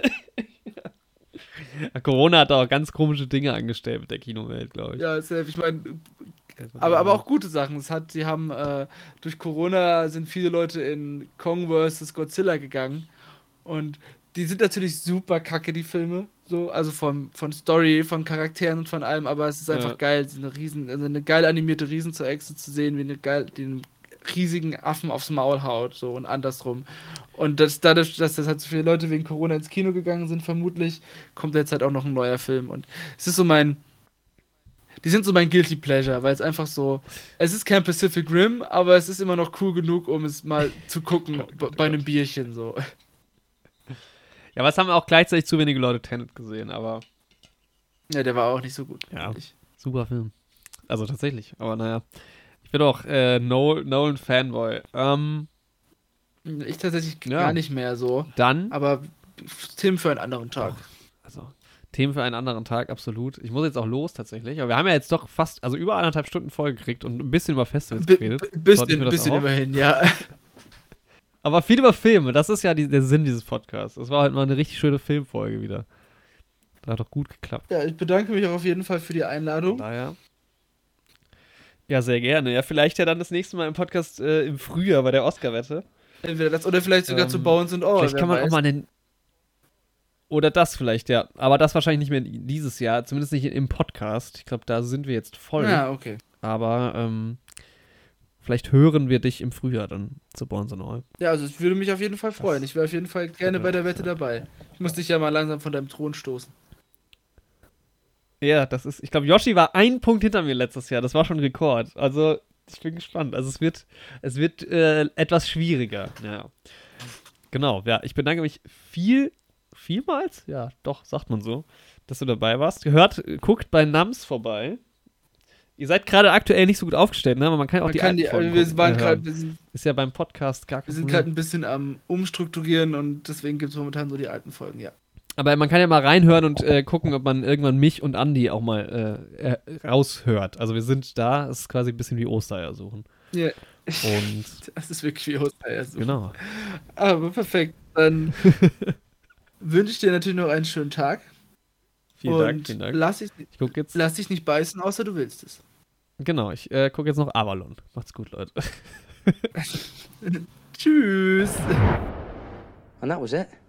Ja, Corona hat auch ganz komische Dinge angestellt mit der Kinowelt, glaube ich. Ja, safe. Ich meine, aber auch gute Sachen. Sie haben durch Corona sind viele Leute in Kong vs. Godzilla gegangen und die sind natürlich super kacke, die Filme. So, also von Story, von Charakteren und von allem, aber es ist einfach geil, eine geil animierte Riesen zur Echse zu sehen, wie den riesigen Affen aufs Maul haut, so und andersrum. Und dadurch, dass das halt so viele Leute wegen Corona ins Kino gegangen sind, vermutlich, kommt jetzt halt auch noch ein neuer Film. Und es ist so die sind so mein Guilty Pleasure, weil es einfach so, es ist kein Pacific Rim, aber es ist immer noch cool genug, um es mal zu gucken bei einem Bierchen, so. Ja, aber es haben auch gleichzeitig zu wenige Leute Tenet gesehen, aber Ja, der war auch nicht so gut. ja, finde ich. super Film. Also tatsächlich, aber naja. Ich bin auch Nolan-Fanboy. Ich tatsächlich Ja. gar nicht mehr so. Dann, Aber Tim für einen anderen Tag. also Themen für einen anderen Tag, absolut. Ich muss jetzt auch los tatsächlich, aber wir haben ja jetzt doch fast, also über 1,5 Stunden voll gekriegt und ein bisschen über Festivals geredet. Sollten wir das Bisschen auch? immerhin, ja. Aber viel über Filme, das ist ja der Sinn dieses Podcasts. Das war halt mal eine richtig schöne Filmfolge wieder. Das hat doch gut geklappt. Ja, ich bedanke mich auch auf jeden Fall für die Von Einladung. daher. Ja, sehr gerne. Ja, vielleicht ja dann das nächste Mal im Podcast im Frühjahr bei der Oscar-Wette. Entweder das oder vielleicht sogar zu Bones and All. Vielleicht wer kann man weiß. auch mal einen. Oder das vielleicht, ja. Aber das wahrscheinlich nicht mehr dieses Jahr, zumindest nicht im Podcast. Ich glaube, da sind wir jetzt voll. Ja, okay. Aber vielleicht hören wir dich im Frühjahr dann zu Bones and All. Ja, also es würde mich auf jeden Fall freuen. Ich wäre auf jeden Fall gerne bei der Wette dabei. Ich muss dich ja mal langsam von deinem Thron stoßen. Ja, das ist. Ich glaube, Yoshi war 1 Punkt hinter mir letztes Jahr. Das war schon Rekord. Also, ich bin gespannt. Also, es wird etwas schwieriger. Ja. Genau, ja. Ich bedanke mich vielmals? Ja, doch, sagt man so, dass du dabei warst. Guckt bei Nams vorbei. Ihr seid gerade aktuell nicht so gut aufgestellt, ne? Aber man kann ja auch ist ja beim Podcast gar kein Wir sind Problem. gerade ein bisschen am Umstrukturieren und deswegen gibt es momentan so die alten Folgen, ja. Aber man kann ja mal reinhören und gucken, ob man irgendwann mich und Andi auch mal raushört. Also wir sind da, es ist quasi ein bisschen wie Ostereier suchen. Ja. Und Das ist wirklich wie Ostereier suchen. genau. Aber perfekt. Dann wünsche ich dir natürlich noch einen schönen Tag. Vielen Dank, vielen Dank. Lass Ich gucke jetzt. dich nicht beißen, außer du willst es. Genau, ich gucke jetzt noch Avalon. Macht's gut, Leute. Tschüss. And that was it.